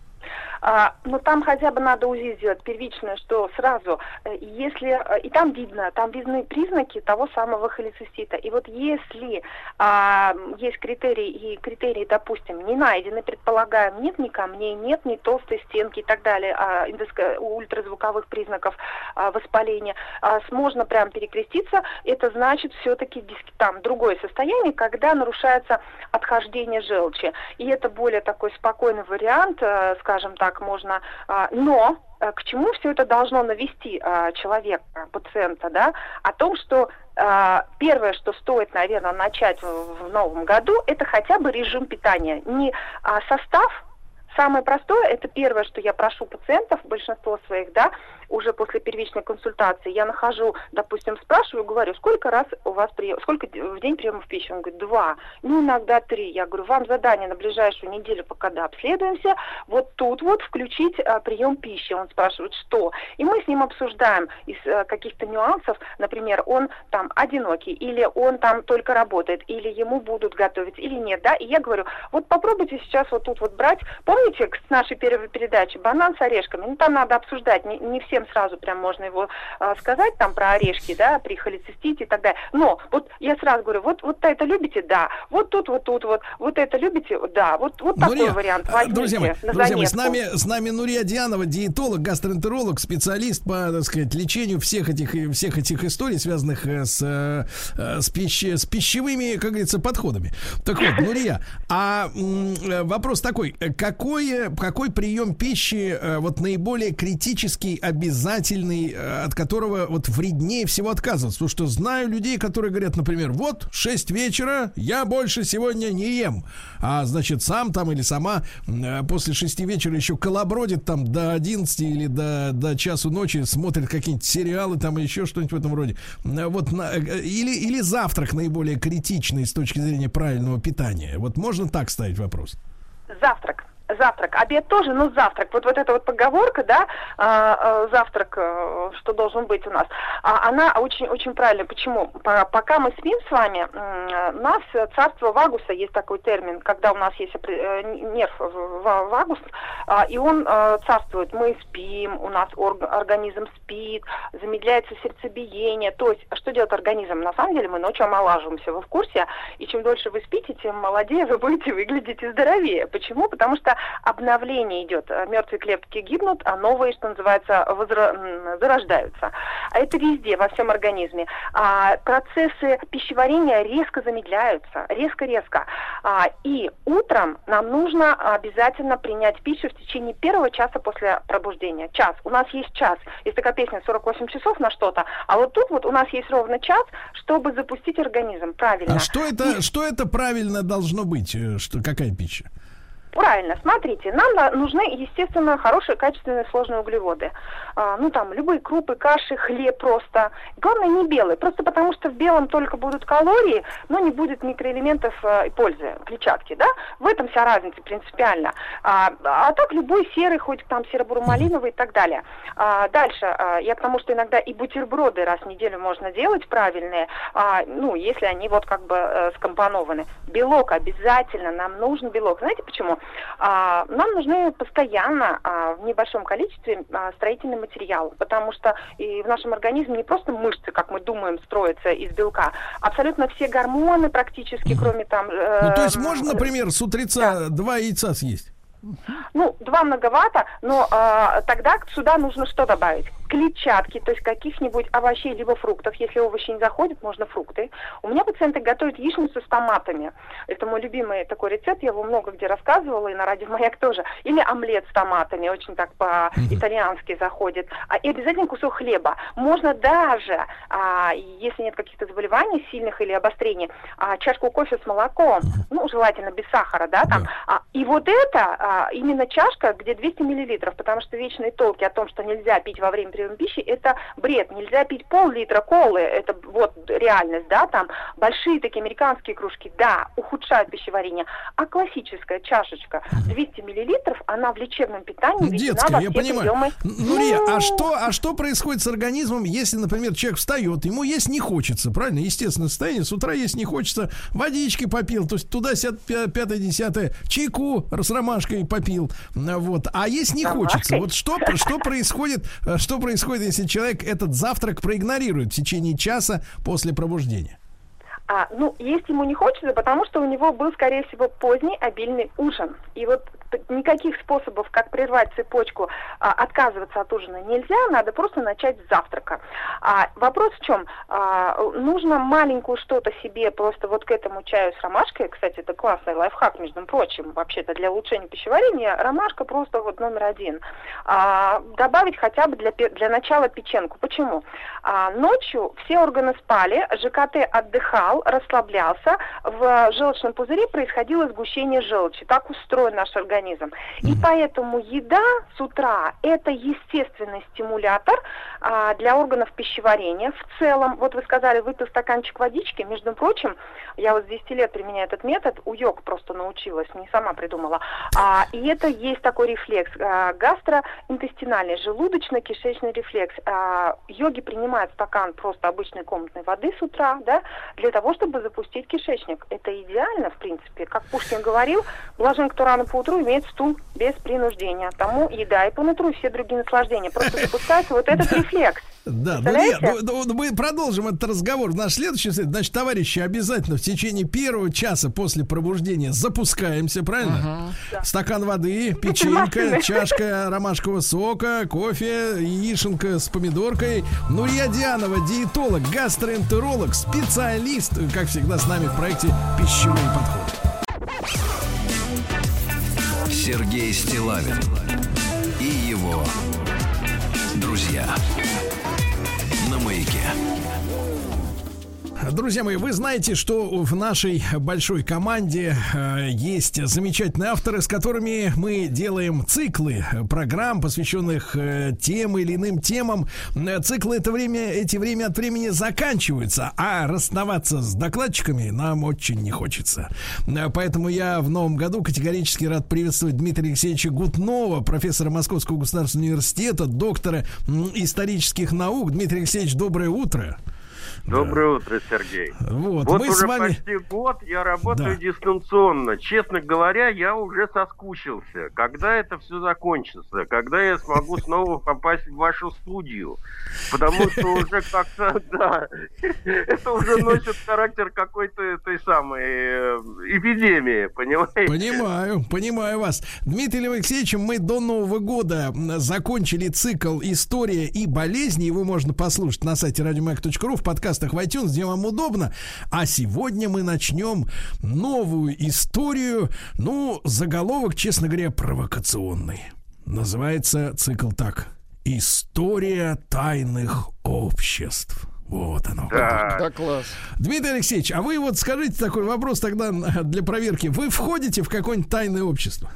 А, ну, там хотя бы надо УЗИ сделать первичное, что сразу, если, и там видно, там видны признаки того самого холецистита. И вот если а, есть критерии, и критерии, допустим, не найдены, предполагаем, нет ни камней, нет ни толстой стенки и так далее, а, индоско, ультразвуковых признаков а, воспаления, а, можно прям перекреститься, это значит все-таки там другое состояние, когда нарушается отхождение желчи. И это более такой спокойный вариант, а, скажем так, можно, но к чему все это должно навести человека, пациента, да, о том, что первое, что стоит, наверное, начать в новом году, это хотя бы режим питания, не состав. Самое простое, это первое, что я прошу пациентов, большинство своих, да, уже после первичной консультации, я нахожу, допустим, спрашиваю, говорю, сколько раз у вас прием, сколько в день приемов пищи? Он говорит, два, ну иногда три. Я говорю, вам задание на ближайшую неделю, пока да, обследуемся, вот тут вот включить а, прием пищи. Он спрашивает, что? И мы с ним обсуждаем из а, каких-то нюансов, например, он там одинокий, или он там только работает, или ему будут готовить, или нет, да, и я говорю, вот попробуйте сейчас вот тут вот брать, помните с нашей первой передачи, банан с орешками, ну там надо обсуждать, не, не всем сразу прям можно его а, сказать там про орешки, да, при холецистите и так далее. Но вот я сразу говорю, вот, вот это любите, да, вот тут, вот тут, вот, вот это любите, да, вот, вот такой Нурия, вариант возьмите. Друзья мои, друзья мои, с нами, с нами Нурия Дианова, диетолог, гастроэнтеролог, специалист по, так сказать, лечению всех этих, всех этих историй, связанных с, с, пищ, с пищевыми, как говорится, подходами. Так вот, Нурия, а м, вопрос такой, какой какое, какой прием пищи э, вот наиболее критический, обязательный, э, от которого вот вреднее всего отказываться? Потому что знаю людей, которые говорят, например, вот шесть вечера, я больше сегодня не ем. А значит, сам там или сама э, после шести вечера еще колобродит там до одиннадцати или до, до часу ночи, смотрит какие-нибудь сериалы там и еще что-нибудь в этом роде. Э, вот на, э, или, или завтрак наиболее критичный с точки зрения правильного питания. Вот можно так ставить вопрос? Завтрак. Завтрак. Обед тоже, но завтрак. Вот, вот эта вот поговорка, да, э, э, завтрак, э, что должен быть у нас, а, она очень-очень правильная. Почему? По, пока мы спим с вами, э, у нас царство вагуса, есть такой термин, когда у нас есть э, нерв вагус, э, и он э, царствует. Мы спим, у нас орг, организм спит, замедляется сердцебиение. То есть, что делает организм? На самом деле мы ночью омолаживаемся, вы в курсе? И чем дольше вы спите, тем молодее вы будете выглядеть и здоровее. Почему? Потому что обновление идет. Мертвые клетки гибнут, а новые, что называется, возра... зарождаются. А это везде, во всем организме. А, процессы пищеварения резко замедляются. Резко-резко. А, и утром нам нужно обязательно принять пищу в течение первого часа после пробуждения. Час. У нас есть час. Есть такая песня сорок восемь часов на что-то. А вот тут вот у нас есть ровно час, чтобы запустить организм. Правильно. А что это, и... что это правильно должно быть? Что, какая пища? Правильно, смотрите, нам нужны, естественно, хорошие, качественные, сложные углеводы. А, ну, там, любые крупы, каши, хлеб просто. Главное, не белый, просто потому что в белом только будут калории, но не будет микроэлементов и пользы, клетчатки, да? В этом вся разница принципиально. А, а так любой серый, хоть там серо-буро-малиновый и так далее. А, дальше, а, я к тому, что иногда и бутерброды раз в неделю можно делать правильные, а, ну, если они вот как бы э, скомпонованы. Белок обязательно, нам нужен белок. Знаете почему? А, нам нужны постоянно а, в небольшом количестве а, строительный материал, потому что и в нашем организме не просто мышцы, как мы думаем, строятся из белка, абсолютно все гормоны практически, mm-hmm. кроме там... Э, ну, то есть можно, например, с утреца да. два яйца съесть? Ну, два многовато, но э, тогда сюда нужно что добавить? Клетчатки, то есть каких-нибудь овощей либо фруктов. Если овощи не заходят, можно фрукты. У меня пациенты готовят яичницу с томатами. Это мой любимый такой рецепт, я его много где рассказывала, и на радио Маяк тоже. Или омлет с томатами, очень так по-итальянски заходит. А, и обязательно кусок хлеба. Можно даже, а, если нет каких-то заболеваний сильных или обострений, а, чашку кофе с молоком. Ну, желательно без сахара, да, там. А, и вот это... А, именно чашка, где двести миллилитров, потому что вечные толки о том, что нельзя пить во время приема пищи, это бред. Нельзя пить пол-литра колы, это вот реальность, да, там большие такие американские кружки, да, ухудшают пищеварение. А классическая чашечка двести миллилитров, она в лечебном питании введена во все приемы. Нурия, ну... а что, а что происходит с организмом, если, например, человек встает, ему есть не хочется, правильно? Естественное состояние, с утра есть не хочется, водички попил, то есть туда-сяд, пятое-десятое, чайку с ромашкой попил, вот, а есть не хочется. Вот что, что происходит, что происходит, если человек этот завтрак проигнорирует в течение часа после пробуждения? А, ну, есть ему не хочется, потому что у него был, скорее всего, поздний обильный ужин. И вот никаких способов, как прервать цепочку, а, отказываться от ужина нельзя, надо просто начать с завтрака. А, вопрос в чем? А, нужно маленькую что-то себе просто вот к этому чаю с ромашкой, кстати, это классный лайфхак, между прочим, вообще-то для улучшения пищеварения, ромашка просто вот номер один. А, добавить хотя бы для, для начала печенку. Почему? А, ночью все органы спали, ЖКТ отдыхал, расслаблялся, в желчном пузыре происходило сгущение желчи. Так устроен наш организм. И поэтому еда с утра – это естественный стимулятор а, для органов пищеварения. В целом, вот вы сказали, выпил стаканчик водички, между прочим, я вот с десяти лет применяю этот метод, у йог просто научилась, не сама придумала. А, и это есть такой рефлекс, а, гастроинтестинальный, желудочно-кишечный рефлекс. А, йоги принимают стакан просто обычной комнатной воды с утра, да, для того, чтобы запустить кишечник. Это идеально, в принципе. Как Пушкин говорил, блажен, кто рано поутру имеет стул без принуждения. Тому еда и по нутру, и все другие наслаждения. Просто запускается вот этот рефлекс. Да, ну, нет, ну, ну, мы продолжим этот разговор в наш следующий. Значит, товарищи, обязательно в течение первого часа после пробуждения запускаемся, правильно? Uh-huh. Стакан воды, печенька, чашка ромашкового сока, кофе, яишенка с помидоркой. Нурия Дианова, диетолог, гастроэнтеролог, специалист, как всегда, с нами в проекте «Пищевые подходы». Сергей Стиллавин и его друзья на Маяке. Друзья мои, вы знаете, что в нашей большой команде э, есть замечательные авторы, с которыми мы делаем циклы программ, посвященных э, тем или иным темам. Циклы это время, эти время от времени заканчиваются, а расставаться с докладчиками нам очень не хочется. Поэтому я в новом году категорически рад приветствовать Дмитрия Алексеевича Гутнова, профессора Московского государственного университета, доктора исторических наук. Дмитрий Алексеевич, доброе утро. Доброе да. утро, Сергей. Вот, вот мы уже с вами... почти год я работаю да. дистанционно. Честно говоря, я уже соскучился. Когда это все закончится? Когда я смогу снова попасть в вашу студию? Потому что уже как-то, да, это уже носит характер какой-то той самой эпидемии, понимаете? Понимаю, понимаю вас. Дмитрий Алексеевич, мы до Нового года закончили цикл «История и болезни». Его можно послушать на сайте радиомаяк точка ру в подкасте в iTunes, где вам удобно. А сегодня мы начнем новую историю. Ну, заголовок, честно говоря, провокационный. Называется цикл так: «История тайных обществ». Вот оно. Да. Да, класс. Дмитрий Алексеевич, а вы вот скажите такой вопрос тогда для проверки. Вы входите в какое-нибудь тайное общество?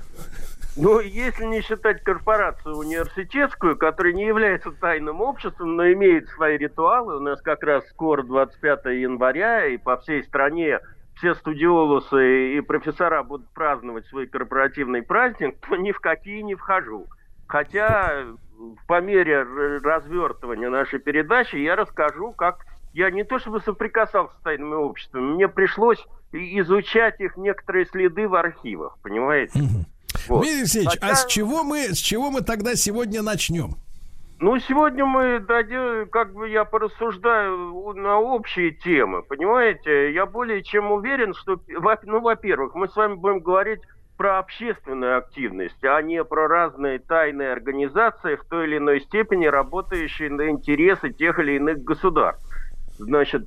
Ну, если не считать корпорацию университетскую, которая не является тайным обществом, но имеет свои ритуалы. У нас как раз скоро двадцать пятого января, и по всей стране все студиолусы и профессора будут праздновать свой корпоративный праздник, то ни в какие не вхожу. Хотя по мере развертывания нашей передачи я расскажу, как я не то чтобы соприкасался с тайными обществами, мне пришлось изучать их некоторые следы в архивах, понимаете? Вот. Дмитрий Алексеевич, Хотя... а с чего мы, с чего мы тогда сегодня начнем? Ну, сегодня мы дадим, как бы я порассуждаю на общие темы, понимаете? Я более чем уверен, что, ну, во-первых, мы с вами будем говорить про общественную активность, а не про разные тайные организации, в той или иной степени работающие на интересы тех или иных государств. Значит,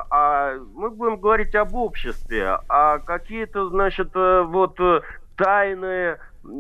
а мы будем говорить об обществе, а какие-то, значит, вот... тайные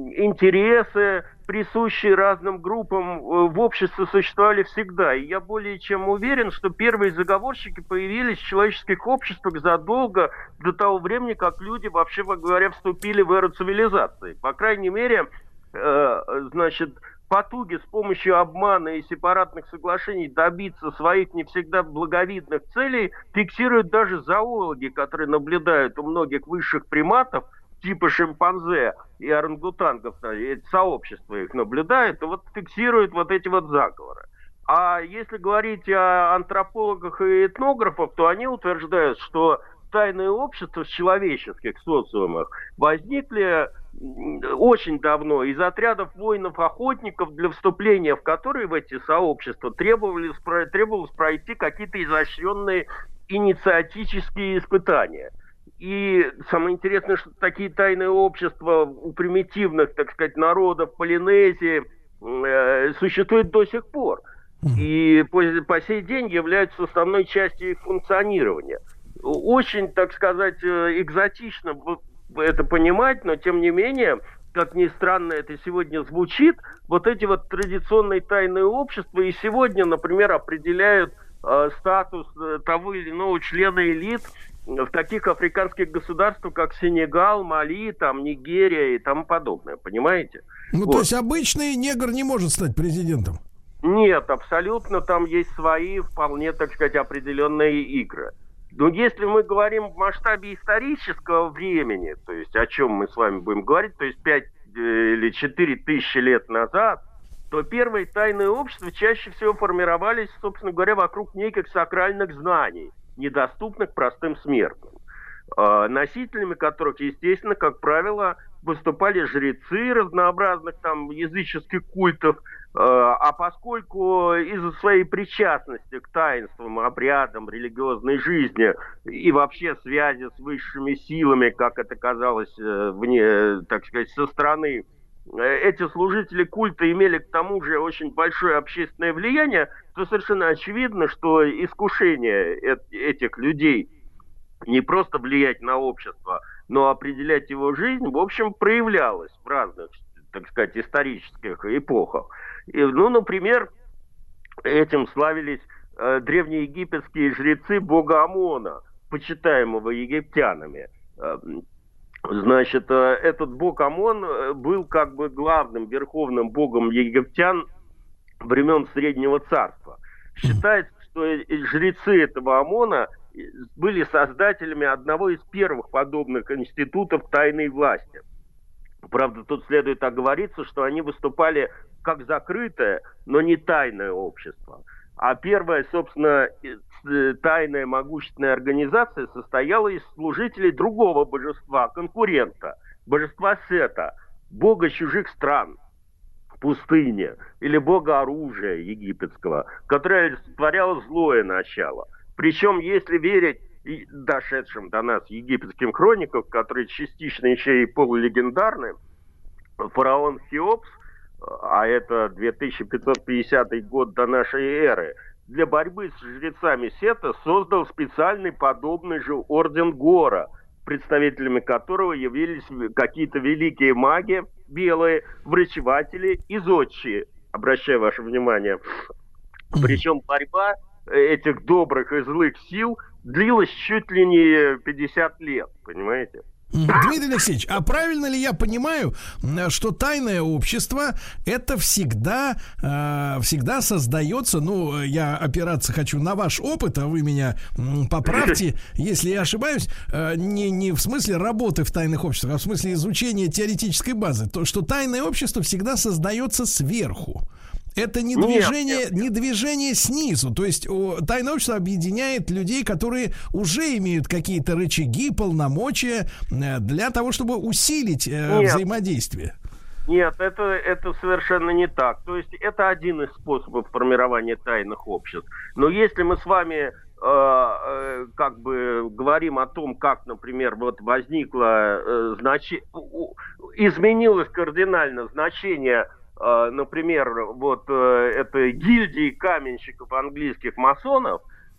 интересы, присущие разным группам, в обществе существовали всегда. И я более чем уверен, что первые заговорщики появились в человеческих обществах задолго до того времени, как люди, вообще говоря, вступили в эру цивилизации. По крайней мере, э, значит, потуги с помощью обмана и сепаратных соглашений добиться своих не всегда благовидных целей фиксируют даже зоологи, которые наблюдают у многих высших приматов, типа шимпанзе и орангутангов, сообщество их наблюдает, и вот фиксирует вот эти вот заговоры. А если говорить о антропологах и этнографах, то они утверждают, что тайные общества в человеческих социумах возникли очень давно из отрядов воинов-охотников, для вступления в которые в эти сообщества требовалось, требовалось пройти какие-то изощренные инициатические испытания. И самое интересное, что такие тайные общества у примитивных, так сказать, народов Полинезии э, существуют до сих пор. И по, по сей день являются основной частью их функционирования. Очень, так сказать, экзотично это понимать, но тем не менее, как ни странно это сегодня звучит, вот эти вот традиционные тайные общества и сегодня, например, определяют э, статус того или иного члена элит в таких африканских государствах, как Сенегал, Мали, там, Нигерия и тому подобное, понимаете? Ну, вот. То есть обычный негр не может стать президентом? Нет, абсолютно, там есть свои, вполне, так сказать, определенные игры. Но если мы говорим в масштабе исторического времени, то есть о чем мы с вами будем говорить, то есть пять или четыре тысячи лет назад, то первые тайные общества чаще всего формировались, собственно говоря, вокруг неких сакральных знаний, недоступных простым смертным, носителями которых, естественно, как правило, выступали жрецы разнообразных там языческих культов, а поскольку из-за своей причастности к таинствам, обрядам, религиозной жизни и вообще связи с высшими силами, как это казалось вне, так сказать, со стороны, эти служители культа имели к тому же очень большое общественное влияние, то совершенно очевидно, что искушение этих людей не просто влиять на общество, но определять его жизнь, в общем, проявлялось в разных, так сказать, исторических эпохах. И, ну, например, этим славились э, древнеегипетские жрецы бога Амона, почитаемого египтянами. Э, значит, э, этот бог Амон был как бы главным верховным богом египтян времен Среднего Царства. Считается, что жрецы этого Амона были создателями одного из первых подобных институтов тайной власти. Правда, тут следует оговориться, что они выступали как закрытое, но не тайное общество. А первая, собственно, тайная могущественная организация состояла из служителей другого божества, конкурента, божества Сета, бога чужих стран, пустыни, или бога оружия египетского, которое олицетворяло злое начало. Причем, если верить дошедшим до нас египетским хроникам, которые частично еще и полулегендарны, фараон Хеопс, а это две тысячи пятьсот пятидесятый год до нашей эры, для борьбы с жрецами Сета создал специальный подобный же орден Гора, представителями которого явились какие-то великие маги, белые, врачеватели и зодчие. Обращаю ваше внимание. Причем борьба этих добрых и злых сил длилась чуть ли не пятьдесят лет, понимаете? Дмитрий Алексеевич, а правильно ли я понимаю, что тайное общество это всегда, э, всегда создается, ну, я опираться хочу на ваш опыт, а вы меня поправьте, если я ошибаюсь, э, не, не в смысле работы в тайных обществах, а в смысле изучения теоретической базы, то, что тайное общество всегда создается сверху. Это не движение, нет, нет. не движение снизу. То есть о, тайное общество объединяет людей, которые уже имеют какие-то рычаги, полномочия э, для того, чтобы усилить э, взаимодействие. Нет, это, это совершенно не так. То есть это один из способов формирования тайных обществ. Но если мы с вами э, э, как бы говорим о том, как, например, вот возникло э, значение, изменилось кардинально значение, например, вот этой гильдии каменщиков английских масонов,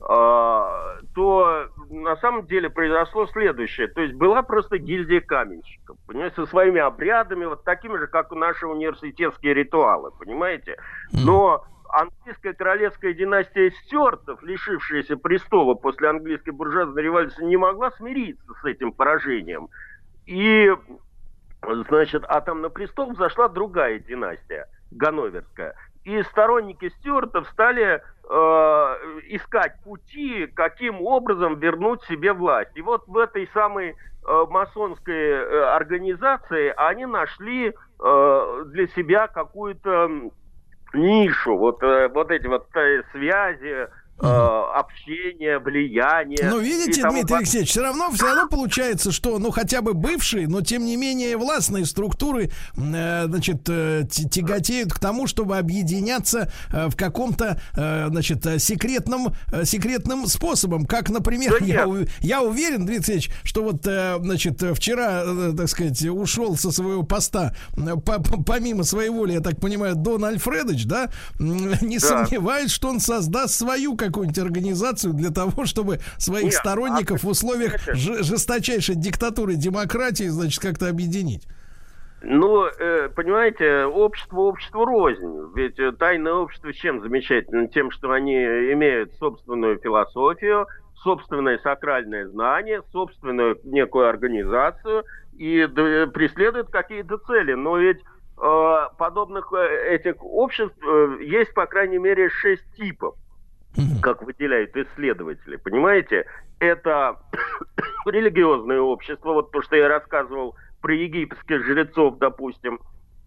то на самом деле произошло следующее. То есть была просто гильдия каменщиков, понимаете, со своими обрядами, вот такими же, как и наши университетские ритуалы, понимаете. Но английская королевская династия Стюартов, лишившаяся престола после английской буржуазной революции, не могла смириться с этим поражением. И значит, а там на престол взошла другая династия, Ганноверская. И сторонники Стюартов стали э, искать пути, каким образом вернуть себе власть. И вот в этой самой э, масонской э, организации они нашли э, для себя какую-то нишу. Вот, э, вот эти вот э, связи, Угу. общение, влияние. Ну, видите, Дмитрий Алексеевич, все равно, все равно получается, что, ну, хотя бы бывшие, но тем не менее властные структуры, э, значит, э, тяготеют к тому, чтобы объединяться э, в каком-то, э, значит, секретном, э, секретным способом. Как, например, да я, я уверен, Дмитрий Алексеевич, что вот, э, значит, вчера, э, так сказать, ушел со своего поста, э, по, помимо своей воли, я так понимаю, Дон Альфредович, да, не да. сомневаюсь, что он создаст свою какую-нибудь организацию для того, чтобы своих Нет, сторонников а, в условиях ж, жесточайшей диктатуры демократии, значит, как-то объединить. Ну, э, понимаете, общество обществу рознь. Ведь тайное общество чем замечательно? Тем, что они имеют собственную философию, собственное сакральное знание, собственную некую организацию и да, преследуют какие-то цели. Но ведь э, подобных этих обществ э, есть, по крайней мере, шесть типов, как выделяют исследователи, понимаете? Это религиозное общество, вот то, что я рассказывал про египетских жрецов, допустим,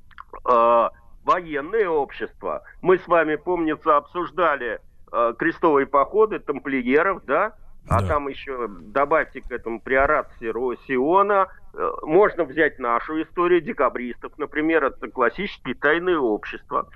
э, военное общество. Мы с вами, помнится, обсуждали э, крестовые походы тамплиеров, да? А да. Там еще добавьте к этому приорат Сиона. Э, можно взять нашу историю декабристов, например, это классические тайные общества.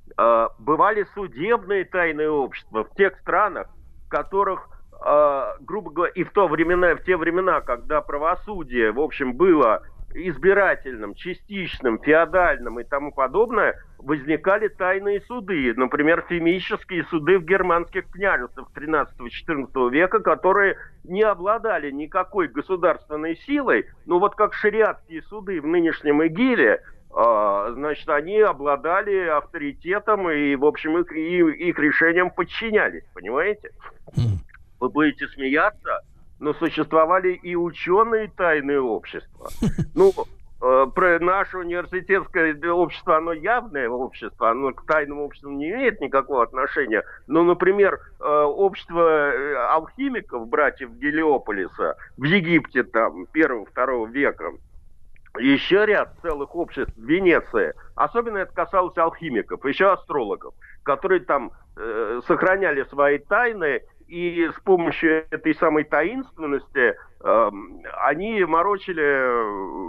Бывали судебные тайные общества в тех странах, в которых, э, грубо говоря, и в то времена, в те времена, когда правосудие, в общем, было избирательном, частичном, феодальном и тому подобное, возникали тайные суды. Например, фемические суды в германских княжествах тринадцатого-четырнадцатого века, которые не обладали никакой государственной силой, но вот как шариатские суды в нынешнем ИГИЛе, значит, они обладали авторитетом и, в общем, их, их решениям подчинялись, понимаете? Вы будете смеяться, но существовали и ученые тайные общества. Ну, э, про наше университетское общество, оно явное общество, оно к тайному обществу не имеет никакого отношения. Но, например, э, общество алхимиков, братьев Гелиополиса в Египте, там, первого-второго века, еще ряд целых обществ в Венеции, особенно это касалось алхимиков, еще астрологов, которые там э, сохраняли свои тайны, и с помощью этой самой таинственности э, они морочили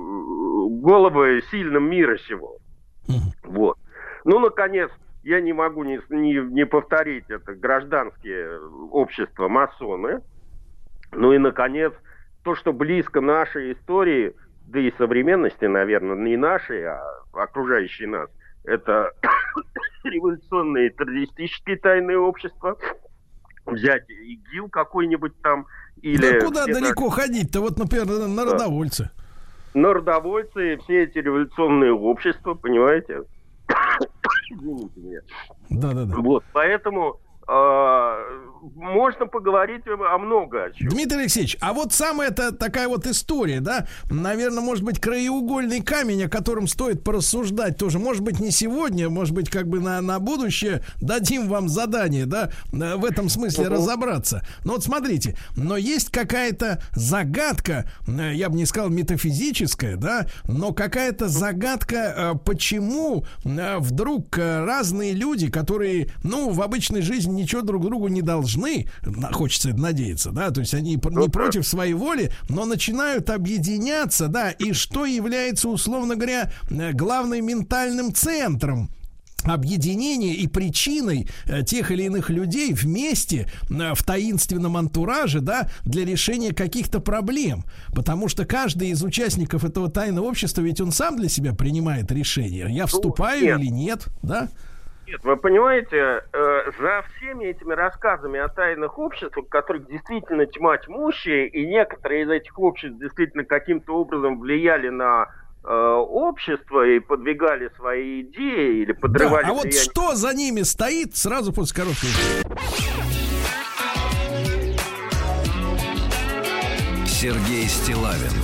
головы сильным мира сего. Вот. Ну, наконец, я не могу не, не, не повторить это гражданские общества масоны. Ну и, наконец, то, что близко нашей истории, да и современности, наверное, не нашей, а окружающей нас, это революционные террористические тайные общества. Взять ИГИЛ какой-нибудь там. Или да куда далеко ходить-то? Вот, например, народовольцы. Народовольцы и все эти революционные общества, понимаете? Извините меня. Да-да-да. Вот, поэтому э, можно поговорить о много о чем. Дмитрий Алексеевич, а вот самая-то такая вот история, да, наверное, может быть, краеугольный камень, о котором стоит порассуждать тоже, может быть, не сегодня, может быть, как бы на, на будущее дадим вам задание, да, в этом смысле uh-huh. разобраться. Но вот смотрите, но есть какая-то загадка, я бы не сказал метафизическая, да, но какая-то загадка, почему вдруг разные люди, которые, ну, в обычной жизни ничего друг другу не должны, хочется надеяться, да, то есть они не против своей воли, но начинают объединяться, да, и что является, условно говоря, главным ментальным центром объединения и причиной тех или иных людей вместе в таинственном антураже, да, для решения каких-то проблем. Потому что каждый из участников этого тайного общества, ведь он сам для себя принимает решение. Я вступаю нет. или нет, да? Нет, вы понимаете, э, за всеми этими рассказами о тайных обществах, которых действительно тьма тьмущая, и некоторые из этих обществ действительно каким-то образом влияли на э, общество и подвигали свои идеи или подрывали... Да, а вот что за ними стоит, сразу после короткой... Сергей Стиллавин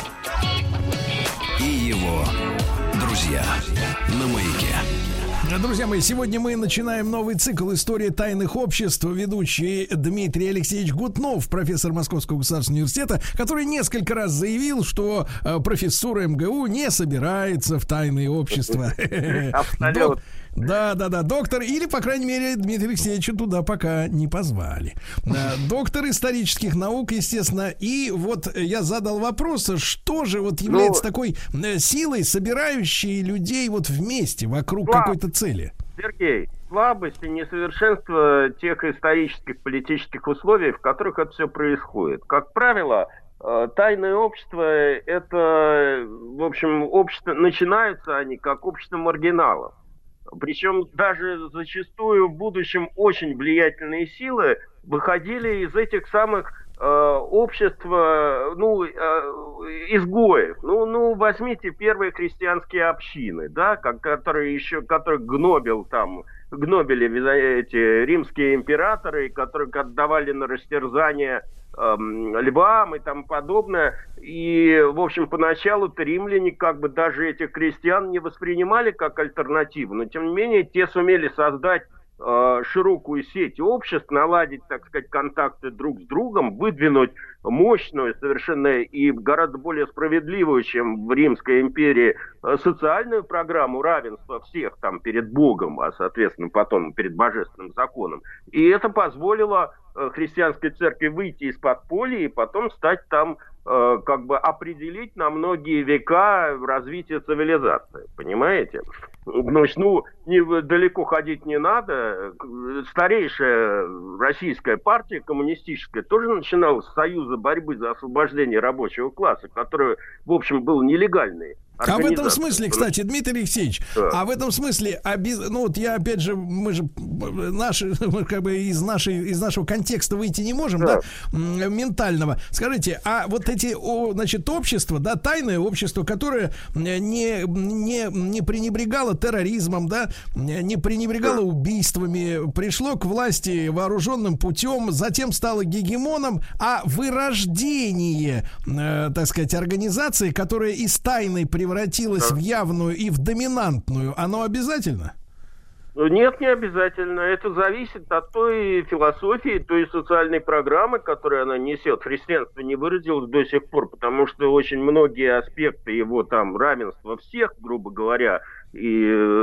и его друзья на Маяке. Друзья мои, сегодня мы начинаем новый цикл «История тайных обществ». Ведущий Дмитрий Алексеевич Гутнов, профессор Московского государственного университета, который несколько раз заявил, что профессура эм гэ у не собирается в тайные общества. Абсолютно. Да, да, да, доктор, или, по крайней мере, Дмитрия Алексеевича туда пока не позвали. Доктор исторических наук, естественно. И вот я задал вопрос, что же вот является ну, такой силой, собирающей людей вот вместе вокруг слаб... какой-то цели? Сергей, слабость и несовершенство тех исторических, политических условий, в которых это все происходит. Как правило, тайное общество, это, в общем, общество, начинаются они как общество маргиналов. Причем даже зачастую в будущем очень влиятельные силы выходили из этих самых э, обществ, э, ну, э, изгоев. Ну, ну, возьмите первые христианские общины, да, как, которые еще, которых гнобил там, гнобили эти римские императоры, которых отдавали на растерзание львам и тому подобное. И, в общем, поначалу-то римляне как бы даже этих крестьян не воспринимали как альтернативу, но, тем не менее, те сумели создать э, широкую сеть обществ, наладить, так сказать, контакты друг с другом, выдвинуть мощную, совершенно и гораздо более справедливую, чем в Римской империи, социальную программу равенства всех там перед Богом, а, соответственно, потом перед божественным законом. И это позволило христианской церкви выйти из подполья и потом стать там э, как бы определить на многие века развитие цивилизации, понимаете? Значит, ну, не, далеко ходить не надо. Старейшая российская партия, коммунистическая, тоже начиналась с Союза борьбы за освобождение рабочего класса, который, в общем, был нелегальный. А в этом смысле, кстати, Дмитрий Алексеевич, да. а в этом смысле, ну вот я опять же, мы же наши, как бы из нашей, из нашего контекста выйти не можем, да, да ментального. Скажите, а вот эти, значит, общества, да, тайное общество, которое не, не, не пренебрегало терроризмом, да, не пренебрегало да. убийствами, пришло к власти вооруженным путем, затем стало гегемоном, а вырождение, э, так сказать, организации, которая из тайной превратилась превратилась да. в явную и в доминантную, оно обязательно? Нет, не обязательно. Это зависит от той философии, той социальной программы, которую она несет. Христианство не выразилось до сих пор, потому что очень многие аспекты его там равенства всех, грубо говоря, и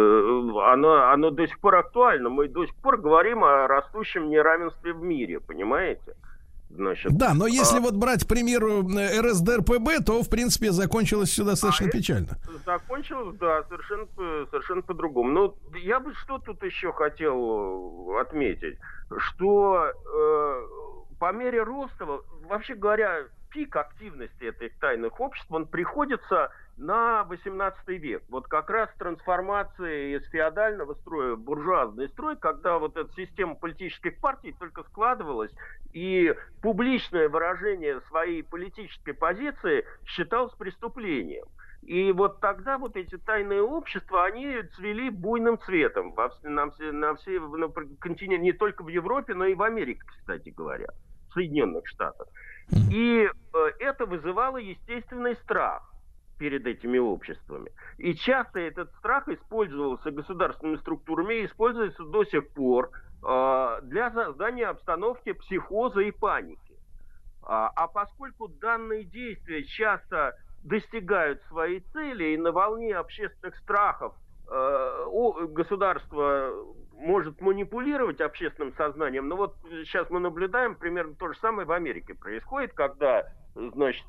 оно, оно до сих пор актуально. Мы до сих пор говорим о растущем неравенстве в мире, понимаете? Значит, да, но если а... вот брать, к примеру, эр эс дэ эр пэ бэ, то, в принципе, закончилось все достаточно а печально. Закончилось, да, совершенно, совершенно по-другому. Но я бы что тут еще хотел отметить, что э, по мере роста, вообще говоря, пик активности этих тайных обществ, он приходится на восемнадцатый век. Вот как раз трансформация из феодального строя в буржуазный строй, когда вот эта система политических партий только складывалась, и публичное выражение своей политической позиции считалось преступлением. И вот тогда вот эти тайные общества, они цвели буйным цветом во, на, на все на континенте, не только в Европе, но и в Америке, кстати говоря, в Соединенных Штатах. И э, это вызывало естественный страх перед этими обществами. И часто этот страх использовался государственными структурами и используется до сих пор э, для создания обстановки психоза и паники. А, а поскольку данные действия часто достигают своей цели, и на волне общественных страхов э, государство может манипулировать общественным сознанием, но вот сейчас мы наблюдаем примерно то же самое в Америке происходит, когда, значит,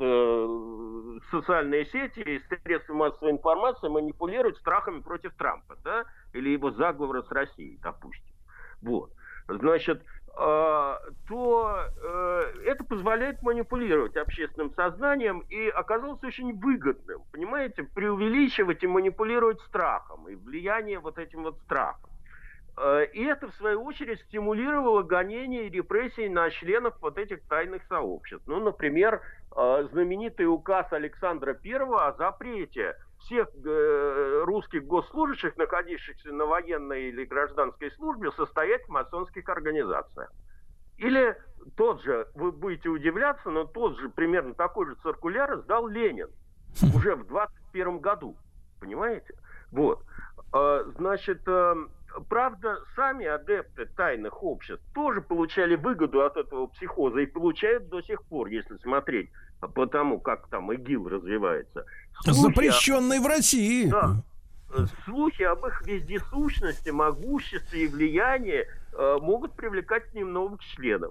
э, социальные сети и средства массовой информации манипулируют страхами против Трампа, да, или его заговора с Россией, допустим. Вот. Значит, э, то э, это позволяет манипулировать общественным сознанием и оказалось очень выгодным, понимаете, преувеличивать и манипулировать страхом и влияние вот этим вот страхом. И это, в свою очередь, стимулировало гонения и репрессии на членов вот этих тайных сообществ. Ну, например, знаменитый указ Александра Первого о запрете всех русских госслужащих, находившихся на военной или гражданской службе, состоять в масонских организациях. Или тот же, вы будете удивляться, но тот же, примерно такой же циркуляр издал Ленин уже в двадцать первом году. Понимаете? Вот. Значит, правда, сами адепты тайных обществ тоже получали выгоду от этого психоза и получают до сих пор, если смотреть по тому, как там ИГИЛ развивается. Слухи запрещенный о... в России. Да. Слухи об их вездесущности, могуществе и влиянии э, могут привлекать к ним новых членов.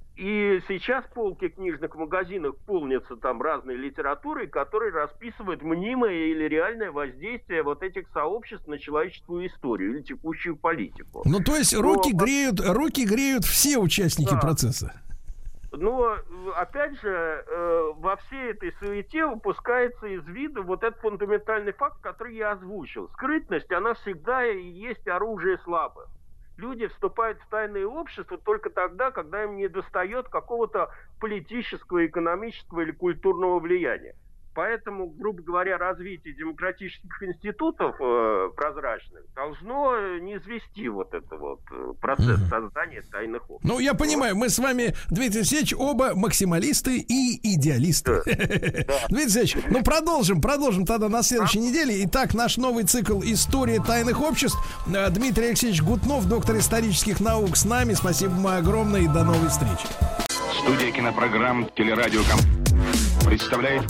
И сейчас полки книжных магазинов полнятся там разной литературой, которая расписывает мнимое или реальное воздействие вот этих сообществ на человеческую историю или текущую политику. Ну, то есть руки Но... греют, руки греют все участники да. процесса. Но, опять же, э, во всей этой суете упускается из виду вот этот фундаментальный факт, который я озвучил. Скрытность, она всегда и есть оружие слабых. Люди вступают в тайные общества только тогда, когда им недостает какого-то политического, экономического или культурного влияния. Поэтому, грубо говоря, развитие демократических институтов э, прозрачных должно не извести вот это вот процесс mm-hmm. создания тайных обществ. Ну, я понимаю, мы с вами, Дмитрий Алексеевич, оба максималисты и идеалисты. Да. Дмитрий Алексеевич, ну продолжим, продолжим тогда на следующей неделе. Итак, наш новый цикл «История тайных обществ». Дмитрий Алексеевич Гутнов, доктор исторических наук, с нами. Спасибо вам огромное и до новой встречи. Студия кинопрограмм «Телерадиоком» представляет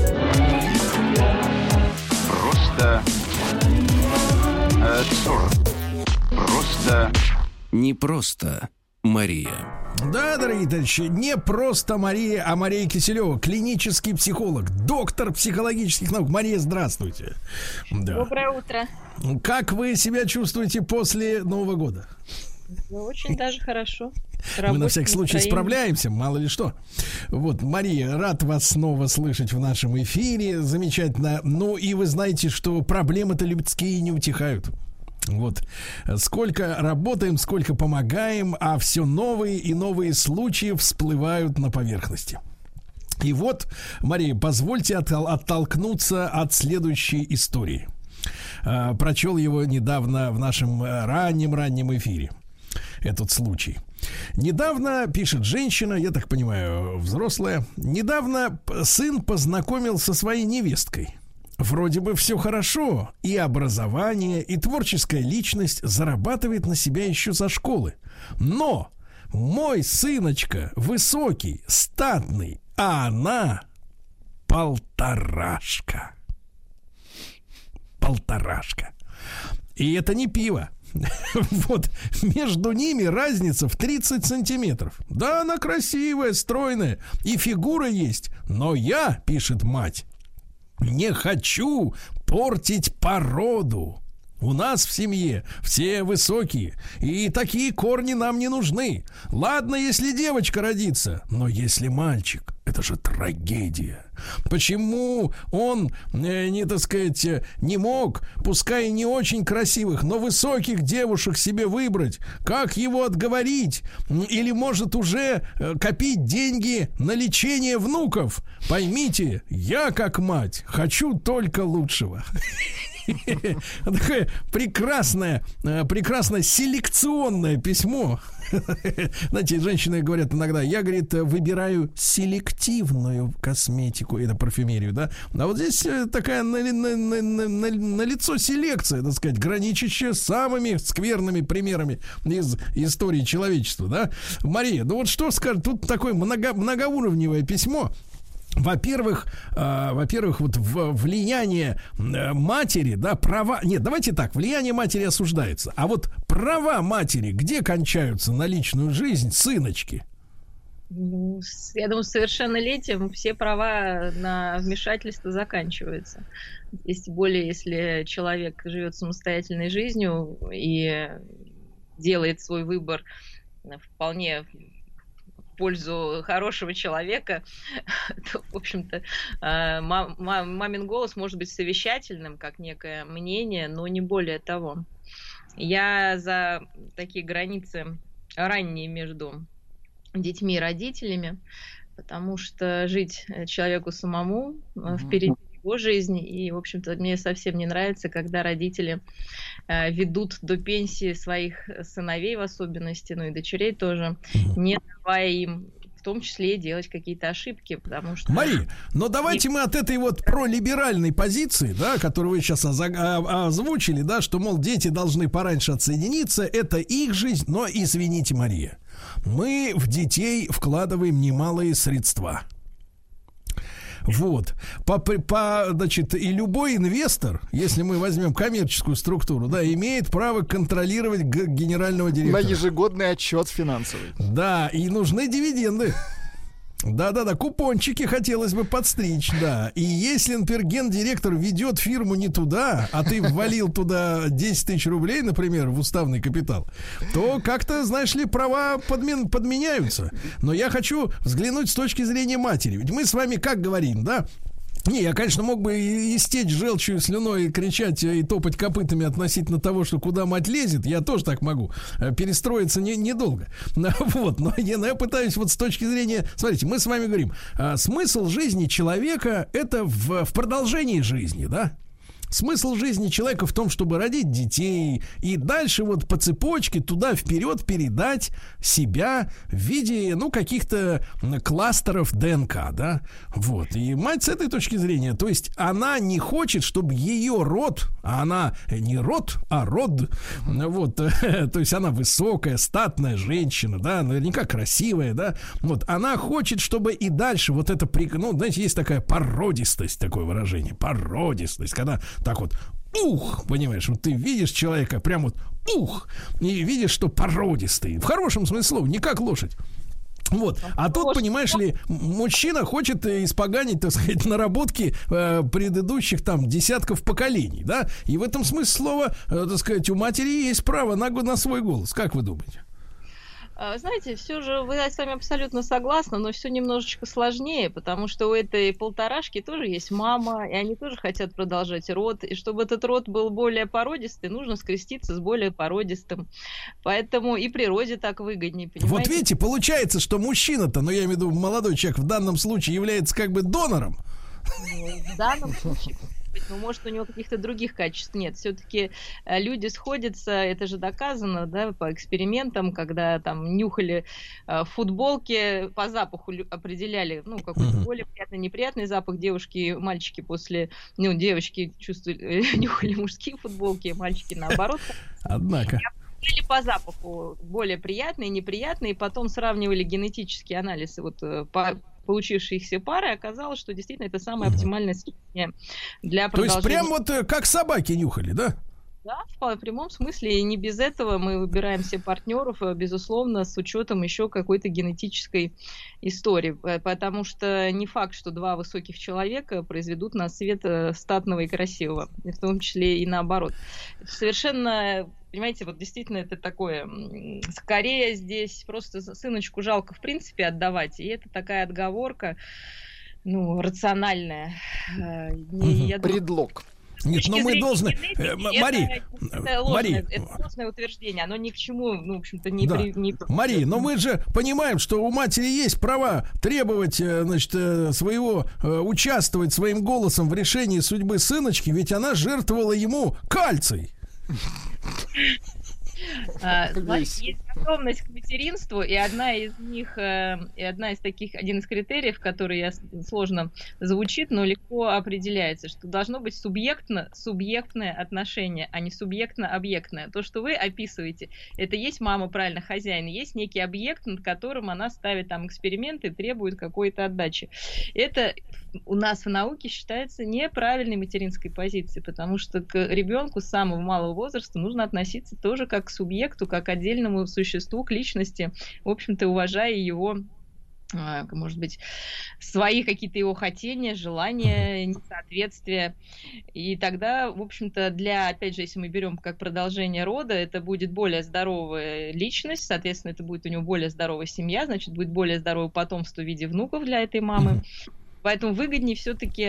просто абсурд. Просто непросто. Мария. Да, дорогие товарищи, не просто Мария, а Мария Киселева, клинический психолог, доктор психологических наук. Мария, здравствуйте. Да. Доброе утро. Как вы себя чувствуете после Нового года? Очень даже хорошо. Мы на всякий случай справляемся, мало ли что. Вот, Мария, рад вас снова слышать в нашем эфире. Замечательно. Ну и вы знаете, что проблемы-то людские не утихают. Вот. Сколько работаем, сколько помогаем, а все новые и новые случаи всплывают на поверхности. И вот, Мария, позвольте оттол- оттолкнуться от следующей истории. А, прочел его недавно в нашем раннем-раннем эфире. Этот случай. Недавно, пишет женщина, я так понимаю, взрослая, недавно сын познакомился со своей невесткой. Вроде бы все хорошо, и образование, и творческая личность, зарабатывает на себя еще со школы. Но мой сыночка высокий, статный, а она полторашка. Полторашка. И это не пиво. Вот, между ними разница в тридцать сантиметров. Да, она красивая, стройная, и фигура есть. Но я, пишет мать, не хочу портить породу. У нас в семье все высокие, и такие корни нам не нужны. Ладно, если девочка родится, но если мальчик, это же трагедия. Почему он, э, не, так сказать, не мог, пускай и не очень красивых, но высоких девушек себе выбрать? Как его отговорить? Или может уже копить деньги на лечение внуков? Поймите, я как мать хочу только лучшего. Такое прекрасное, прекрасное селекционное письмо. Знаете, женщины говорят иногда, я, говорит, выбираю селективную косметику, это парфюмерию, да. А вот здесь такая на, на, на, на, на лицо селекция, так сказать, граничащая с самыми скверными примерами из истории человечества, да. Мария, ну вот что скажет, тут такое много, многоуровневое письмо. Во-первых, э, во-первых, вот в, влияние э, матери, да, права... Нет, давайте так, влияние матери осуждается. А вот права матери, где кончаются на личную жизнь сыночки? Ну, я думаю, с совершеннолетием все права на вмешательство заканчиваются. Если, более, если человек живет самостоятельной жизнью и делает свой выбор вполне... в пользу хорошего человека, то, в общем-то, мам, мамин голос может быть совещательным, как некое мнение, но не более того. Я за такие границы ранние между детьми и родителями, потому что жить человеку самому, mm-hmm. впереди его жизнь, и, в общем-то, мне совсем не нравится, когда родители э, ведут до пенсии своих сыновей в особенности, ну и дочерей тоже, не давая им в том числе и делать какие-то ошибки, потому что... Мария, но давайте и... мы от этой вот пролиберальной позиции, да, которую вы сейчас озвучили, да, что, мол, дети должны пораньше отсоединиться, это их жизнь, но, извините, Мария, мы в детей вкладываем немалые средства. Вот. По, по, значит, и любой инвестор, если мы возьмем коммерческую структуру, да, имеет право контролировать г- генерального директора. На ежегодный отчет финансовый. Да, и нужны дивиденды. Да-да-да, купончики хотелось бы подстричь, да. И если, например, гендиректор ведет фирму не туда, а ты ввалил туда десять тысяч рублей, например, в уставный капитал, то как-то, знаешь ли, права подмен, подменяются. Но я хочу взглянуть с точки зрения матери. Ведь мы с вами как говорим, да? Не, я, конечно, мог бы истечь желчью, слюной, и кричать и топать копытами относительно того, что куда мать лезет. Я тоже так могу. Перестроиться не, недолго. Вот, но я, но я пытаюсь вот с точки зрения... Смотрите, мы с вами говорим, а, смысл жизни человека — это в, в продолжении жизни, да? Смысл жизни человека в том, чтобы родить детей и дальше вот по цепочке туда вперед передать себя в виде, ну, каких-то кластеров ДНК, да, вот. И мать с этой точки зрения, то есть она не хочет, чтобы ее род, а она не род, а род, вот, то есть она высокая, статная женщина, да, наверняка красивая, да, вот, она хочет, чтобы и дальше вот это, ну, знаете, есть такая породистость, такое выражение, породистость, когда так вот ух, понимаешь, вот ты видишь человека, прям вот ух, и видишь, что породистый, в хорошем смысле слова, не как лошадь. Вот. А тут, понимаешь ли, мужчина хочет испоганить, так сказать, наработки э, предыдущих там десятков поколений, да? И в этом смысле слова, э, так сказать, у матери есть право на, на свой голос. Как вы думаете? Знаете, все же, вы с вами абсолютно согласна, но все немножечко сложнее, потому что у этой полторашки тоже есть мама, и они тоже хотят продолжать род, и чтобы этот род был более породистый, нужно скреститься с более породистым, поэтому и природе так выгоднее, понимаете? Вот видите, получается, что мужчина-то, ну я имею в виду молодой человек, в данном случае является как бы донором. Ну, в данном случае... Но может у него каких-то других качеств нет. Все-таки люди сходятся, это же доказано, да, по экспериментам, когда там нюхали э, футболки, по запаху определяли, ну, какой-то более приятный, неприятный запах. Девушки и мальчики после, ну, девочки чувствовали, нюхали мужские футболки, мальчики наоборот. Однако. Или по запаху более приятные, неприятные, и потом сравнивали генетические анализы вот по получившиеся пары, оказалось, что действительно это самое оптимальное сочетание для продолжения. То есть прям вот как собаки нюхали, да? Да, в прямом смысле, и не без этого мы выбираем себе партнеров, безусловно, с учетом еще какой-то генетической истории, потому что не факт, что два высоких человека произведут на свет статного и красивого, в том числе и наоборот. Это совершенно... Понимаете, вот действительно это такое, скорее здесь просто сыночку жалко в принципе отдавать, и это такая отговорка, ну, рациональная. Я Предлог. Нет, но мы должны... Э, Мари, это ложное, это ложное утверждение, оно ни к чему, ну, в общем-то, не... Да. При, не... Мари, но мы же понимаем, что у матери есть права требовать, значит, своего, участвовать своим голосом в решении судьбы сыночки, ведь она жертвовала ему кальций. А, есть готовность к материнству, и одна из них, э, и одна из таких, один из критериев, который я, сложно звучит, но легко определяется, что должно быть субъектно, субъектное отношение, а не субъектно-объектное. То, что вы описываете, это есть мама, правильно, хозяин, есть некий объект, над которым она ставит там эксперименты, требует какой-то отдачи. Это у нас в науке считается неправильной материнской позицией, потому что к ребенку с самого малого возраста нужно относиться тоже как к субъекту, как к отдельному существу, к личности, в общем-то, уважая его, может быть, свои какие-то его хотения, желания, несоответствия. И тогда, в общем-то, для, опять же, если мы берем как продолжение рода, это будет более здоровая личность, соответственно, это будет у него более здоровая семья, значит, будет более здоровое потомство в виде внуков для этой мамы. Поэтому выгоднее все-таки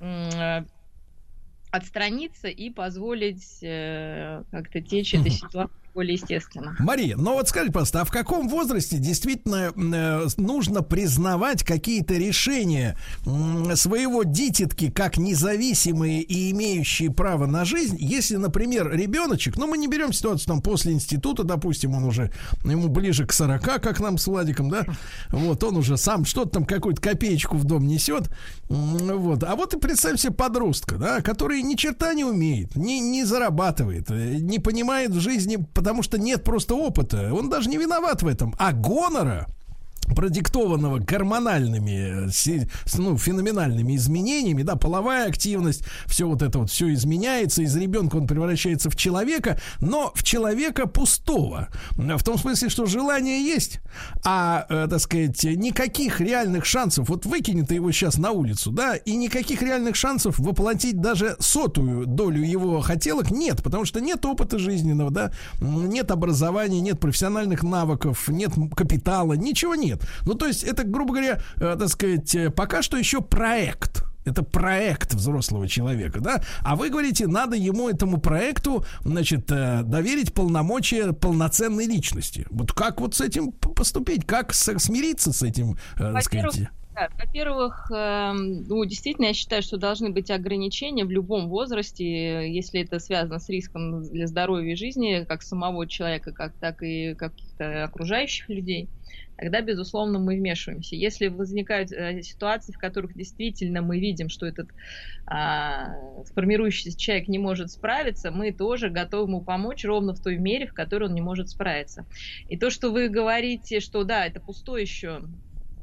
отстраниться и позволить э, как-то течь этой ситуации более естественно. Мария, ну вот скажите, пожалуйста, а в каком возрасте действительно э, нужно признавать какие-то решения э, своего дитятки как независимые и имеющие право на жизнь, если, например, ребеночек, ну мы не берем ситуацию там после института, допустим, он уже, ему ближе к сорока, как нам с Владиком, да, вот, он уже сам что-то там, какую-то копеечку в дом несет, вот, а вот и представь себе подростка, да, который ни черта не умеет, не, не зарабатывает, не понимает в жизни, потому что нет просто опыта. Он даже не виноват в этом. А гонора, продиктованного гормональными, ну, феноменальными изменениями, да, половая активность, все вот это вот, все изменяется, из ребенка он превращается в человека, но в человека пустого. В том смысле, что желание есть, а, э, так сказать, никаких реальных шансов, вот выкинет его сейчас на улицу, да, и никаких реальных шансов воплотить даже сотую долю его хотелок нет, потому что нет опыта жизненного, да, нет образования, нет профессиональных навыков, нет капитала, ничего нет. Ну, то есть, это, грубо говоря, э, так сказать, пока что еще проект. Это проект взрослого человека, да? А вы говорите, надо ему, этому проекту, значит, э, доверить полномочия полноценной личности. Вот как вот с этим поступить? Как с, смириться с этим, э, так сказать? Да, во-первых, э, ну, действительно, я считаю, что должны быть ограничения в любом возрасте, если это связано с риском для здоровья и жизни, как самого человека, как, так и каких-то окружающих людей. Тогда, безусловно, мы вмешиваемся. Если возникают э, ситуации, в которых действительно мы видим, что этот э, формирующийся человек не может справиться, мы тоже готовы ему помочь ровно в той мере, в которой он не может справиться. И то, что вы говорите, что да, это пустой еще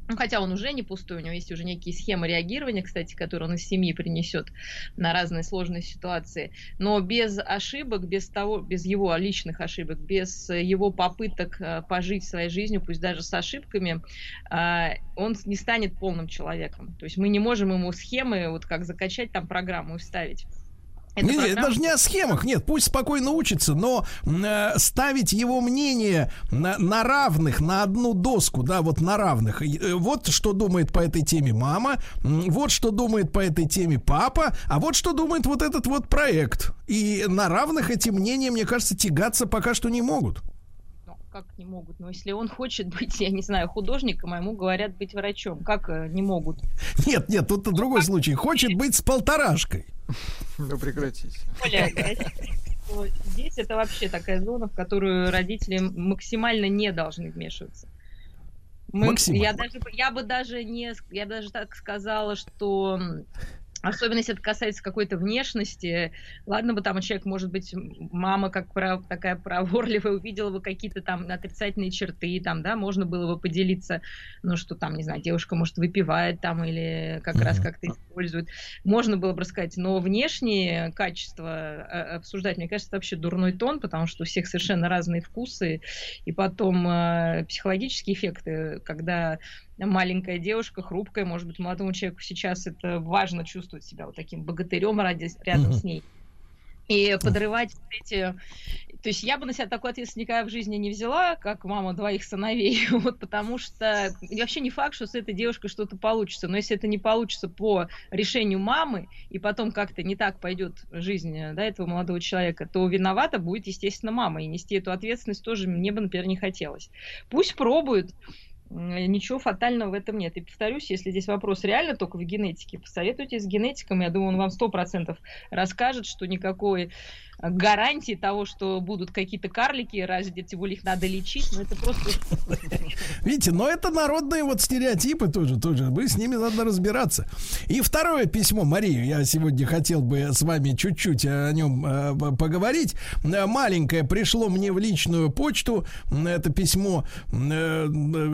Ну, хотя он уже не пустой, у него есть уже некие схемы реагирования, кстати, которые он из семьи принесет на разные сложные ситуации. Но без ошибок, без того, без его личных ошибок, без его попыток пожить своей жизнью, пусть даже с ошибками, он не станет полным человеком. То есть мы не можем ему схемы, вот как закачать там программу и вставить. Это нет, программа... даже не о схемах, нет, пусть спокойно учится, но э, ставить его мнение на, на равных, на одну доску, да, вот на равных. Э, вот что думает по этой теме мама, вот что думает по этой теме папа, а вот что думает вот этот вот проект. И на равных эти мнения, мне кажется, тягаться пока что не могут. Как не могут? Ну, если он хочет быть, я не знаю, художником, а ему говорят быть врачом. Как не могут? Нет, нет, тут другой случай. Хочет быть с полторашкой. Ну, прекратите. Здесь это вообще такая зона, в которую родители максимально не должны вмешиваться. Мы, я, даже, я бы даже не, я даже так сказала, что... Особенно, если это касается какой-то внешности. Ладно бы там человек, может быть, мама как прав, такая проворливая, увидела бы какие-то там отрицательные черты, там, да, можно было бы поделиться, ну, что там, не знаю, девушка, может, выпивает там или как mm-hmm. раз как-то использует. Можно было бы рассказать, но внешние качества обсуждать, мне кажется, это вообще дурной тон, потому что у всех совершенно разные вкусы. И потом э, психологические эффекты, когда... маленькая девушка, хрупкая, может быть, молодому человеку сейчас это важно чувствовать себя вот таким богатырем ради, рядом mm-hmm. с ней. И подрывать эти... То есть я бы на себя такой ответственность никогда в жизни не взяла, как мама двоих сыновей, вот, потому что вообще не факт, что с этой девушкой что-то получится, но если это не получится по решению мамы, и потом как-то не так пойдет жизнь, да, этого молодого человека, то виновата будет, естественно, мама, и нести эту ответственность тоже мне бы, например, не хотелось. Пусть пробуют. Ничего фатального в этом нет. И повторюсь, если здесь вопрос реально только в генетике, посоветуйтесь с генетиком, я думаю, он вам сто процентов расскажет, что никакой гарантии того, что будут какие-то карлики, разве тем более их надо лечить, но это просто... Видите, но это народные вот стереотипы тоже, тоже, мы с ними надо разбираться. И второе письмо, Мария, я сегодня хотел бы с вами чуть-чуть о нем э, поговорить. Маленькое пришло мне в личную почту, это письмо, э,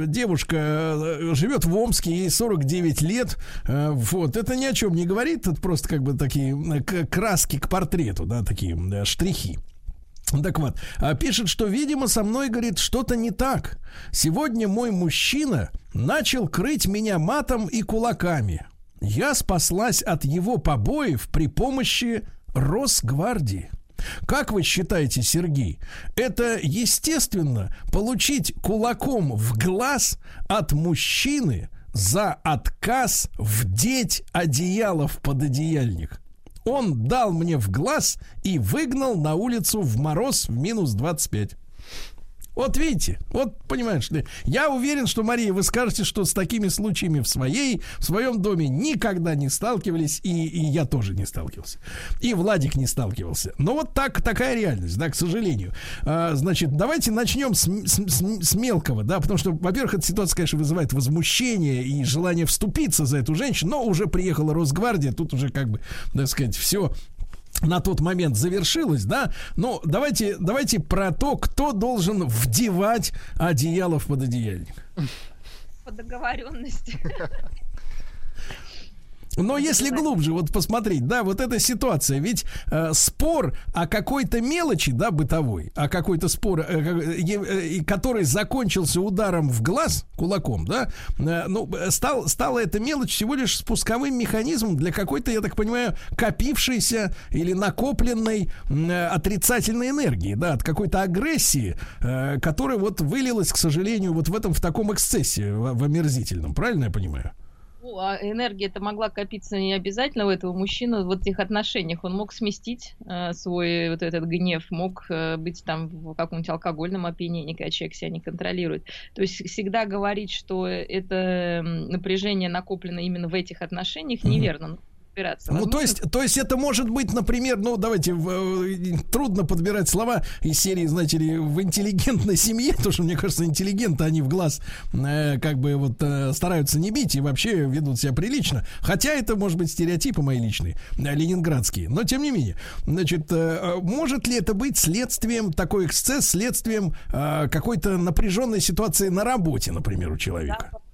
девушка живет в Омске, ей сорок девять лет, э, вот, это ни о чем не говорит, это просто как бы такие краски к портрету, да, такие штрихи. Так вот, пишет, что, видимо, со мной, говорит, что-то не так. Сегодня мой мужчина начал крыть меня матом и кулаками. Я спаслась от его побоев при помощи Росгвардии. Как вы считаете, Сергей, это естественно получить кулаком в глаз от мужчины за отказ вдеть одеяло в пододеяльник? Он дал мне в глаз и выгнал на улицу в мороз в минус двадцать пять. Вот видите, вот понимаешь ли, я уверен, что, Мария, вы скажете, что с такими случаями в своей, в своем доме никогда не сталкивались, и, и я тоже не сталкивался, и Владик не сталкивался. Но вот так, такая реальность, да, к сожалению. А, значит, давайте начнем с, с, с мелкого, да, потому что, во-первых, эта ситуация, конечно, вызывает возмущение и желание вступиться за эту женщину, но уже приехала Росгвардия, тут уже как бы, так сказать, все на тот момент завершилось, да? Но давайте, давайте про то, кто должен вдевать одеяло в пододеяльник. По договоренности. Но если глубже вот посмотреть, да, вот эта ситуация, ведь э, спор о какой-то мелочи, да, бытовой, о какой-то спор, э, э, который закончился ударом в глаз, кулаком, да, э, ну, стал, стала эта мелочь всего лишь спусковым механизмом для какой-то, я так понимаю, копившейся или накопленной э, отрицательной энергии, да, от какой-то агрессии, э, которая вот вылилась, к сожалению, вот в этом, в таком эксцессе, в, в омерзительном, правильно я понимаю? Ну, а энергия-то могла копиться не обязательно у этого мужчины в этих отношениях. Он мог сместить э, свой вот этот гнев, мог э, быть там в каком-нибудь алкогольном опьянении, когда человек себя не контролирует. То есть всегда говорить, что это напряжение накоплено именно в этих отношениях, неверно. разбираться. Ну, то есть, то есть это может быть, например, ну, давайте, в, трудно подбирать слова из серии, знаете ли, в интеллигентной семье, потому что, мне кажется, интеллигенты, они в глаз э, как бы вот э, стараются не бить и вообще ведут себя прилично. Хотя это, может быть, стереотипы мои личные, э, ленинградские, но тем не менее. Значит, э, может ли это быть следствием, такой эксцесс, следствием э, какой-то напряженной ситуации на работе, например, у человека? Да.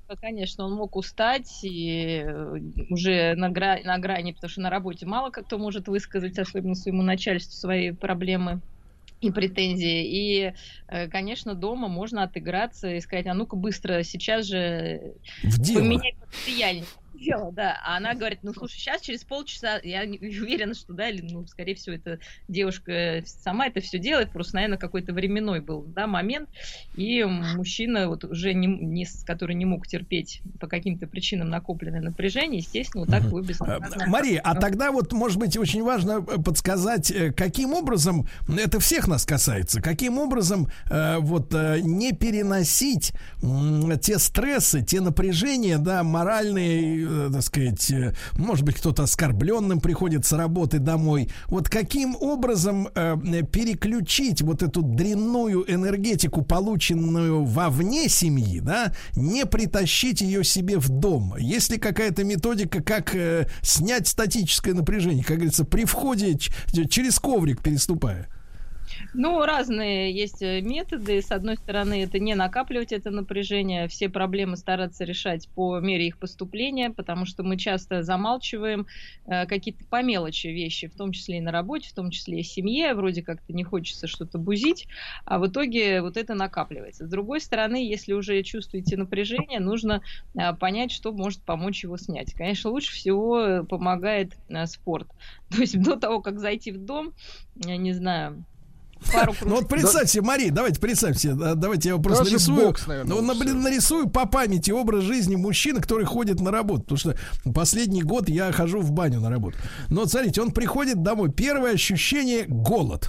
Конечно, он мог устать и уже на, гра- на грани, потому что на работе мало кто может высказать, особенно своему начальству, свои проблемы и претензии. И, конечно, дома можно отыграться и сказать, а ну-ка быстро, сейчас же поменяй подстояльник. Дело, да. А она говорит, ну, слушай, сейчас, через полчаса, я не уверена, что, да, или, ну, скорее всего, эта девушка сама это все делает, просто, наверное, какой-то временной был, да, момент, и мужчина, вот уже, не, не, который не мог терпеть по каким-то причинам накопленное напряжение, естественно, вот так его безнаказанно. Мария, а тогда вот, может быть, очень важно подсказать, каким образом, это всех нас касается, каким образом э, вот э, не переносить э, те стрессы, те напряжения, да, моральные, так сказать, может быть, кто-то оскорбленным приходит с работы домой. Вот каким образом э, переключить вот эту дрянную энергетику, полученную вовне семьи, да, не притащить ее себе в дом? Есть ли какая-то методика, как э, снять статическое напряжение, как говорится, при входе ч- через коврик переступая? Ну, разные есть методы. С одной стороны, это не накапливать это напряжение, все проблемы стараться решать по мере их поступления, потому что мы часто замалчиваем э, какие-то по мелочи вещи, в том числе и на работе, в том числе и в семье, вроде как-то не хочется что-то бузить, а в итоге вот это накапливается. С другой стороны, если уже чувствуете напряжение, нужно э, понять, что может помочь его снять. Конечно, лучше всего помогает э, спорт. То есть до того, как зайти в дом, я не знаю... Ну вот представьте, Мария, давайте представьте, давайте я его просто Даже нарисую. бокс, наверное, ну, лучше. нарисую по памяти образ жизни мужчины, который ходит на работу. Потому что последний год я хожу в баню на работу. Но вот смотрите, он приходит домой. Первое ощущение — голод.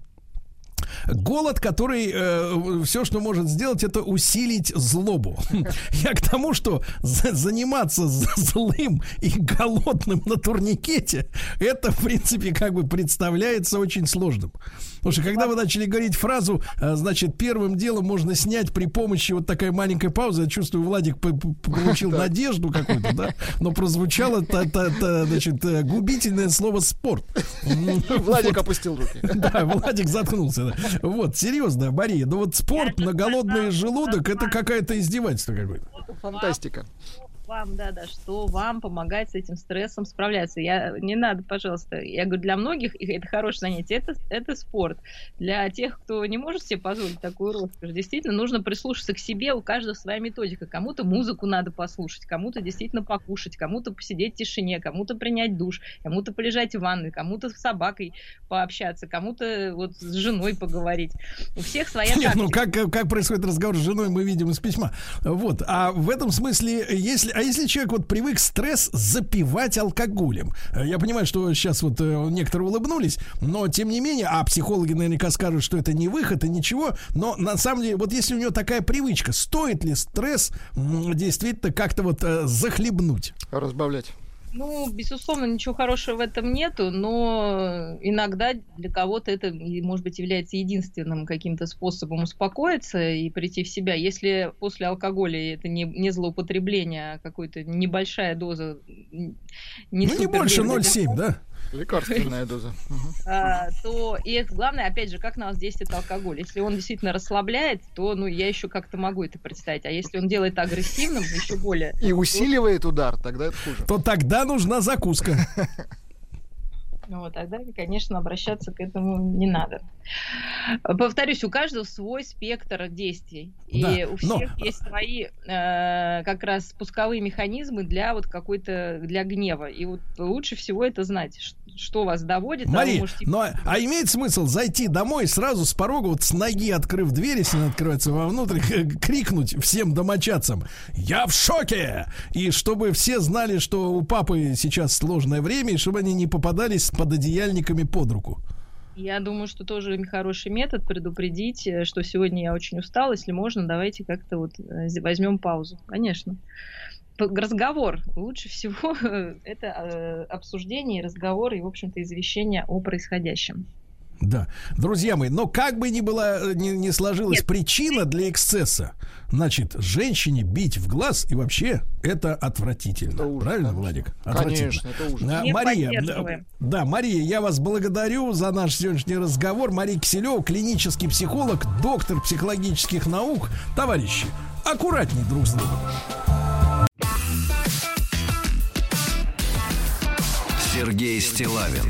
Голод, который э, все, что может сделать, это усилить злобу. Я к тому, что за- заниматься злым и голодным на турникете, это, в принципе, как бы представляется очень сложным. Потому что когда вы начали говорить фразу, э, значит, первым делом можно снять при помощи вот такой маленькой паузы, я чувствую, Владик п- п- получил надежду какую-то, да, но прозвучало, та- та- та, значит, губительное слово «спорт». Владик опустил руки. Да, Владик заткнулся, да. Вот, серьезно, Мария, ну вот спорт на голодный желудок — это какое-то издевательство какое-то. Фантастика. Вам, да, да, что вам помогает с этим стрессом справляться. Я, не надо, пожалуйста. Я говорю, для многих это хорошее занятие, это, это спорт. Для тех, кто не может себе позволить такую роскошь, действительно нужно прислушаться к себе, у каждого своя методика. Кому-то музыку надо послушать, кому-то действительно покушать, кому-то посидеть в тишине, кому-то принять душ, кому-то полежать в ванной, кому-то с собакой пообщаться, кому-то вот с женой поговорить. У всех своя Нет, тактика. ну как, как происходит разговор с женой, мы видим из письма. Вот, а в этом смысле, если, а если человек вот привык стресс запивать алкоголем, я понимаю, что сейчас вот некоторые улыбнулись, но тем не менее, а психологи наверняка скажут, что это не выход и ничего, но на самом деле, вот если у него такая привычка, стоит ли стресс действительно как-то вот захлебнуть? Разбавлять. Ну, безусловно, ничего хорошего в этом нету, но иногда для кого-то это, может быть, является единственным каким-то способом успокоиться и прийти в себя. Если после алкоголя это не, не злоупотребление, а какая-то небольшая доза... Не ну, не больше ноль целых семь, да? Лекарственная доза. А, то, и это главное, опять же, как на вас действует алкоголь. Если он действительно расслабляет, то ну, я еще как-то могу это представить. А если он делает агрессивным, еще более... И усиливает удар, тогда это хуже. То тогда нужна закуска. Ну, вот, тогда, конечно, обращаться к этому не надо. Повторюсь, у каждого свой спектр действий. Да, и у всех но... есть свои э, как раз спусковые механизмы для вот какой-то, для гнева. И вот лучше всего это знать, что вас доводит. Мария, а, можете... ну, а имеет смысл зайти домой сразу с порога, вот с ноги открыв дверь, если она открывается вовнутрь, крикнуть всем домочадцам: «Я в шоке!» И чтобы все знали, что у папы сейчас сложное время, и чтобы они не попадались под одеяльниками под руку. Я думаю, что тоже хороший метод предупредить, что сегодня я очень устал, если можно, давайте как-то вот возьмем паузу. Конечно. Разговор. Лучше всего это обсуждение, разговор и, в общем-то, извещение о происходящем. Да, друзья мои, но как бы ни была, ни, ни сложилась Нет. причина для эксцесса, значит, женщине бить в глаз и вообще это отвратительно. Это ужас, правильно, конечно. Владик? Отвратительно. Конечно, это ужас. А, Мария, да, Мария, я вас благодарю за наш сегодняшний разговор. Мария Киселева, клинический психолог, доктор психологических наук. Товарищи, аккуратней друг с другом. Сергей Стиллавин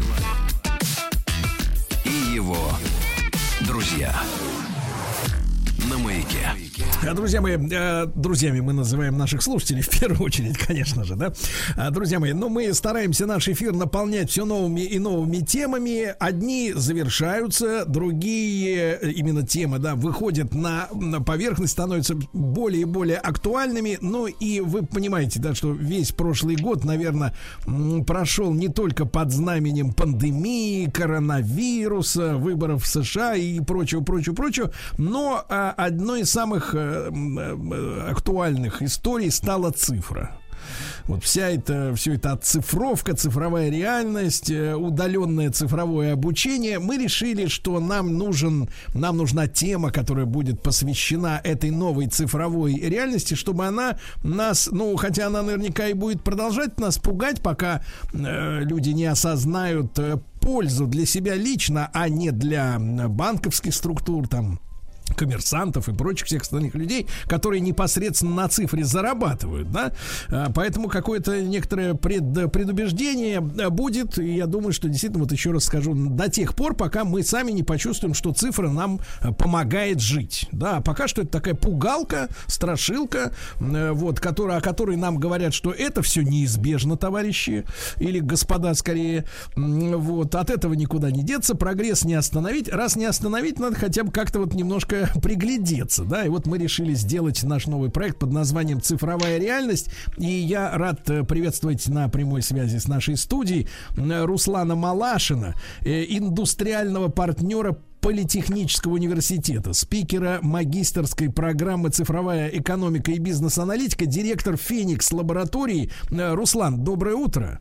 и его друзья на Маяке. Друзья мои, друзьями мы называем наших слушателей в первую очередь, конечно же, да. Друзья мои, ну мы стараемся наш эфир наполнять все новыми и новыми темами. Одни завершаются, другие именно темы, да, выходят на, на поверхность, становятся более и более актуальными. Ну и вы понимаете, да, что весь прошлый год, наверное, прошел не только под знаменем пандемии, коронавируса, выборов в США и прочего, прочего, прочего, но одной из самых актуальных историй стала цифра. Вот вся эта, все это оцифровка, цифровая реальность, удаленное цифровое обучение. Мы решили, что нам нужен, нам нужна тема, которая будет посвящена этой новой цифровой реальности, чтобы она нас, ну, хотя она наверняка и будет продолжать нас пугать, пока э, люди не осознают пользу для себя лично, а не для банковских структур, там, коммерсантов и прочих всех остальных людей, которые непосредственно на цифре зарабатывают, да, поэтому какое-то некоторое пред, предубеждение будет, и я думаю, что действительно, вот еще раз скажу, до тех пор, пока мы сами не почувствуем, что цифра нам помогает жить, да, пока что это такая пугалка, страшилка, вот, которая, о которой нам говорят, что это все неизбежно, товарищи, или господа скорее, вот, от этого никуда не деться, прогресс не остановить, раз не остановить, надо хотя бы как-то вот немножко приглядеться, да, и вот мы решили сделать наш новый проект под названием «Цифровая реальность», и я рад приветствовать на прямой связи с нашей студией Руслана Малашина, индустриального партнера Политехнического университета, спикера магистерской программы «Цифровая экономика и бизнес-аналитика», директор «Феникс лаборатории». Руслан, доброе утро.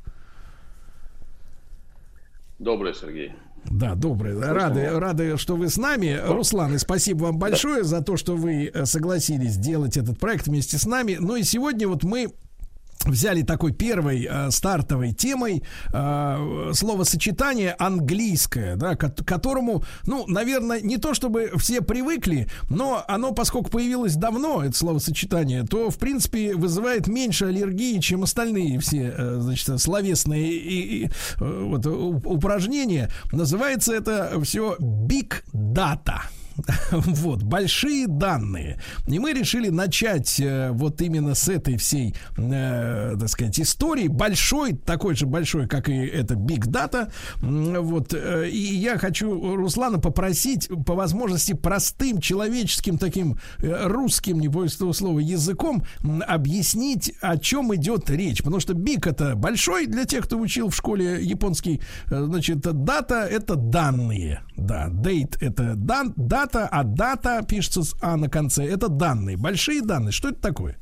Доброе, Сергей. Да, доброе. Рады, рады, что вы с нами. Руслан, и спасибо вам большое за то, что вы согласились сделать этот проект вместе с нами. Ну и сегодня вот мы взяли такой первой э, стартовой темой э, словосочетание английское, да, к которому, ну, наверное, не то чтобы все привыкли, но оно, поскольку появилось давно, это словосочетание, то, в принципе, вызывает меньше аллергии, чем остальные все, э, значит, словесные и, и, э, вот, упражнения. Называется это все Big Data. Вот, большие данные. И мы решили начать э, вот именно с этой всей, э, так сказать, истории. Большой, такой же большой, как и это Big Data. Вот, э, и я хочу Руслана попросить, по возможности, простым, человеческим, таким э, русским, не боюсь этого слова, языком объяснить, о чем идет речь. Потому что Big — это большой, для тех, кто учил в школе японский. Значит, Data — это данные. Да, date — это дан, дата, а дата пишется с А на конце. Это данные, большие данные. Что это такое?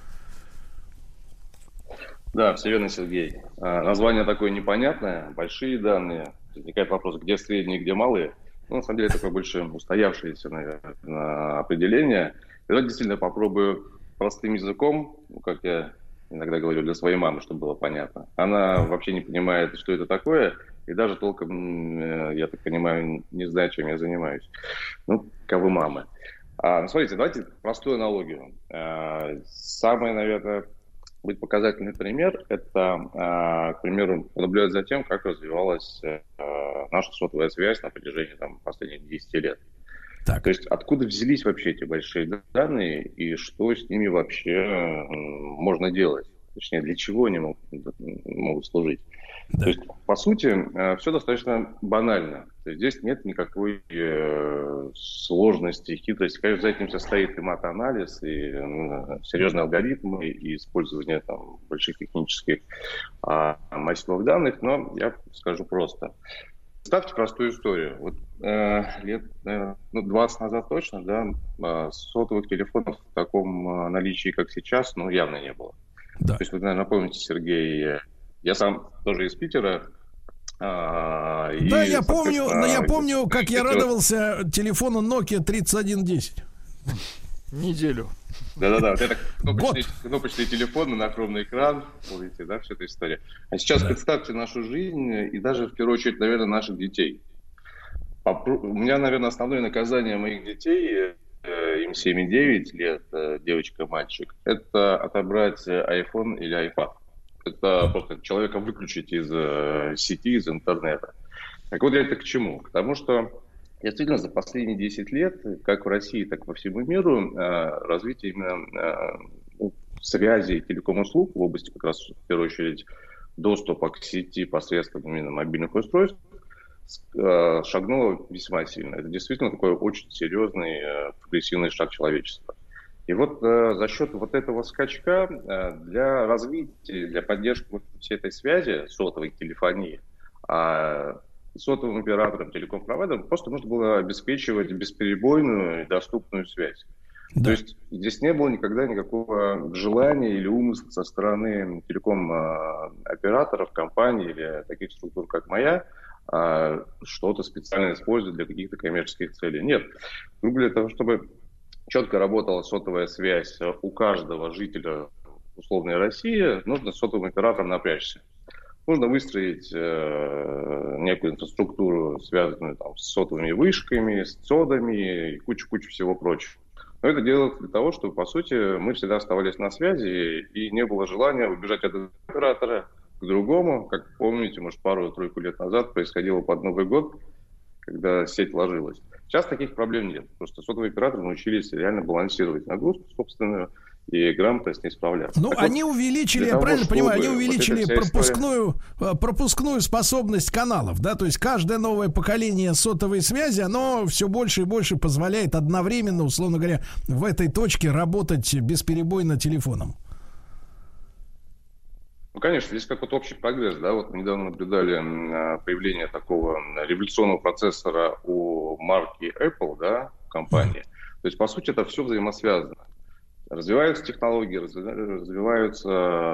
Да, все верно, Сергей. А, название такое непонятное. Большие данные. Возникает вопрос, где средние, где малые. Ну, на самом деле, такое больше устоявшееся, наверное, определение. Давайте действительно попробую простым языком, ну, как я иногда говорю, для своей мамы, чтобы было понятно. Она вообще не понимает, что это такое. И даже толком, я так понимаю, не знаю, чем я занимаюсь. Ну, каковы мамы. А, смотрите, давайте простую аналогию. А, самый, наверное, будет показательный пример, это, а, к примеру, наблюдать за тем, как развивалась а, наша сотовая связь на протяжении там, последних десяти лет. Так. То есть откуда взялись вообще эти большие данные и что с ними вообще можно делать? Точнее, для чего они могут, могут служить? Да. То есть, по сути, все достаточно банально. То есть здесь нет никакой э, сложности, хитрости. Конечно, за этим все стоит и мат-анализ, и э, серьезные алгоритмы, и использование там, больших технических э, массивов данных, но я скажу просто. Представьте простую историю. Вот э, лет э, ну, двадцать назад точно, да, э, сотовых телефонов в таком э, наличии, как сейчас, ну, явно не было. Да. То есть, вы, наверное, помните, Сергей, я сам тоже из Питера. А, да, и, я помню, но я помню, как я радовался телефону Nokia тридцать один десять. Неделю. Да-да-да, вот это кнопочный, кнопочный телефон, монохромный экран, помните, да, вся эта история. А сейчас да. Представьте нашу жизнь и даже, в первую очередь, наверное, наших детей. У меня, наверное, основное наказание моих детей, им семь и девять лет, девочка, мальчик, это отобрать iPhone или iPad. Это просто человека выключить из э, сети, из интернета. Так вот, это к чему? К тому, что действительно за последние десять лет, как в России, так и по всему миру, э, развитие именно э, связи и телеком-услуг в области, как раз в первую очередь, доступа к сети посредством именно мобильных устройств э, шагнуло весьма сильно. Это действительно такой очень серьезный э, прогрессивный шаг человечества. И вот э, за счет вот этого скачка э, для развития, для поддержки вот всей этой связи, сотовой телефонии, э, сотовым операторам, телеком-провайдерам просто нужно было обеспечивать бесперебойную и доступную связь. Да. То есть здесь не было никогда никакого желания или умысла со стороны телеком-операторов, компаний или таких структур, как моя, э, что-то специально использовать для каких-то коммерческих целей. Нет. Для того, чтобы четко работала сотовая связь у каждого жителя условной России, нужно сотовым операторам напрячься. Нужно выстроить э, некую инфраструктуру, связанную там, с сотовыми вышками, с цодами и кучу-кучу всего прочего. Но это делается для того, чтобы, по сути, мы всегда оставались на связи и не было желания убежать от оператора к другому. Как помните, может, пару-тройку лет назад происходило под Новый год, когда сеть ложилась. Сейчас таких проблем нет. Просто сотовые операторы научились реально балансировать нагрузку собственную и грамотно с ней справляться. Ну, так они вот, увеличили, я того, правильно понимаю, они увеличили вот пропускную, пропускную способность каналов, да, то есть каждое новое поколение сотовой связи, оно все больше и больше позволяет одновременно, условно говоря, в этой точке работать бесперебойно телефоном. Ну, конечно, здесь какой-то общий прогресс, да, вот мы недавно наблюдали появление такого революционного процессора у марки Apple, да, компании. Mm. То есть, по сути, это все взаимосвязано. Развиваются технологии, развиваются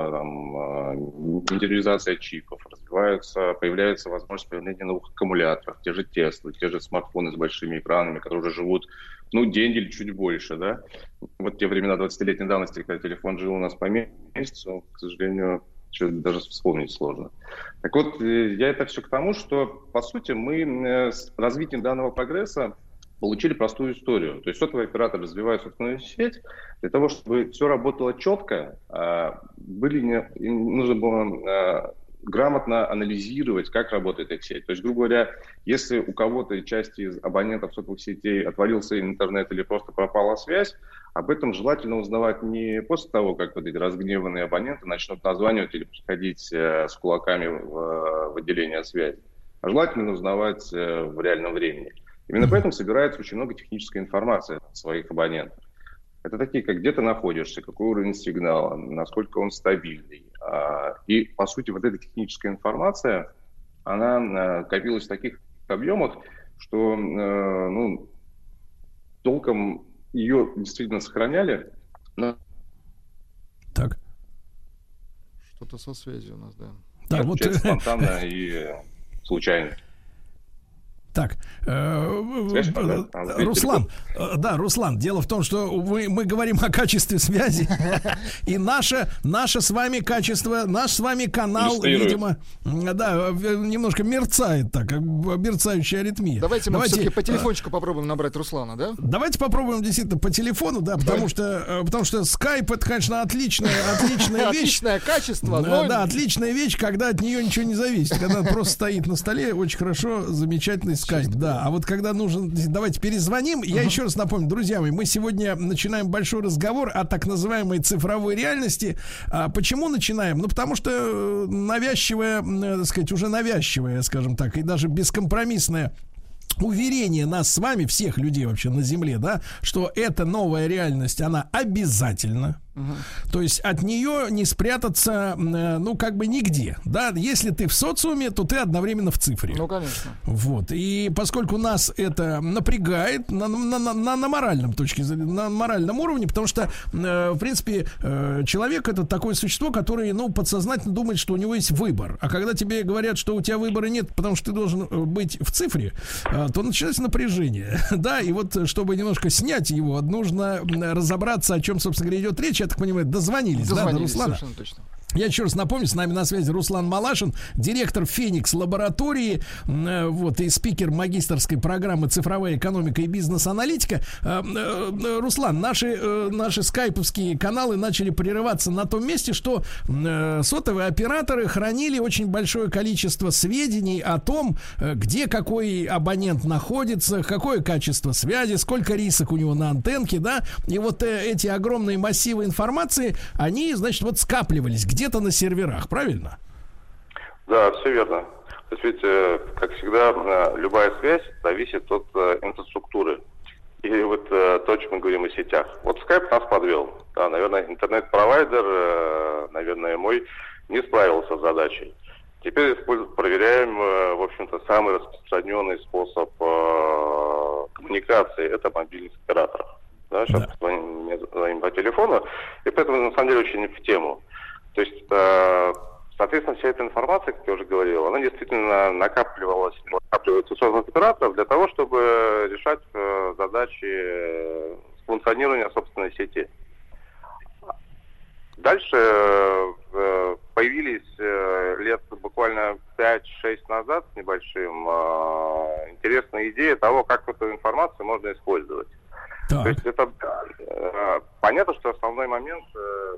там, интериоризация чипов, развиваются, появляется возможность появления новых аккумуляторов, те же Теслы, те же смартфоны с большими экранами, которые уже живут, ну, день или чуть больше, да. Вот те времена двадцатилетней давности, когда телефон жил у нас по месяцу, к сожалению, что-то даже вспомнить сложно. Так вот, я это все к тому, что, по сути, мы с развитием данного прогресса получили простую историю. То есть сотовый оператор развивает собственную сеть для того, чтобы все работало четко, были не, нужно было грамотно анализировать, как работает их сеть. То есть, грубо говоря, если у кого-то из части из абонентов сотовых сетей отвалился интернет или просто пропала связь, об этом желательно узнавать не после того, как вот эти разгневанные абоненты начнут названивать или приходить с кулаками в, в отделение связи, а желательно узнавать в реальном времени. Именно поэтому собирается очень много технической информации от своих абонентов. Это такие, как где ты находишься, какой уровень сигнала, насколько он стабильный. И, по сути, вот эта техническая информация, она копилась в таких объемах, что ну, толком ее действительно сохраняли. Но... Так. Что-то со связью у нас, да. Да, вот... спонтанно и случайно. Так, э, Руслан, да, Руслан, дело в том, что мы, мы говорим о качестве связи, и наше, наше с вами качество, наш с вами канал, видимо, да, немножко мерцает так, мерцающая аритмия. Давайте мы Давайте, все-таки по телефончику попробуем набрать Руслана, да? Давайте попробуем действительно по телефону, да, потому что, потому что скайп это, конечно, отличная, отличная вещь. Отличное качество. Да, да, отличная вещь, когда от нее ничего не зависит, когда она просто стоит на столе, очень хорошо, замечательный скайп, да. А вот когда нужен... Давайте перезвоним. Я uh-huh. еще раз напомню, друзья мои, мы сегодня начинаем большой разговор о так называемой цифровой реальности. А почему начинаем? Ну, потому что навязчивая, так сказать, уже навязчивая, скажем так, и даже бескомпромиссная уверение нас с вами, всех людей вообще на Земле, да, что эта новая реальность, она обязательна. Uh-huh. То есть от нее не спрятаться, ну, как бы нигде, да, если ты в социуме, то ты одновременно в цифре. Ну, конечно. Вот, и поскольку нас это напрягает на, на, на, на моральном точке, на моральном уровне, потому что, э, в принципе, э, человек — это такое существо, которое, ну, подсознательно думает, что у него есть выбор, а когда тебе говорят, что у тебя выбора нет, потому что ты должен быть в цифре, э, то начинается напряжение, да, и вот, чтобы немножко снять его, нужно разобраться, о чем, собственно говоря, идет речь. Я так понимаю, дозвонились, дозвонились, да, до Руслана. Совершенно точно. Я еще раз напомню, с нами на связи Руслан Малашин, директор Феникс лаборатории, э, вот, и спикер магистерской программы «Цифровая экономика и бизнес-аналитика». Э, э, Руслан, наши, э, наши скайповские каналы начали прерываться на том месте, что э, сотовые операторы хранили очень большое количество сведений о том, э, где какой абонент находится, какое качество связи, сколько рисок у него на антенке, да, и вот э, эти огромные массивы информации, они, значит, вот скапливались где-то на серверах, правильно? Да, все верно. То есть, ведь, как всегда, любая связь зависит от инфраструктуры. И вот то, о чем мы говорим о сетях. Вот Skype нас подвел. Да, наверное, интернет-провайдер, наверное, мой, не справился с задачей. Теперь проверяем, в общем-то, самый распространенный способ коммуникации – это мобильных операторов. Да, сейчас да. Звоним, звоним по телефону, и поэтому, на самом деле, очень в тему. То есть, э, соответственно, вся эта информация, как я уже говорил, она действительно накапливалась, накапливается у сотовых операторов для того, чтобы решать э, задачи э, функционирования собственной сети. Дальше э, появились э, лет буквально пять-шесть назад с небольшим э, интересная идея того, как эту информацию можно использовать. Так. То есть это э, понятно, что основной момент... Э,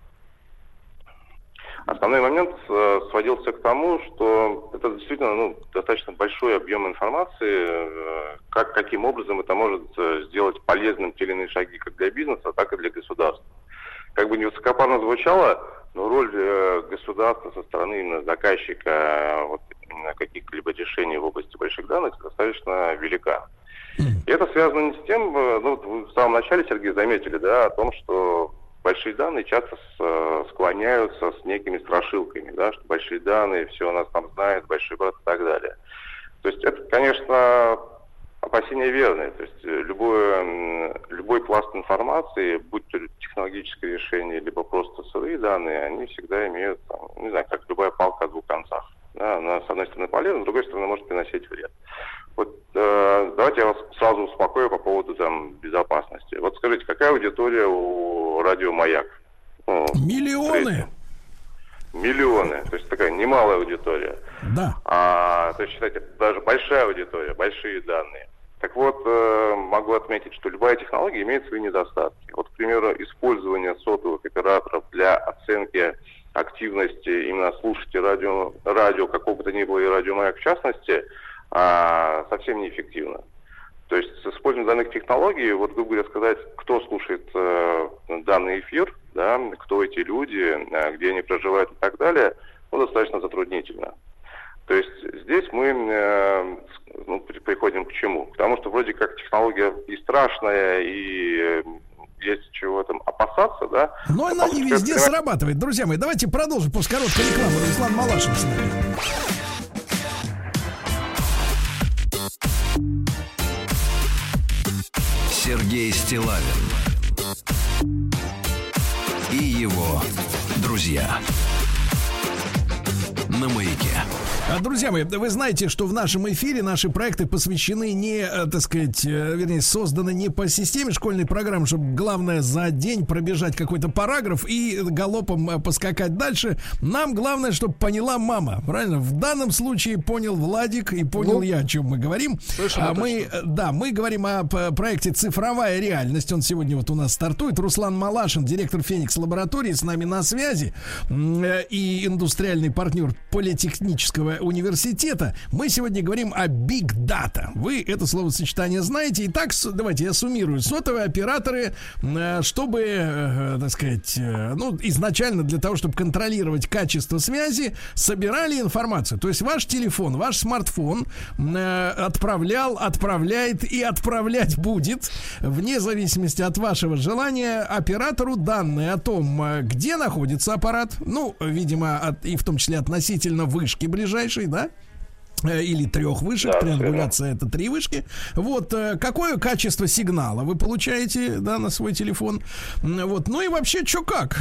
Основной момент э, сводился к тому, что это действительно ну, достаточно большой объем информации, э, как, каким образом это может э, сделать полезным те или иные шаги как для бизнеса, так и для государства. Как бы не высокопарно звучало, но роль э, государства со стороны именно заказчика э, вот, именно каких-либо решений в области больших данных достаточно велика. И это связано не с тем, э, ну, вы в самом начале, Сергей, заметили, да, о том, что большие данные часто с, склоняются с некими страшилками, да, что большие данные, все у нас там знает, большой брат и так далее. То есть это, конечно, опасения верные. То есть любой, любой пласт информации, будь то технологическое решение, либо просто сырые данные, они всегда имеют, там, не знаю, как любая палка о двух концах. Да, она, с одной стороны, полезна, с другой стороны, может приносить вред. Вот э, давайте я вас сразу успокою по поводу там безопасности. Вот скажите, какая аудитория у радио «Маяк»? Ну, Миллионы! Миллионы. То есть такая немалая аудитория. Да. А, то есть, считайте, даже большая аудитория, большие данные. Так вот, э, могу отметить, что любая технология имеет свои недостатки. Вот, к примеру, использование сотовых операторов для оценки активности именно слушателей радио, радио какого бы то ни было и радио «Маяк» в частности, а, совсем неэффективно. То есть с использованием данных технологий, вот, грубо говоря, сказать, кто слушает э, данный эфир, да, кто эти люди, э, где они проживают и так далее, ну, достаточно затруднительно. То есть здесь мы э, ну, приходим к чему? К тому, что вроде как технология и страшная, и есть чего там опасаться, да? Но она не везде срабатывает. Друзья мои, давайте продолжим после короткой рекламы. Руслан Малашин с нами. Сергей Стиллавин и его друзья на Маяке. Друзья мои, вы знаете, что в нашем эфире наши проекты посвящены не, так сказать, вернее, созданы не по системе школьной программы, чтобы главное за день пробежать какой-то параграф и галопом поскакать дальше. Нам главное, чтобы поняла мама, правильно? В данном случае понял Владик и понял ну, я, о чем мы говорим. А мы, да, мы говорим о проекте «Цифровая реальность». Он сегодня вот у нас стартует. Руслан Малашин, директор Феникс лаборатории, с нами на связи, и индустриальный партнер Политехнического университета. Мы сегодня говорим о Big Data. Вы это словосочетание знаете. Итак, давайте я суммирую. Сотовые операторы, чтобы, так сказать, ну, изначально для того, чтобы контролировать качество связи, собирали информацию. То есть ваш телефон, ваш смартфон отправлял, отправляет и отправлять будет, вне зависимости от вашего желания, оператору данные о том, где находится аппарат. Ну, видимо, от, и в том числе относительно вышки ближайшей, да? или трех вышек, да, триангуляция это три вышки. Вот какое качество сигнала вы получаете, да, на свой телефон. Вот, ну и вообще, что как.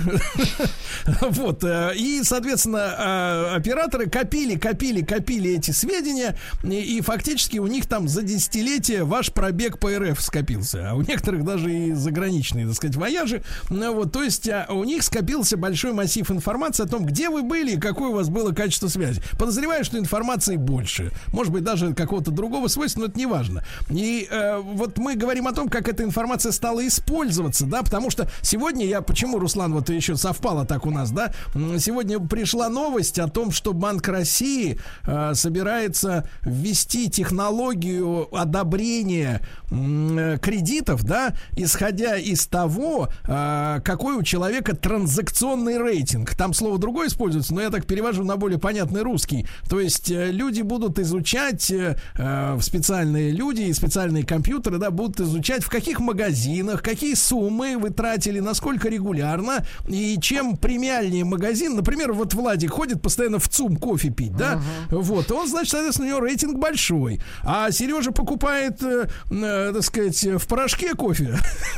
Вот, и, соответственно, операторы копили, копили, копили эти сведения, и, и фактически у них там за десятилетие ваш пробег по эр эф скопился, а у некоторых даже и заграничные, так сказать, вояжи. Вот, то есть у них скопился большой массив информации о том, где вы были и какое у вас было качество связи. Подозреваю, что информации больше. Может быть, даже какого-то другого свойства, но это не важно. И э, вот мы говорим о том, как эта информация стала использоваться, да, потому что сегодня я, почему, Руслан, вот еще совпало так у нас, да, сегодня пришла новость о том, что Банк России э, собирается ввести технологию одобрения э, кредитов, да, исходя из того, э, какой у человека транзакционный рейтинг. Там слово другое используется, но я так перевожу на более понятный русский. То есть э, люди будут будут изучать, э, специальные люди и специальные компьютеры, да, будут изучать, в каких магазинах, какие суммы вы тратили, насколько регулярно, и чем премиальнее магазин, например, вот Владик ходит постоянно в ЦУМ кофе пить, да, uh-huh. вот, он, значит, соответственно, у него рейтинг большой, а Сережа покупает, э, э, так сказать, в порошке кофе,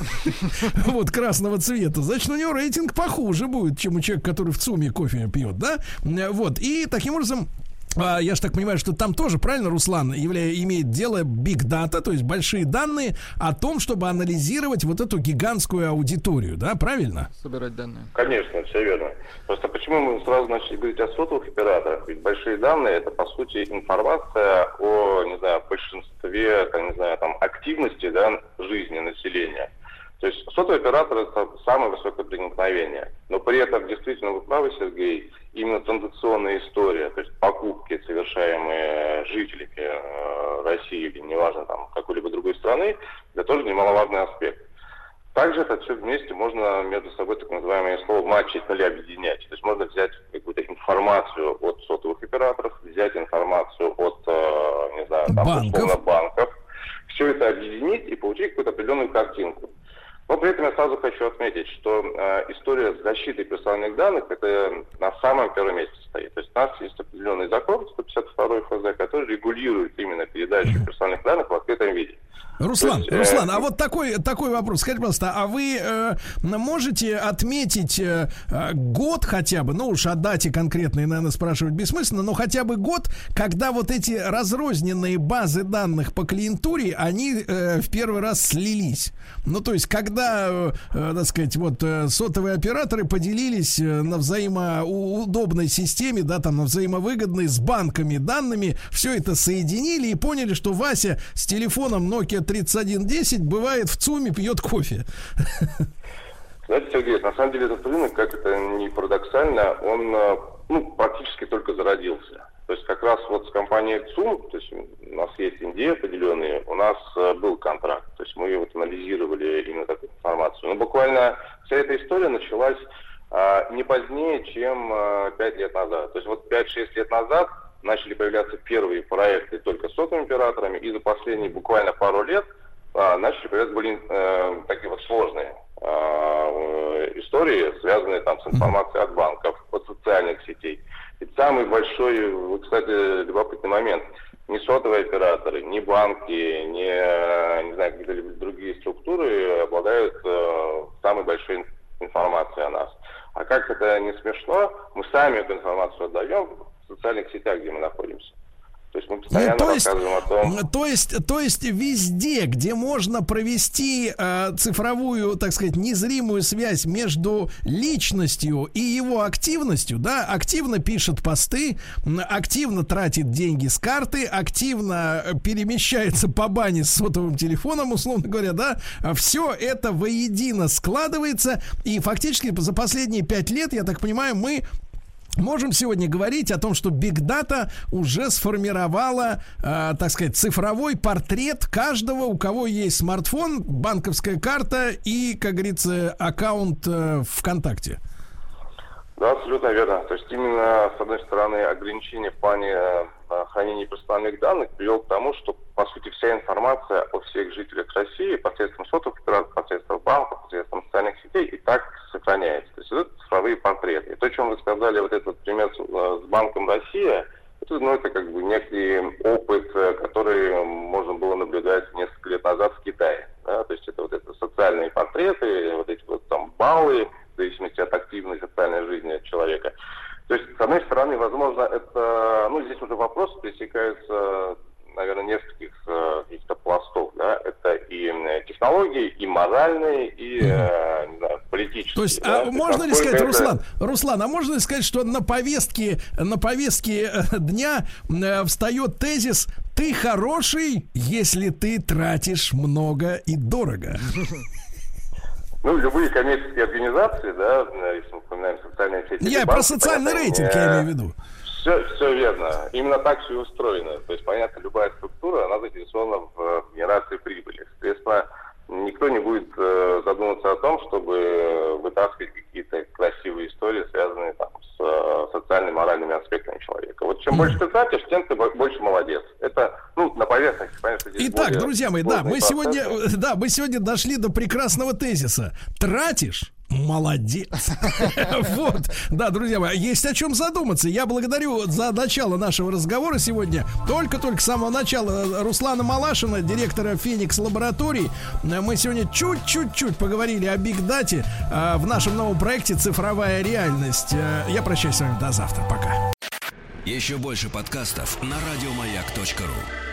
вот, красного цвета, значит, у него рейтинг похуже будет, чем у человека, который в ЦУМе кофе пьет, да, вот, и таким образом я же так понимаю, что там тоже, правильно, Руслан, явля... имеет дело big data, то есть большие данные о том, чтобы анализировать вот эту гигантскую аудиторию, да, правильно? Собирать данные. Конечно, все верно. Просто почему мы сразу начали говорить о сотовых операторах? Ведь большие данные — это, по сути, информация о, не знаю, большинстве, там, не знаю, там, активности, да, жизни населения. То есть сотовый оператор — это самое высокое проникновение. Но при этом, действительно, вы правы, Сергей, именно транзакционная история, то есть покупки, совершаемые жителями э, России или, неважно, там, какой-либо другой страны, это тоже немаловажный аспект. Также это все вместе можно между собой, так называемое слово матчить или объединять. То есть можно взять какую-то информацию от сотовых операторов, взять информацию от, э, не знаю, там, банков. условно, банков, все это объединить и получить какую-то определенную картинку. Но при этом я сразу хочу отметить, что э, история защиты персональных данных — это на самом первом месте стоит. То есть у нас есть определенный закон, сто пятьдесят второй эф зэ, который регулирует именно передачу персональных данных в открытом виде. Руслан, есть, Руслан, э, а вот такой, такой вопрос. Скажите, пожалуйста, а вы э, можете отметить э, год хотя бы, ну уж о дате конкретной, наверное, спрашивать бессмысленно, но хотя бы год, когда вот эти разрозненные базы данных по клиентуре, они э, в первый раз слились? Ну, то есть, когда, э, э, так сказать, вот э, сотовые операторы поделились э, на взаимоудобной системе, да, там, на взаимовыгодной с банками данными, все это соединили и поняли, что Вася с телефоном Nokia тридцать один десять бывает в ЦУМе, пьет кофе. Знаете, Сергей, на самом деле этот рынок, как это ни парадоксально, он ну, практически только зародился. То есть как раз вот с компанией ЦУМ, то есть у нас есть Индия определенные, у нас был контракт, то есть мы вот анализировали именно такую информацию. Но буквально вся эта история началась а, не позднее, чем а, пять лет назад. То есть вот пять-шесть лет назад начали появляться первые проекты только с сотовыми операторами, и за последние буквально пару лет а, начали появляться более э, такие вот сложные а, истории, связанные там с информацией от банков, от социальных сетей. И самый большой, кстати, любопытный момент. Ни сотовые операторы, ни банки, ни, не знаю, какие-то другие структуры обладают э, самой большой информацией о нас. А как это не смешно, мы сами эту информацию отдаем в социальных сетях, где мы находимся. То есть мы постоянно ну, то есть, рассказываем о том... То есть, то есть везде, где можно провести э, цифровую, так сказать, незримую связь между личностью и его активностью, да, активно пишет посты, активно тратит деньги с карты, активно перемещается по бане с сотовым телефоном, условно говоря, да, все это воедино складывается, и фактически за последние пять лет, я так понимаю, мы можем сегодня говорить о том, что Big Data уже сформировала, э, так сказать, цифровой портрет каждого, у кого есть смартфон, банковская карта и, как говорится, аккаунт э, ВКонтакте. Да, абсолютно верно. То есть именно, с одной стороны, ограничение в плане э, хранения персональных данных привело к тому, что, по сути, вся информация о всех жителях России посредством сотовых операторов, посредством банков, посредством социальных сетей и так сохраняется. То есть это цифровые портреты. И то, о чем вы сказали, вот этот пример с, с Банком Россия, это, ну, это как бы некий да, то есть это вот это социальные портреты, вот эти вот там баллы, в зависимости от активной социальной жизни человека. То есть, с одной стороны, возможно, это, ну, здесь уже вопрос пересекается, наверное, нескольких э, каких-то пластов, да, это и технологии, и моральные, и, э, не знаю, политические. То есть, да? а можно ли сказать, это... Руслан, Руслан, а можно ли сказать, что на повестке, на повестке дня э, встает тезис: ты хороший, если ты тратишь много и дорого? Ну, любые коммерческие организации, да, если мы вспоминаем социальные сети. Я про социальный рейтинг, я имею в виду. Все, все верно. Именно так все устроено. То есть, понятно, любая структура, она заинтересована в генерации прибыли. Соответственно, никто не будет э, задумываться о том, чтобы вытаскивать какие-то красивые истории, связанные там, с э, социальными, моральными аспектами человека. Вот чем больше ты тратишь, тем ты больше молодец. Это, ну, на поверхности, понятно. Итак, друзья мои, да, мы сегодня, да, мы сегодня дошли до прекрасного тезиса. Тратишь — молодец. Вот, да, друзья мои, есть о чем задуматься. Я благодарю за начало нашего разговора сегодня. Только-только с самого начала Руслана Малашина, директора Феникс Лабораторий. Мы сегодня чуть-чуть поговорили о Биг Дате в нашем новом проекте «Цифровая реальность». Я прощаюсь с вами до завтра. Пока. Еще больше подкастов на радиомаяк точка ру.